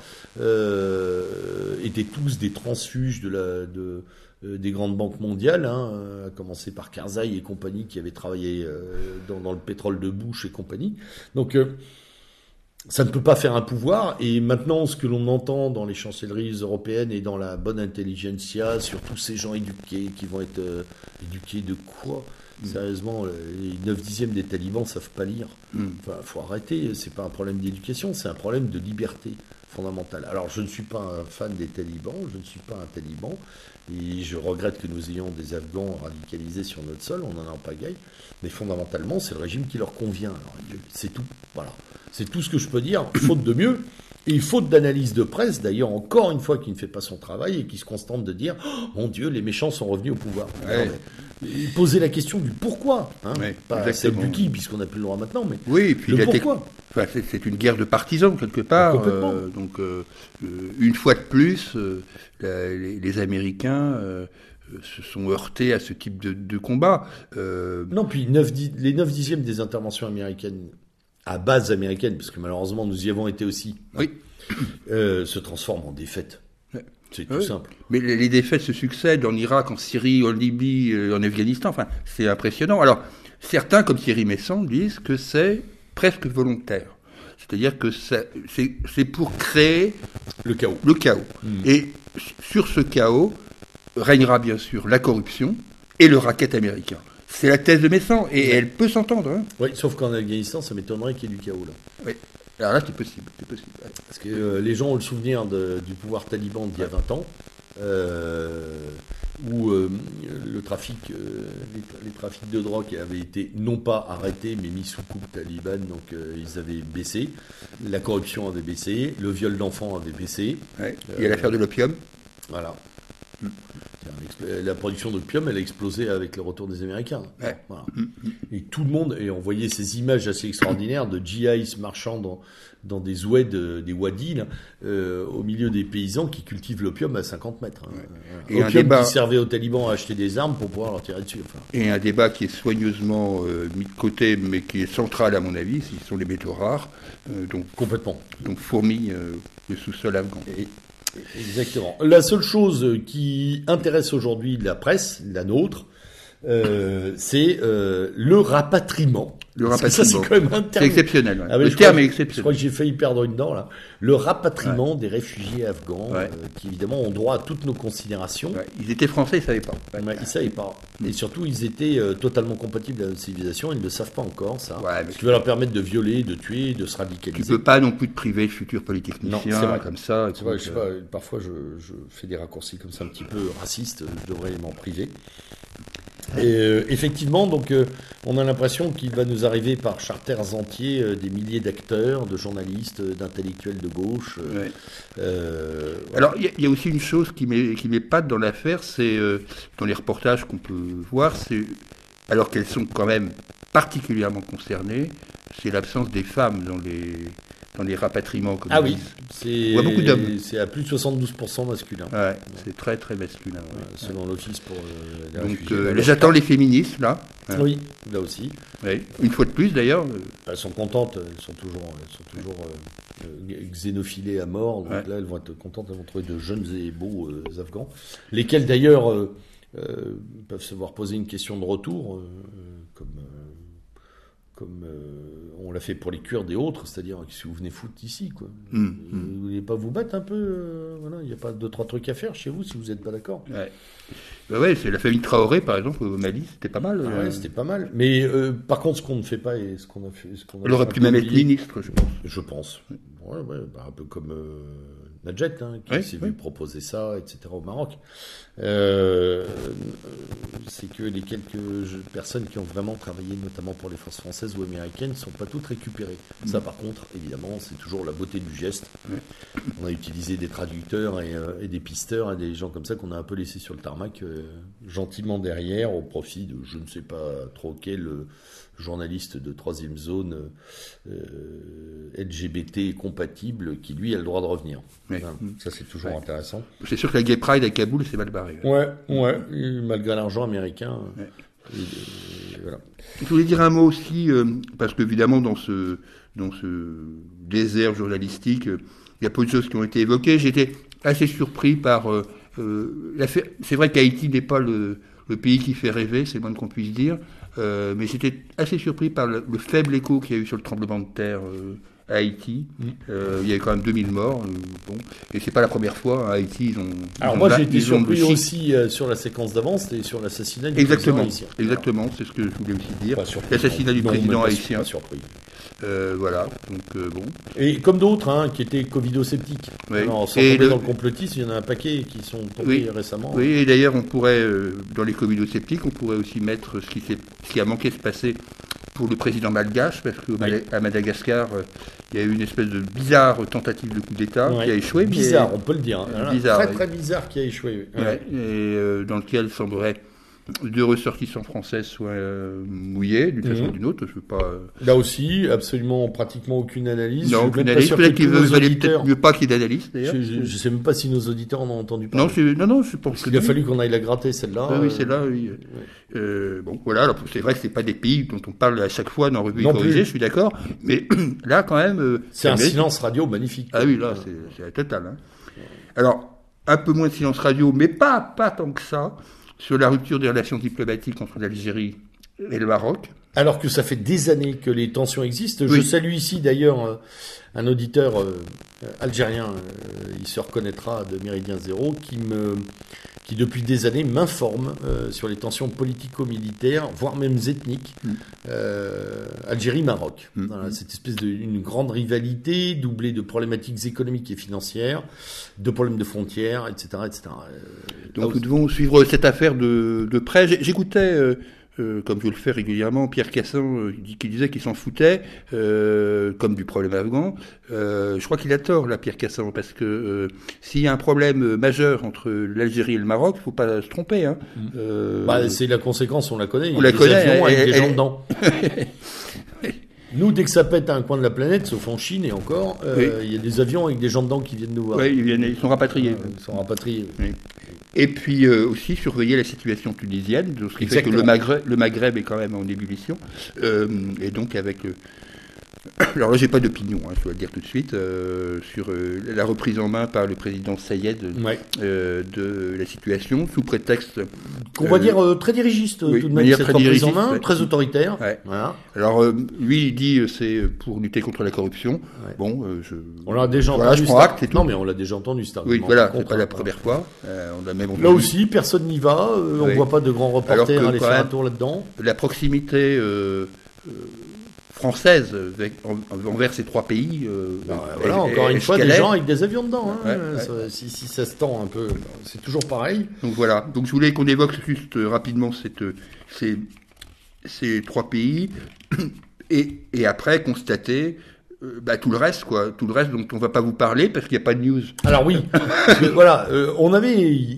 euh, étaient tous des transfuges de la, de, euh, des grandes banques mondiales, hein, à commencer par Karzai et compagnie qui avaient travaillé euh, dans, dans le pétrole de Bush et compagnie. Donc, euh, ça ne peut pas faire un pouvoir, et maintenant, ce que l'on entend dans les chancelleries européennes et dans la bonne intelligentsia sur tous ces gens éduqués qui vont être euh, éduqués de quoi ? Mmh. Sérieusement, les neuf dixièmes des talibans savent pas lire. Mmh. Enfin, faut arrêter, c'est pas un problème d'éducation, c'est un problème de liberté fondamentale. Alors, je ne suis pas un fan des talibans, je ne suis pas un taliban, et je regrette que nous ayons des Afghans radicalisés sur notre sol, on en a en pagaille, mais fondamentalement, c'est le régime qui leur convient. Alors, c'est tout, voilà. C'est tout ce que je peux dire, faute de mieux, et faute d'analyse de presse, d'ailleurs, encore une fois, qui ne fait pas son travail et qui se contente de dire oh, « Mon Dieu, les méchants sont revenus au pouvoir ouais. ». Poser la question du pourquoi, hein, ouais, pas celle du qui, puisqu'on n'a plus le droit maintenant, mais oui, et puis le il pourquoi. Été... Enfin, c'est, c'est une guerre de partisans, quelque part. Euh, donc, euh, une fois de plus, euh, la, les, les Américains... Euh, se sont heurtés à ce type de, de combat. Euh... Non, puis neuf, les neuf dixièmes des interventions américaines à base américaine, parce que malheureusement nous y avons été aussi, oui. euh, se transforment en défaites. Ouais. C'est tout oui. simple. Mais les, les défaites se succèdent en Irak, en Syrie, en Libye, euh, en Afghanistan. Enfin, c'est impressionnant. Alors, certains, comme Thierry Meyssan, disent que c'est presque volontaire. C'est-à-dire que ça, c'est, c'est pour créer le chaos. Le chaos. Mmh. Et sur ce chaos régnera bien sûr la corruption et le racket américain. C'est la thèse de Meyssan, et ouais. elle peut s'entendre. Hein. Oui, sauf qu'en Afghanistan, ça m'étonnerait qu'il y ait du chaos, là. Oui, alors là, c'est possible. C'est possible. Ouais. Parce que euh, les gens ont le souvenir de, du pouvoir taliban d'il y a vingt ans, euh, où euh, le trafic, euh, les, les trafics de drogue avaient été non pas arrêtés, mais mis sous coupe talibane, donc euh, ils avaient baissé. La corruption avait baissé, le viol d'enfants avait baissé. Ouais. Il y a euh, l'affaire de l'opium. Voilà. Mm. La production d'opium, elle a explosé avec le retour des Américains. Ouais. Voilà. Et tout le monde, et on voyait ces images assez extraordinaires de G Is marchant dans, dans des oueds, des wadis, là, euh, au milieu des paysans qui cultivent l'opium à cinquante mètres. Hein. Ouais. Et opium un débat... qui servait aux talibans à acheter des armes pour pouvoir leur tirer dessus. Enfin. Et un débat qui est soigneusement euh, mis de côté, mais qui est central à mon avis, ce sont les métaux rares. Euh, donc, Complètement. Donc fourmis euh, le sous-sol afghan. Et... Exactement. La seule chose qui intéresse aujourd'hui la presse, la nôtre, euh, c'est euh, le rapatriement. Le rapatriement. Ça, c'est quand même un terme. C'est exceptionnel. Ouais. Ah, le terme est exceptionnel. Je crois que j'ai failli perdre une dent là. Le rapatriement ouais. des réfugiés afghans, ouais. euh, qui évidemment ont droit à toutes nos considérations. Ouais. Ils étaient français, ils ne savaient pas. Ouais. Ouais, ils ne savaient pas. Et surtout, ils étaient euh, totalement compatibles avec notre civilisation. Ils ne le savent pas encore, ça. Ouais, Ce qui va leur permettre de violer, de tuer, de se radicaliser. Tu ne peux pas non plus te priver le futur polytechnicien comme ça. C'est vrai, je sais pas, parfois, je, je fais des raccourcis comme ça un petit peu racistes. Je devrais m'en priver. Et euh, effectivement, donc, euh, on a l'impression qu'il va nous arriver par charters entiers euh, des milliers d'acteurs, de journalistes, d'intellectuels de gauche. Euh, ouais. euh, voilà. Alors, il y, y a aussi une chose qui m'est, qui m'épate dans l'affaire, c'est euh, dans les reportages qu'on peut voir, c'est, alors qu'elles sont quand même particulièrement concernées, c'est l'absence des femmes dans les, dans les rapatriements. Comme ah oui, c'est, beaucoup d'hommes. C'est à plus de soixante-douze pour cent masculin. Ouais, ouais. C'est très très masculin. Ouais. Ouais, selon ouais. l'Office pour euh, les Donc euh, les j'attends les féministes là. Hein. Oui, là aussi. Oui. Une fois de plus d'ailleurs. Elles sont contentes, elles sont toujours, elles sont toujours euh, xénophilées à mort. Donc ouais. là, elles vont être contentes, elles vont trouver de jeunes et beaux euh, Afghans, lesquels d'ailleurs euh, euh, peuvent se voir poser une question de retour, euh, comme. Euh, comme euh, on l'a fait pour les Kurdes et autres, c'est-à-dire si vous venez foutre ici, quoi. Mmh, vous ne voulez pas vous battre un peu, euh, voilà, il n'y a pas deux, trois trucs à faire chez vous si vous n'êtes pas d'accord. Ouais. Bah ouais, c'est la famille Traoré, par exemple, au Mali, c'était pas mal. Ah euh... ouais, c'était pas mal. Mais euh, par contre, ce qu'on ne fait pas et ce qu'on a fait... Ce qu'on a Elle aurait pu même être ministre, je pense. Je pense. Ouais, ouais, bah, un peu comme euh, Nadjet, hein, qui ouais, s'est ouais. vu proposer ça, et cetera au Maroc. Euh, c'est que les quelques personnes qui ont vraiment travaillé, notamment pour les forces françaises ou américaines, ne sont pas toutes récupérées. Mmh. Ça, par contre, évidemment, c'est toujours la beauté du geste. Mmh. On a utilisé des traducteurs et, euh, et des pisteurs et des gens comme ça qu'on a un peu laissés sur le tarmac, euh, gentiment derrière, au profit de je ne sais pas trop quel euh, journaliste de troisième zone euh, L G B T compatible qui, lui, a le droit de revenir. Oui. Enfin, ça, c'est toujours ouais. intéressant. C'est sûr que la Gay Pride à Kaboul, c'est mal barré. Ouais, ouais, malgré l'argent américain. Ouais. Et, et, voilà. Je voulais dire un mot aussi, euh, parce qu'évidemment, dans ce, dans ce désert journalistique, euh, il y a peu de choses qui ont été évoquées. J'étais assez surpris par... Euh, euh, la fait... C'est vrai qu'Haïti n'est pas le, le pays qui fait rêver, c'est le moins qu'on puisse dire, euh, mais j'étais assez surpris par le, le faible écho qu'il y a eu sur le tremblement de terre euh, à Haïti. Mmh. Euh, il y a eu quand même deux mille morts. Euh, bon. Et c'est pas la première fois. À Haïti, ils ont... Alors ils moi, ont, j'ai été surpris ont... aussi euh, sur la séquence d'avance et sur l'assassinat du exactement, président haïtien. Exactement, c'est ce que je voulais aussi dire. Surpris, l'assassinat non, du non, président pas, haïtien. Pas surpris. Euh, voilà, donc euh, bon. Et comme d'autres, hein, qui étaient covido-sceptiques. Oui. Alors, sans tomber le... dans le complotisme, il y en a un paquet qui sont tombés oui. récemment. Oui, et d'ailleurs, on pourrait, euh, dans les covido-sceptiques, on pourrait aussi mettre ce qui, s'est, ce qui a manqué de se passer pour le président malgache, parce qu'à oui. Madagascar, euh, il y a eu une espèce de bizarre tentative de coup d'État oui. qui a échoué. Bizarre, mais... on peut le dire. Hein. Bizarre, très très bizarre qui a échoué. Oui. Ouais. Et euh, dans lequel semblerait deux ressortissants français soient euh, mouillés d'une façon mmh. ou d'une autre. Je veux pas. Euh... Là aussi, absolument, pratiquement aucune analyse. Non, aucune analyse. Peut-être qu'il valait auditeurs... peut-être mieux pas qu'il y ait d'analyse. D'ailleurs. Je ne sais même pas si nos auditeurs en ont entendu parler. Non, c'est... non, non, je pense. Il a fallu qu'on aille la gratter celle-là. Ah, oui, celle-là. Oui. Ouais. Euh, bon, voilà. Alors, c'est vrai que c'est pas des pays dont on parle à chaque fois dans Revue corrigée. Je suis d'accord. Mais là, quand même. Euh, c'est un silence radio magnifique. Ah oui, là, c'est, c'est la totale. Hein. Alors, un peu moins de silence radio, mais pas pas tant que ça. Sur la rupture des relations diplomatiques entre l'Algérie et le Maroc. Alors que ça fait des années que les tensions existent. Oui. Je salue ici d'ailleurs euh, un auditeur euh, algérien, euh, il se reconnaîtra de Méridien Zéro, qui, me, qui depuis des années m'informe euh, sur les tensions politico-militaires, voire même ethniques, mm. euh, Algérie-Maroc. Mm. Voilà, cette espèce de une grande rivalité doublée de problématiques économiques et financières, de problèmes de frontières, et cetera, et cetera. Euh, Donc nous devons suivre cette affaire de, de près. J'écoutais... Euh... Euh, comme je le fais régulièrement, Pierre Cassin euh, qui disait qu'il s'en foutait, euh, comme du problème afghan. Euh, je crois qu'il a tort, là, Pierre Cassin, parce que euh, s'il y a un problème majeur entre l'Algérie et le Maroc, il ne faut pas se tromper. Hein. Euh, bah, c'est la conséquence, on la connaît. Il on y a la des connaît, avions elle, avec elle, des gens elle... dedans. Nous, dès que ça pète à un coin de la planète, sauf en Chine et encore, il euh, oui. y a des avions avec des gens dedans qui viennent nous voir. Oui, ils, viennent, ils sont rapatriés. Euh, ils sont rapatriés. Oui. Et puis euh, aussi surveiller la situation tunisienne, ce qui fait que le Maghreb, le Maghreb est quand même en ébullition. Euh, et donc avec... Euh, alors là, j'ai pas d'opinion, hein, je dois le dire tout de suite, euh, sur euh, la reprise en main par le président Sayed ouais. euh, de la situation, sous prétexte... Qu'on va euh, dire euh, très dirigiste, oui, tout de même, cette reprise en main, ouais. très autoritaire. Ouais. Voilà. Alors, euh, lui, il dit c'est pour lutter contre la corruption. Ouais. Bon, euh, je... On l'a déjà voilà, entendu. Je prends acte et tout. Non, mais on l'a déjà entendu, c'est Oui, voilà, c'est pas la première fois. Euh, on l'a même là aussi, personne n'y va, euh, on oui. voit pas de grands reporters aller faire un tour là-dedans. La proximité... Euh, euh, française envers ces trois pays. Euh, ben, voilà, elle, encore elle, une fois, des gens avec des avions dedans. Hein, ouais, ouais. Ça, si, si ça se tend un peu, c'est toujours pareil. Donc voilà. Donc je voulais qu'on évoque juste rapidement cette, ces, ces trois pays et, et après constater euh, bah, tout le reste, quoi. Tout le reste dont on ne va pas vous parler parce qu'il n'y a pas de news. Alors oui, parce que, voilà, euh, on avait... Il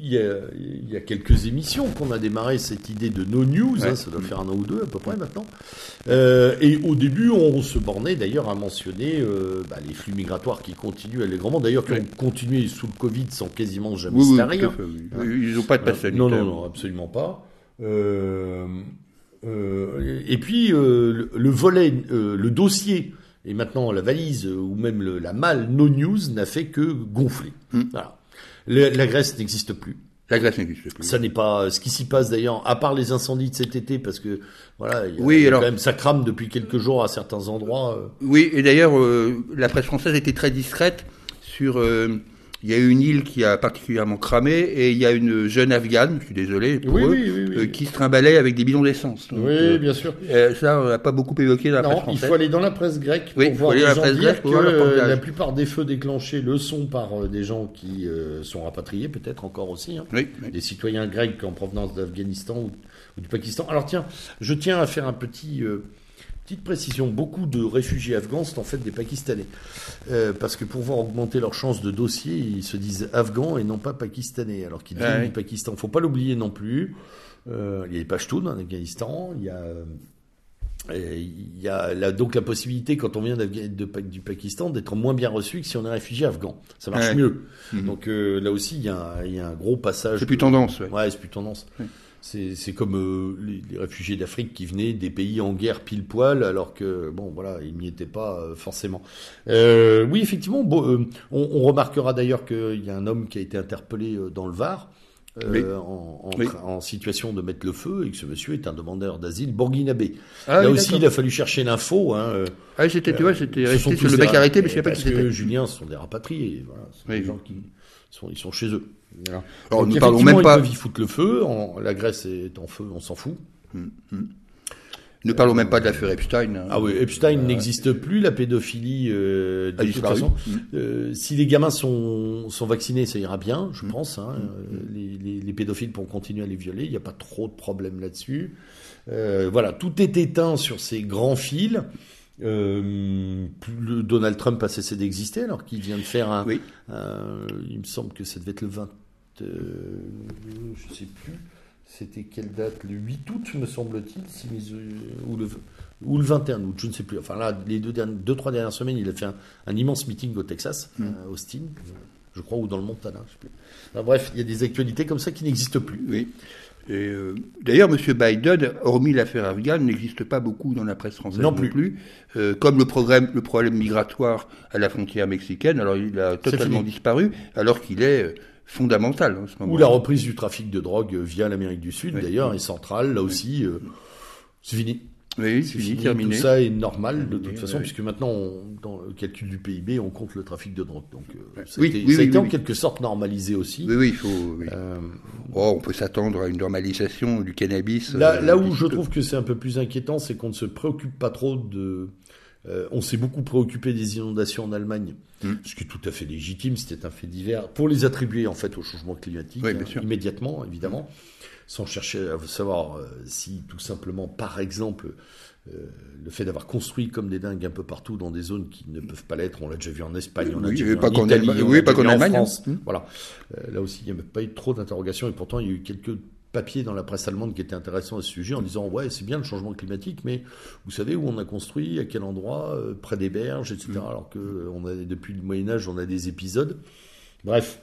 il y a, il y a quelques émissions qu'on a démarré cette idée de no news, ouais. hein, ça doit faire un an ou deux à peu près maintenant. Euh, et au début, on se bornait d'ailleurs à mentionner euh, bah, les flux migratoires qui continuent allègrement, d'ailleurs qui ouais. ont continué sous le Covid sans quasiment jamais oui, se oui, tarir. Oui. Hein. Ils n'ont pas de passe sanitaire. Non, non, non, absolument pas. Euh, euh, et puis euh, le, le volet, euh, le dossier, et maintenant la valise euh, ou même le, la malle no news n'a fait que gonfler. Hum. Voilà. Le, la Grèce n'existe plus. La Grèce n'existe plus. Ça n'est pas ce qui s'y passe d'ailleurs, à part les incendies de cet été, parce que voilà, il y a, oui, il y a alors, quand même ça crame depuis quelques jours à certains endroits. Euh. Oui, et d'ailleurs euh, la presse française était très discrète sur. Euh, Il y a une île qui a particulièrement cramé et il y a une jeune Afghane, je suis désolé pour oui, eux, oui, oui, oui. Euh, qui se trimbalait avec des bidons d'essence. Donc, oui, euh, bien sûr. Euh, ça, on n'a pas beaucoup évoqué dans la non, presse française. Il faut aller dans la presse grecque pour oui, voir les gens dire que euh, la plupart des feux déclenchés le sont par euh, des gens qui euh, sont rapatriés, peut-être encore aussi, hein. oui, oui. Des citoyens grecs en provenance d'Afghanistan ou, ou du Pakistan. Alors tiens, je tiens à faire un petit... Euh, Petite précision, beaucoup de réfugiés afghans sont en fait des Pakistanais. Euh, parce que pour voir augmenter leurs chances de dossier, ils se disent afghans et non pas pakistanais, alors qu'ils viennent ah, oui. du Pakistan. Il ne faut pas l'oublier non plus. Euh, il y a les Pashtuns en Afghanistan, il y a... Il y a la, donc la possibilité, quand on vient de, de, du Pakistan, d'être moins bien reçu que si on est réfugié afghan. Ça marche ouais. mieux. Mmh. Donc euh, là aussi, il y, a un, il y a un gros passage. C'est plus de... tendance. Ouais, ouais c'est plus tendance. Ouais. C'est, c'est comme euh, les, les réfugiés d'Afrique qui venaient des pays en guerre pile poil, alors que bon, voilà, ils n'y étaient pas euh, forcément. Euh, oui, effectivement, bon, euh, on, on remarquera d'ailleurs qu'il y a un homme qui a été interpellé euh, dans le Var. Euh, oui. en, en, oui. en situation de mettre le feu et que ce monsieur est un demandeur d'asile burkinabé. Ah, Là oui, aussi, d'accord. il a fallu chercher l'info. Hein, ah, j'étais, tu vois, j'étais resté sur le mec arrêté, mais je ne savais pas qui c'était. Parce que Julien, ce sont des rapatriés. Voilà, ce sont oui. des gens qui sont, ils sont chez eux. Voilà. Alors, donc, nous parlons même pas. Ils peuvent y foutre le feu. En, la Grèce est en feu, on s'en fout. Hum, hum. Ne parlons euh, même pas de l'affaire Epstein. Hein. Ah oui, Epstein euh, n'existe plus, la pédophilie, euh, de toute façon. Mmh. Euh, si les gamins sont, sont vaccinés, ça ira bien, je mmh. pense. Hein. Mmh. Les, les, les pédophiles pourront continuer à les violer, il n'y a pas trop de problème là-dessus. Euh, voilà, tout est éteint sur ces grands fils. Euh, le Donald Trump a cessé d'exister, alors qu'il vient de faire un... Oui. un il me semble que ça devait être le vingt... Euh, je ne sais plus... C'était quelle date? Le huit août, me semble-t-il, si mes, ou, le, ou le vingt et un août, je ne sais plus. Enfin là, les deux, dernières, deux trois dernières semaines, il a fait un, un immense meeting au Texas, mmh. à Austin, je crois, ou dans le Montana. Je sais plus. Enfin, bref, il y a des actualités comme ça qui n'existent plus. Oui. Et euh, d'ailleurs, M. Biden, hormis l'affaire afghane, n'existe pas beaucoup dans la presse française non plus. Non plus. Euh, comme le problème, le problème migratoire à la frontière mexicaine, alors il a totalement disparu, alors qu'il est... Euh, fondamental en ce moment. Ou la reprise du trafic de drogue via l'Amérique du Sud, oui, d'ailleurs, oui. et centrale, là oui. aussi, euh, c'est fini. Oui, c'est fini, terminé. Tout ça est normal de toute façon, oui. puisque maintenant, on, dans le calcul du P I B, on compte le trafic de drogue. Donc, euh, ça a oui, été, oui, ça a oui, été oui, en quelque sorte normalisé aussi. Oui, oui, il faut. Oui. Euh, oh, on peut s'attendre à une normalisation du cannabis. Là, euh, là où je trouve que c'est un peu plus inquiétant, c'est qu'on ne se préoccupe pas trop de. Euh, on s'est beaucoup préoccupé des inondations en Allemagne, mmh. ce qui est tout à fait légitime, c'était un fait divers, pour les attribuer en fait au changement climatique, oui, hein, immédiatement, évidemment, mmh. sans chercher à savoir euh, si tout simplement, par exemple, euh, le fait d'avoir construit comme des dingues un peu partout dans des zones qui ne peuvent pas l'être, on l'a déjà vu en Espagne, on l'a oui, déjà vu pas en Italie, Allemagne, on oui, l'a pas déjà vu en Allemagne, France, hein. Voilà. Euh, là aussi, il n'y a même pas eu trop d'interrogations, et pourtant, il y a eu quelques papier dans la presse allemande qui était intéressant à ce sujet en disant ouais c'est bien le changement climatique mais vous savez où on a construit, à quel endroit, euh, près des berges, et cetera. Mmh. Alors que euh, on a, depuis le Moyen-Âge on a des épisodes. Bref.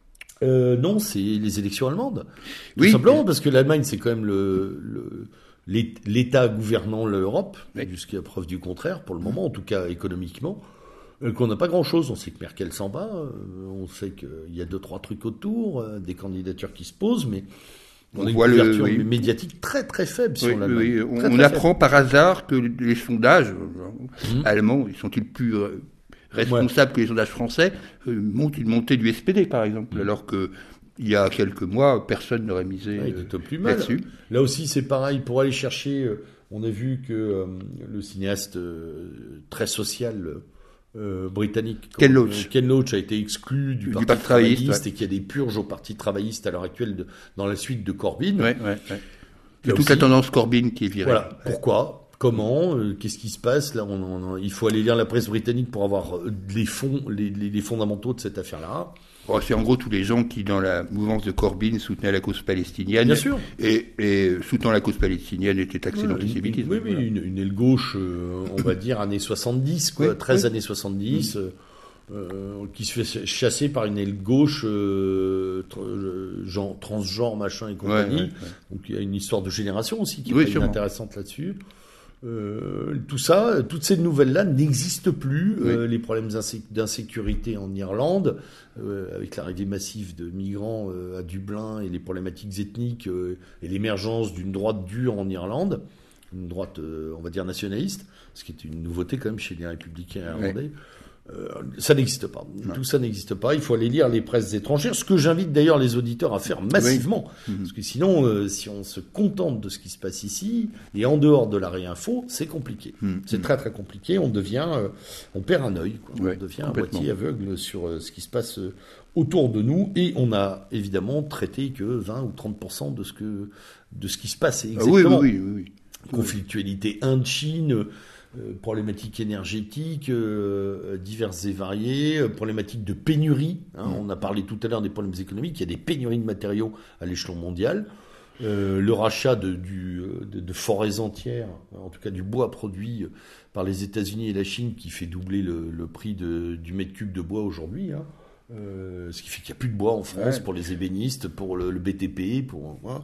Euh, non, c'est les élections allemandes. Tout oui. simplement parce que l'Allemagne c'est quand même le, le l'État gouvernant l'Europe, oui. jusqu'à preuve du contraire pour le moment, en tout cas économiquement. Euh, qu'on n'a pas grand-chose. On sait que Merkel s'en va, euh, on sait qu'il y a deux, trois trucs autour, euh, des candidatures qui se posent, mais on, on a une couverture le, oui. médiatique très très faible sur oui, l'Allemagne. Oui, on, très, on très apprend faible. par hasard que les sondages mmh. allemands, ils sont-ils plus euh, responsables ouais. que les sondages français, euh, montent une montée du S P D par exemple, mmh. alors que il y a quelques mois, personne n'aurait misé ouais, euh, plus mal. là-dessus. Là aussi, c'est pareil, pour aller chercher, euh, on a vu que euh, le cinéaste euh, très social... Euh, Euh, britannique. Ken Loach. Euh, Ken Loach a été exclu du, du Parti, parti travailliste, travailliste ouais. et qu'il y a des purges au Parti travailliste à l'heure actuelle de, dans la suite de Corbyn. Ouais, ouais, ouais. C'est toute aussi, la tendance Corbyn qui est virée. Voilà. Ouais. Pourquoi ? Comment euh, Qu'est-ce qui se passe là on, on, il faut aller lire la presse britannique pour avoir les fonds, les, les, les fondamentaux de cette affaire-là. Oh, c'est en gros tous les gens qui, dans la mouvance de Corbyn, soutenaient la cause palestinienne. Bien sûr. Et, et soutenant la cause palestinienne étaient taxés ouais, d'antisémitisme. Oui, oui, voilà. une, une aile gauche, euh, on va dire années soixante-dix, quoi, oui, treize oui. années soixante-dix, mmh. euh, qui se fait chasser par une aile gauche, euh, genre, transgenre, machin et compagnie. Ouais, ouais, ouais. Donc il y a une histoire de génération aussi qui oui, est intéressante là-dessus. Euh, tout ça, toutes ces nouvelles-là n'existent plus. Oui. Euh, les problèmes d'insécurité en Irlande, euh, avec l'arrivée massive de migrants euh, à Dublin et les problématiques ethniques euh, et l'émergence d'une droite dure en Irlande, une droite, euh, on va dire, nationaliste, ce qui est une nouveauté quand même chez les républicains irlandais. Oui. Euh, ça n'existe pas. Non. Tout ça n'existe pas. Il faut aller lire les presses étrangères, ce que j'invite d'ailleurs les auditeurs à faire massivement. Oui. Parce que sinon, euh, si on se contente de ce qui se passe ici, et en dehors de la réinfo, c'est compliqué. Mmh. C'est très très compliqué. On devient, euh, on perd un œil. Quoi. Oui, on devient à moitié aveugle sur euh, ce qui se passe euh, autour de nous. Et on a évidemment traité que vingt ou trente pour cent de ce que, de ce qui se passe. Exactement. Ah oui, oui, oui, oui. Conflictualité Inde-Chine. Euh, problématiques énergétiques euh, diverses et variées, euh, problématiques de pénurie. Hein, mmh. On a parlé tout à l'heure des problèmes économiques. Il y a des pénuries de matériaux à l'échelon mondial. Euh, le rachat de, du, de, de forêts entières, en tout cas du bois produit par les États-Unis et la Chine, qui fait doubler le, le prix de, du mètre cube de bois aujourd'hui. Hein. Euh, ce qui fait qu'il n'y a plus de bois en France ouais. pour les ébénistes, pour le, le B T P. Pour, voilà.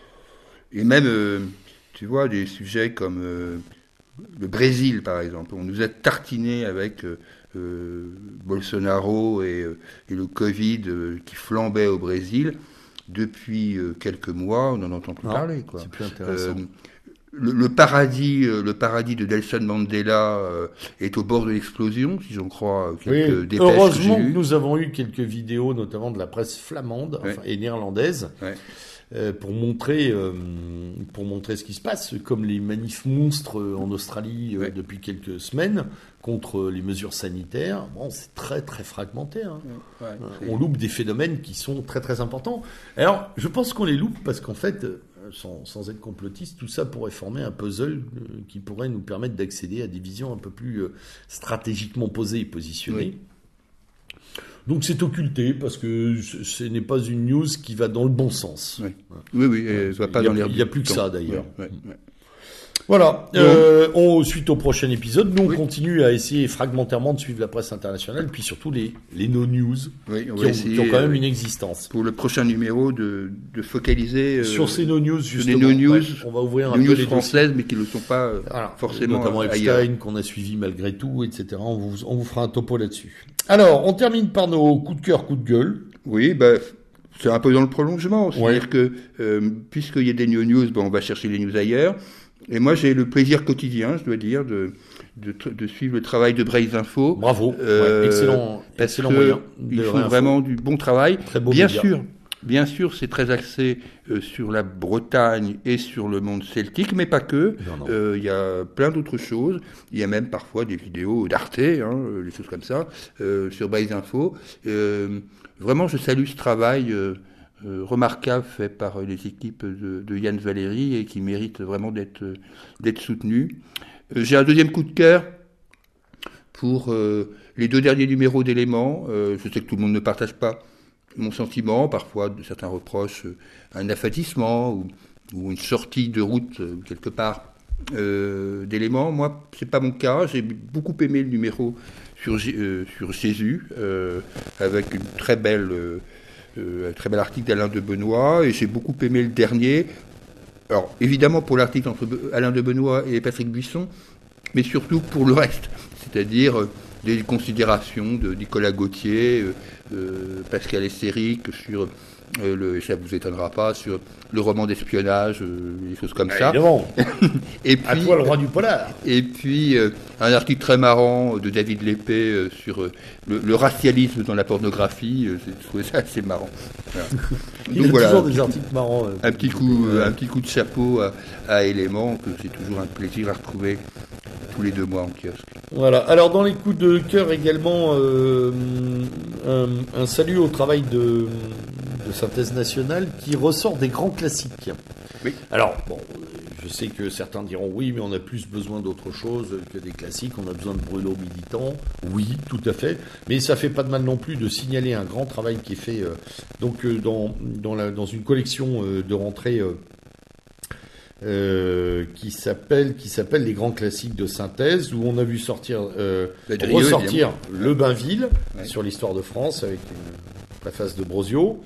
Et même, euh, tu vois, des sujets comme... Euh le Brésil, par exemple, on nous a tartiné avec euh, euh, Bolsonaro et, euh, et le Covid euh, qui flambait au Brésil. Depuis euh, quelques mois, on n'en entend plus non, parler. Quoi. C'est plus intéressant. Euh, le, le paradis, euh, le paradis de Nelson Mandela euh, est au bord de l'explosion, si j'en crois quelques oui, dépêches heureusement que, j'ai que nous avons eu quelques vidéos, notamment de la presse flamande ouais. enfin, et néerlandaise. Ouais. Euh, pour montrer euh, pour montrer ce qui se passe, comme les manifs monstres en Australie euh, ouais. depuis quelques semaines contre les mesures sanitaires. Bon, c'est très très fragmenté. Hein. Ouais, ouais, on loupe des phénomènes qui sont très très importants. Alors, je pense qu'on les loupe parce qu'en fait, sans, sans être complotiste, tout ça pourrait former un puzzle euh, qui pourrait nous permettre d'accéder à des visions un peu plus euh, stratégiquement posées et positionnées. Oui. Donc c'est occulté parce que ce n'est pas une news qui va dans le bon sens. Oui, oui, oui elle va pas il dans l'air. Il n'y a plus que ça d'ailleurs. Ouais, ouais, ouais. Voilà. Euh, on, suite au prochain épisode, nous on oui. continue à essayer fragmentairement de suivre la presse internationale, puis surtout les, les no-news oui, on qui, va ont, essayer, qui ont quand même euh, une existence. Pour le prochain numéro, de, de focaliser euh, sur ces no-news justement. Les no-news, ouais, on va ouvrir un news peu les françaises, dossiers. mais qui ne le sont pas euh, voilà. forcément notamment ailleurs. Epstein qu'on a suivi malgré tout, et cetera. On vous, on vous fera un topo là-dessus. Alors, on termine par nos coups de cœur, coups de gueule. Oui, bah, c'est un peu dans le prolongement. C'est-à-dire ouais. que, euh, puisqu'il y a des no-news, bon, on va chercher les news ailleurs. Et moi, j'ai le plaisir quotidien, je dois dire, de, de, de suivre le travail de Braise Info. Bravo. Euh, ouais, excellent, excellent moyen. Ils font vraiment du bon travail. Très beau bien média. sûr. Bien sûr, c'est très axé euh, sur la Bretagne et sur le monde celtique, mais pas que. Il euh, y a plein d'autres choses. Il y a même parfois des vidéos d'Arte, hein, des choses comme ça, euh, sur Braise Info. Euh, vraiment, je salue ce travail euh, euh, remarquable fait par les équipes de, de Yann Valéry et qui mérite vraiment d'être, euh, d'être soutenu. Euh, j'ai un deuxième coup de cœur pour euh, les deux derniers numéros d'Éléments. Euh, je sais que tout le monde ne partage pas mon sentiment, parfois de certains reprochent un affadissement ou, ou une sortie de route euh, quelque part euh, d'Éléments. Moi, c'est pas mon cas. J'ai beaucoup aimé le numéro sur, euh, sur Jésus, euh, avec une très belle, euh, euh, un très bel article d'Alain de Benoît, et j'ai beaucoup aimé le dernier. Alors, évidemment pour l'article entre Alain de Benoît et Patrick Buisson, mais surtout pour le reste, c'est-à-dire euh, des considérations de Nicolas Gauthier, euh, euh, Pascal Esséric sur euh, le, ça vous étonnera pas, sur le roman d'espionnage, euh, des choses comme ah, ça. Évidemment. Et puis, à toi le roi du polar. Et puis euh, un article très marrant de David Lépée euh, sur euh, le, le racialisme dans la pornographie. Euh, je trouvais ça assez marrant. Voilà. Il y a voilà, toujours des articles marrants. Euh, un petit coup, euh, un petit coup de chapeau à, à Éléments que c'est toujours un plaisir à retrouver tous les deux mois en kiosque. Voilà. Alors dans les coups de cœur également, euh, un, un salut au travail de, de Synthèse Nationale qui ressort des grands classiques. Oui. Alors bon, Je sais que certains diront oui, mais on a plus besoin d'autre chose que des classiques, on a besoin de brûlots militants. Oui, tout à fait. Mais ça fait pas de mal non plus de signaler un grand travail qui est fait euh, donc euh, dans dans, la, dans une collection euh, de rentrée euh, euh, qui s'appelle qui s'appelle les grands classiques de synthèse, où on a vu sortir euh, Drieux, ressortir évidemment. Le Bainville ouais. sur l'histoire de France avec une préface de Brosio.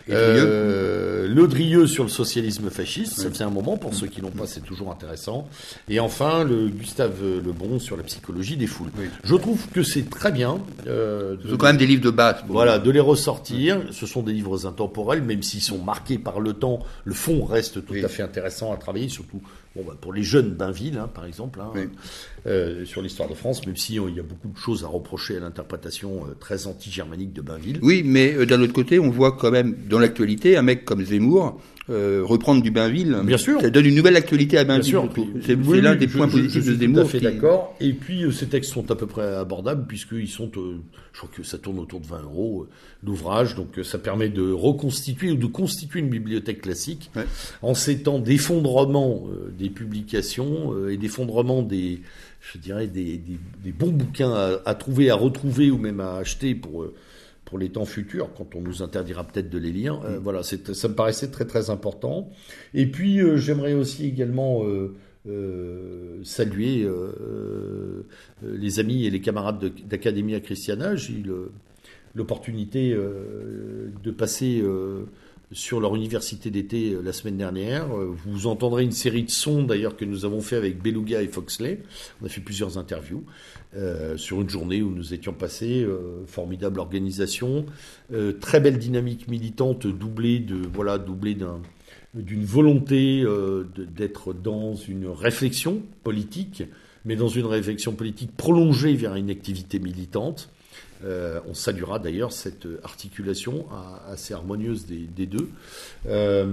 Euh, le Drieux sur le socialisme fasciste, oui. Ça faisait un moment, pour ceux qui l'ont pas, c'est toujours intéressant. Et enfin, le Gustave Lebon sur la psychologie des foules. Oui. Je trouve que c'est très bien. Euh, Ce sont quand même des livres de base. Voilà, de les ressortir. Oui. Ce sont des livres intemporels, même s'ils sont marqués par le temps. Le fond reste tout oui. à fait intéressant à travailler, surtout bon, bah, pour les jeunes Bainville, hein, par exemple, hein, oui. euh, sur l'histoire de France, même si il euh, y a beaucoup de choses à reprocher à l'interprétation euh, très anti-germanique de Bainville. Oui, mais euh, d'un autre côté, on voit quand même dans l'actualité un mec comme Zemmour euh, reprendre du Bainville. Bien sûr. Ça donne une nouvelle actualité à Bainville. Bien sûr. C'est, oui, c'est l'un oui, des je, points je, positifs je, je de Zemmour. Tout à fait qui... d'accord. Et puis euh, ces textes sont à peu près abordables puisqu'ils sont, euh, je crois que ça tourne autour de vingt euros euh, l'ouvrage. Donc euh, ça permet de reconstituer ou de constituer une bibliothèque classique ouais. en ces temps d'effondrement euh, des publications euh, et d'effondrement des, je dirais des, des, des bons bouquins à, à trouver, à retrouver ou même à acheter pour euh, pour les temps futurs, quand on nous interdira peut-être de les lire. Euh, voilà, c'est, ça me paraissait très très important. Et puis euh, j'aimerais aussi également euh, euh, saluer euh, euh, les amis et les camarades de, d'Academia Christiana. J'ai eu le, l'opportunité euh, de passer euh, sur leur université d'été la semaine dernière. Vous entendrez une série de sons d'ailleurs que nous avons fait avec Beluga et Foxley. On a fait plusieurs interviews euh, sur une journée où nous étions passés. Euh, formidable organisation, euh, très belle dynamique militante doublée de voilà doublée d'un d'une volonté euh, de, d'être dans une réflexion politique, mais dans une réflexion politique prolongée vers une activité militante. Euh, on saluera d'ailleurs cette articulation assez harmonieuse des, des deux. Euh,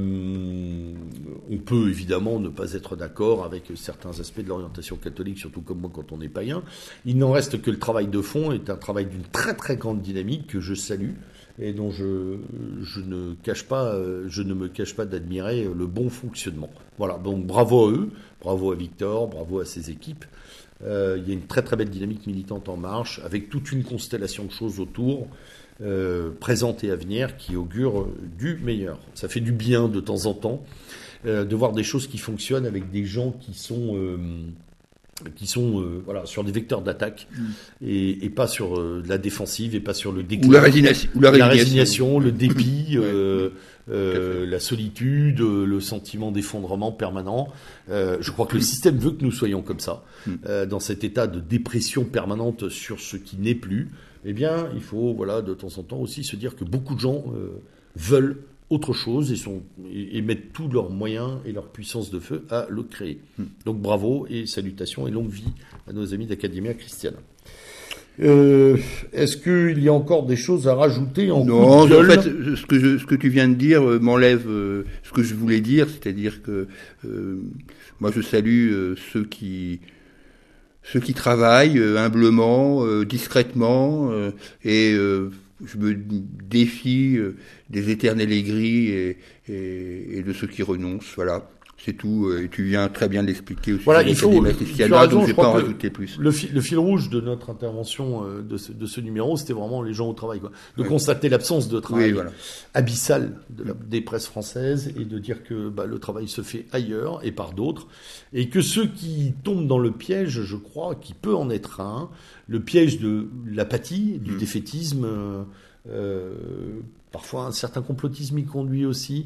on peut évidemment ne pas être d'accord avec certains aspects de l'orientation catholique, surtout comme moi quand on est païen. Il n'en reste que le travail de fond est un travail d'une très très grande dynamique que je salue et dont je, je ne cache pas, je ne me cache pas d'admirer le bon fonctionnement. Voilà, donc bravo à eux, bravo à Victor, bravo à ses équipes. Euh, il y a une très très belle dynamique militante en marche, avec toute une constellation de choses autour, euh, présentes et à venir, qui augurent du meilleur. Ça fait du bien de temps en temps euh, de voir des choses qui fonctionnent avec des gens qui sont euh, qui sont euh, voilà sur des vecteurs d'attaque mmh. et, et pas sur euh, la défensive et pas sur le déclin, ou la résignation, ou la résignation, la résignation le dépit, euh, euh, la solitude, le sentiment d'effondrement permanent. Euh, je crois que le système veut que nous soyons comme ça, mmh. euh, dans cet état de dépression permanente sur ce qui n'est plus. Eh bien, il faut voilà de temps en temps aussi se dire que beaucoup de gens euh, veulent autre chose et, sont, et, et mettent tous leurs moyens et leur puissance de feu à le créer. Hmm. Donc bravo et salutations et longue vie à nos amis d'Academia Christiana. Euh, est-ce qu'il y a encore des choses à rajouter en Non, en fait, ce que, je, ce que tu viens de dire euh, m'enlève euh, ce que je voulais dire, c'est-à-dire que euh, moi je salue euh, ceux qui ceux qui travaillent euh, humblement, euh, discrètement euh, et euh, je me défie euh, des éternels aigris et, et, et de ceux qui renoncent. Voilà, c'est tout. Et tu viens très bien de l'expliquer aussi. Voilà, il faut. Christiana, donc je ne vais pas en rajouter plus. Le fil, le fil rouge de notre intervention euh, de, ce, de ce numéro, c'était vraiment les gens au travail, quoi. De oui. constater l'absence de travail oui, voilà. abyssal de la, des presses françaises et de dire que bah, le travail se fait ailleurs et par d'autres, et que ceux qui tombent dans le piège, je crois, qui peut en être un, le piège de l'apathie, du mmh. défaitisme. Euh, euh, Parfois, un certain complotisme y conduit aussi.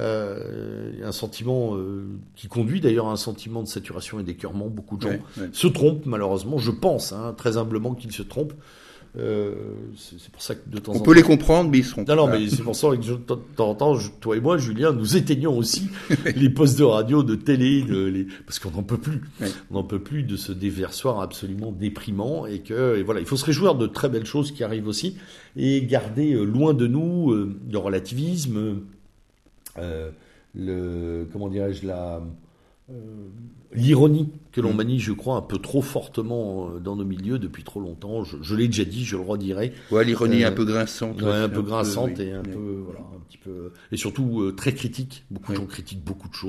Euh, un sentiment euh, qui conduit d'ailleurs à un sentiment de saturation et d'écœurement. Beaucoup de gens ouais, ouais. se trompent, malheureusement. Je pense, hein, très humblement, qu'ils se trompent. Euh, c'est, c'est pour ça que de temps On en temps... On peut les comprendre, mais ils seront... Non, non, mais c'est pour ça que de temps en temps, je, toi et moi, Julien, nous éteignons aussi les postes de radio, de télé, de, les... parce qu'on n'en peut plus. Oui. On n'en peut plus de ce déversoir absolument déprimant et que, et voilà, il faut se réjouir de très belles choses qui arrivent aussi et garder euh, loin de nous euh, le relativisme, euh, le, comment dirais-je, la... Euh, l'ironie que l'on manie, je crois, un peu trop fortement dans nos milieux depuis trop longtemps. Je, je l'ai déjà dit, je le redirai. Ouais, l'ironie euh, un peu grinçante. Ouais, un peu grinçante peu, oui, et un oui. peu, voilà, un petit peu, et surtout euh, très critique. Beaucoup oui. de gens critiquent beaucoup de choses.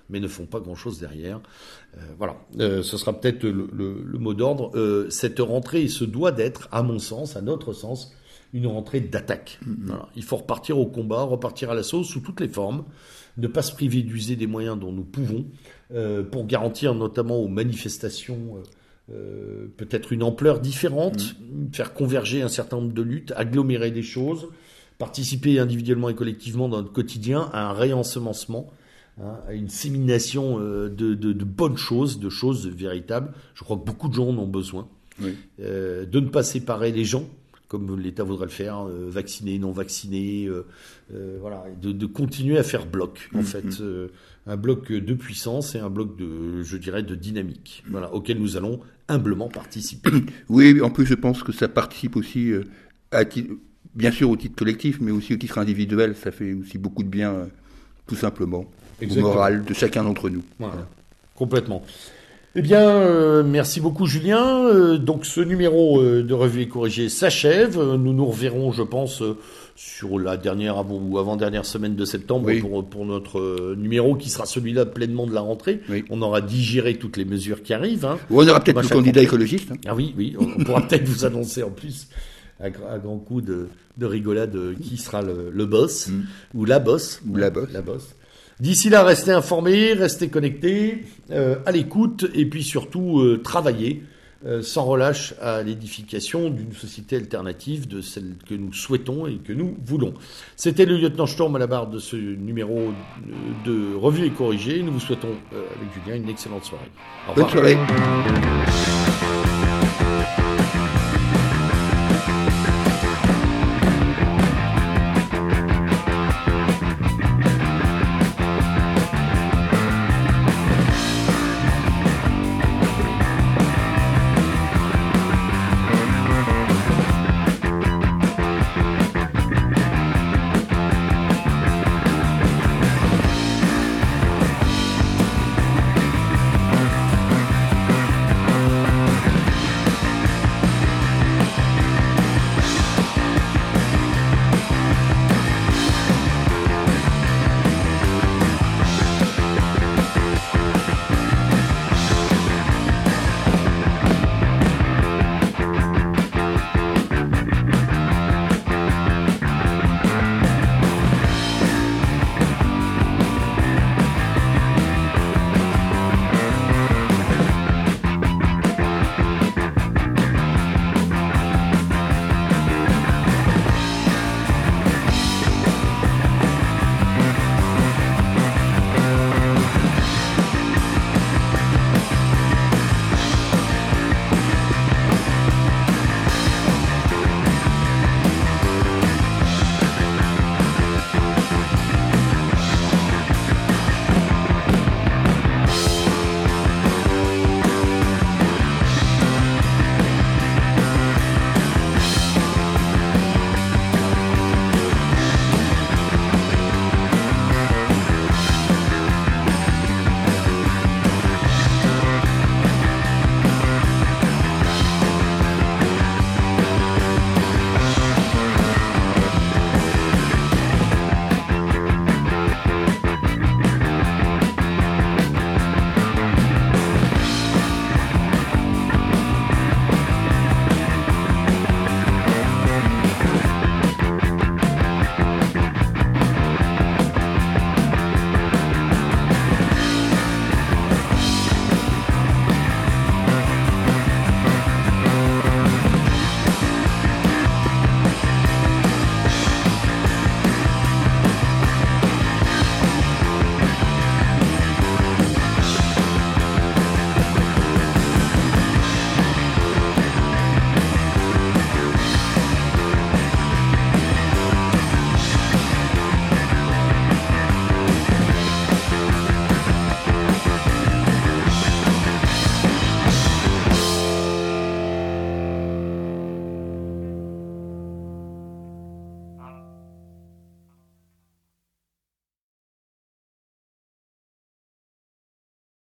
mais ne font pas grand-chose derrière. Euh, voilà, euh, ce sera peut-être le, le, le mot d'ordre. Euh, cette rentrée se doit d'être, à mon sens, à notre sens, une rentrée d'attaque. Mmh. Voilà. Il faut repartir au combat, repartir à l'assaut sous toutes les formes, ne pas se priver d'user des moyens dont nous pouvons euh, pour garantir notamment aux manifestations euh, euh, peut-être une ampleur différente, mmh. faire converger un certain nombre de luttes, agglomérer des choses, participer individuellement et collectivement dans notre quotidien à un réensemencement, hein, à une sémination euh, de, de, de bonnes choses, de choses véritables. Je crois que beaucoup de gens en ont besoin. Oui. Euh, de ne pas séparer les gens, comme l'État voudrait le faire, euh, vaccinés, non vaccinés, euh, euh, voilà, de, de continuer à faire bloc, en mmh, fait, mmh. Euh, un bloc de puissance et un bloc de, je dirais, de dynamique, voilà, auquel nous allons humblement participer. Oui, en plus, je pense que ça participe aussi, euh, à titre, bien sûr au titre collectif, mais aussi au titre individuel, ça fait aussi beaucoup de bien, euh, tout simplement, Exactement. Au moral de chacun d'entre nous. Voilà. Voilà. Complètement. Eh bien, euh, merci beaucoup Julien. Euh, donc ce numéro euh, de Revue et Corrigée s'achève. Euh, nous nous reverrons, je pense, euh, sur la dernière avant, ou avant-dernière semaine de septembre oui. pour, pour notre euh, numéro qui sera celui-là pleinement de la rentrée. Oui. On aura digéré toutes les mesures qui arrivent. Hein. Ou on aura peut-être le candidat écologiste. Hein. Ah oui, oui, on, on pourra peut-être vous annoncer en plus à, à grand coup de, de rigolade qui sera le, le boss mm. ou la boss. Ou la boss. La boss. D'ici là, restez informés, restez connectés, euh, à l'écoute et puis surtout euh, travaillez euh, sans relâche à l'édification d'une société alternative, de celle que nous souhaitons et que nous voulons. C'était le lieutenant Sturm à la barre de ce numéro de Revue et Corrigée. Nous vous souhaitons, euh, avec Julien, une excellente soirée. Au revoir. Bonne soirée.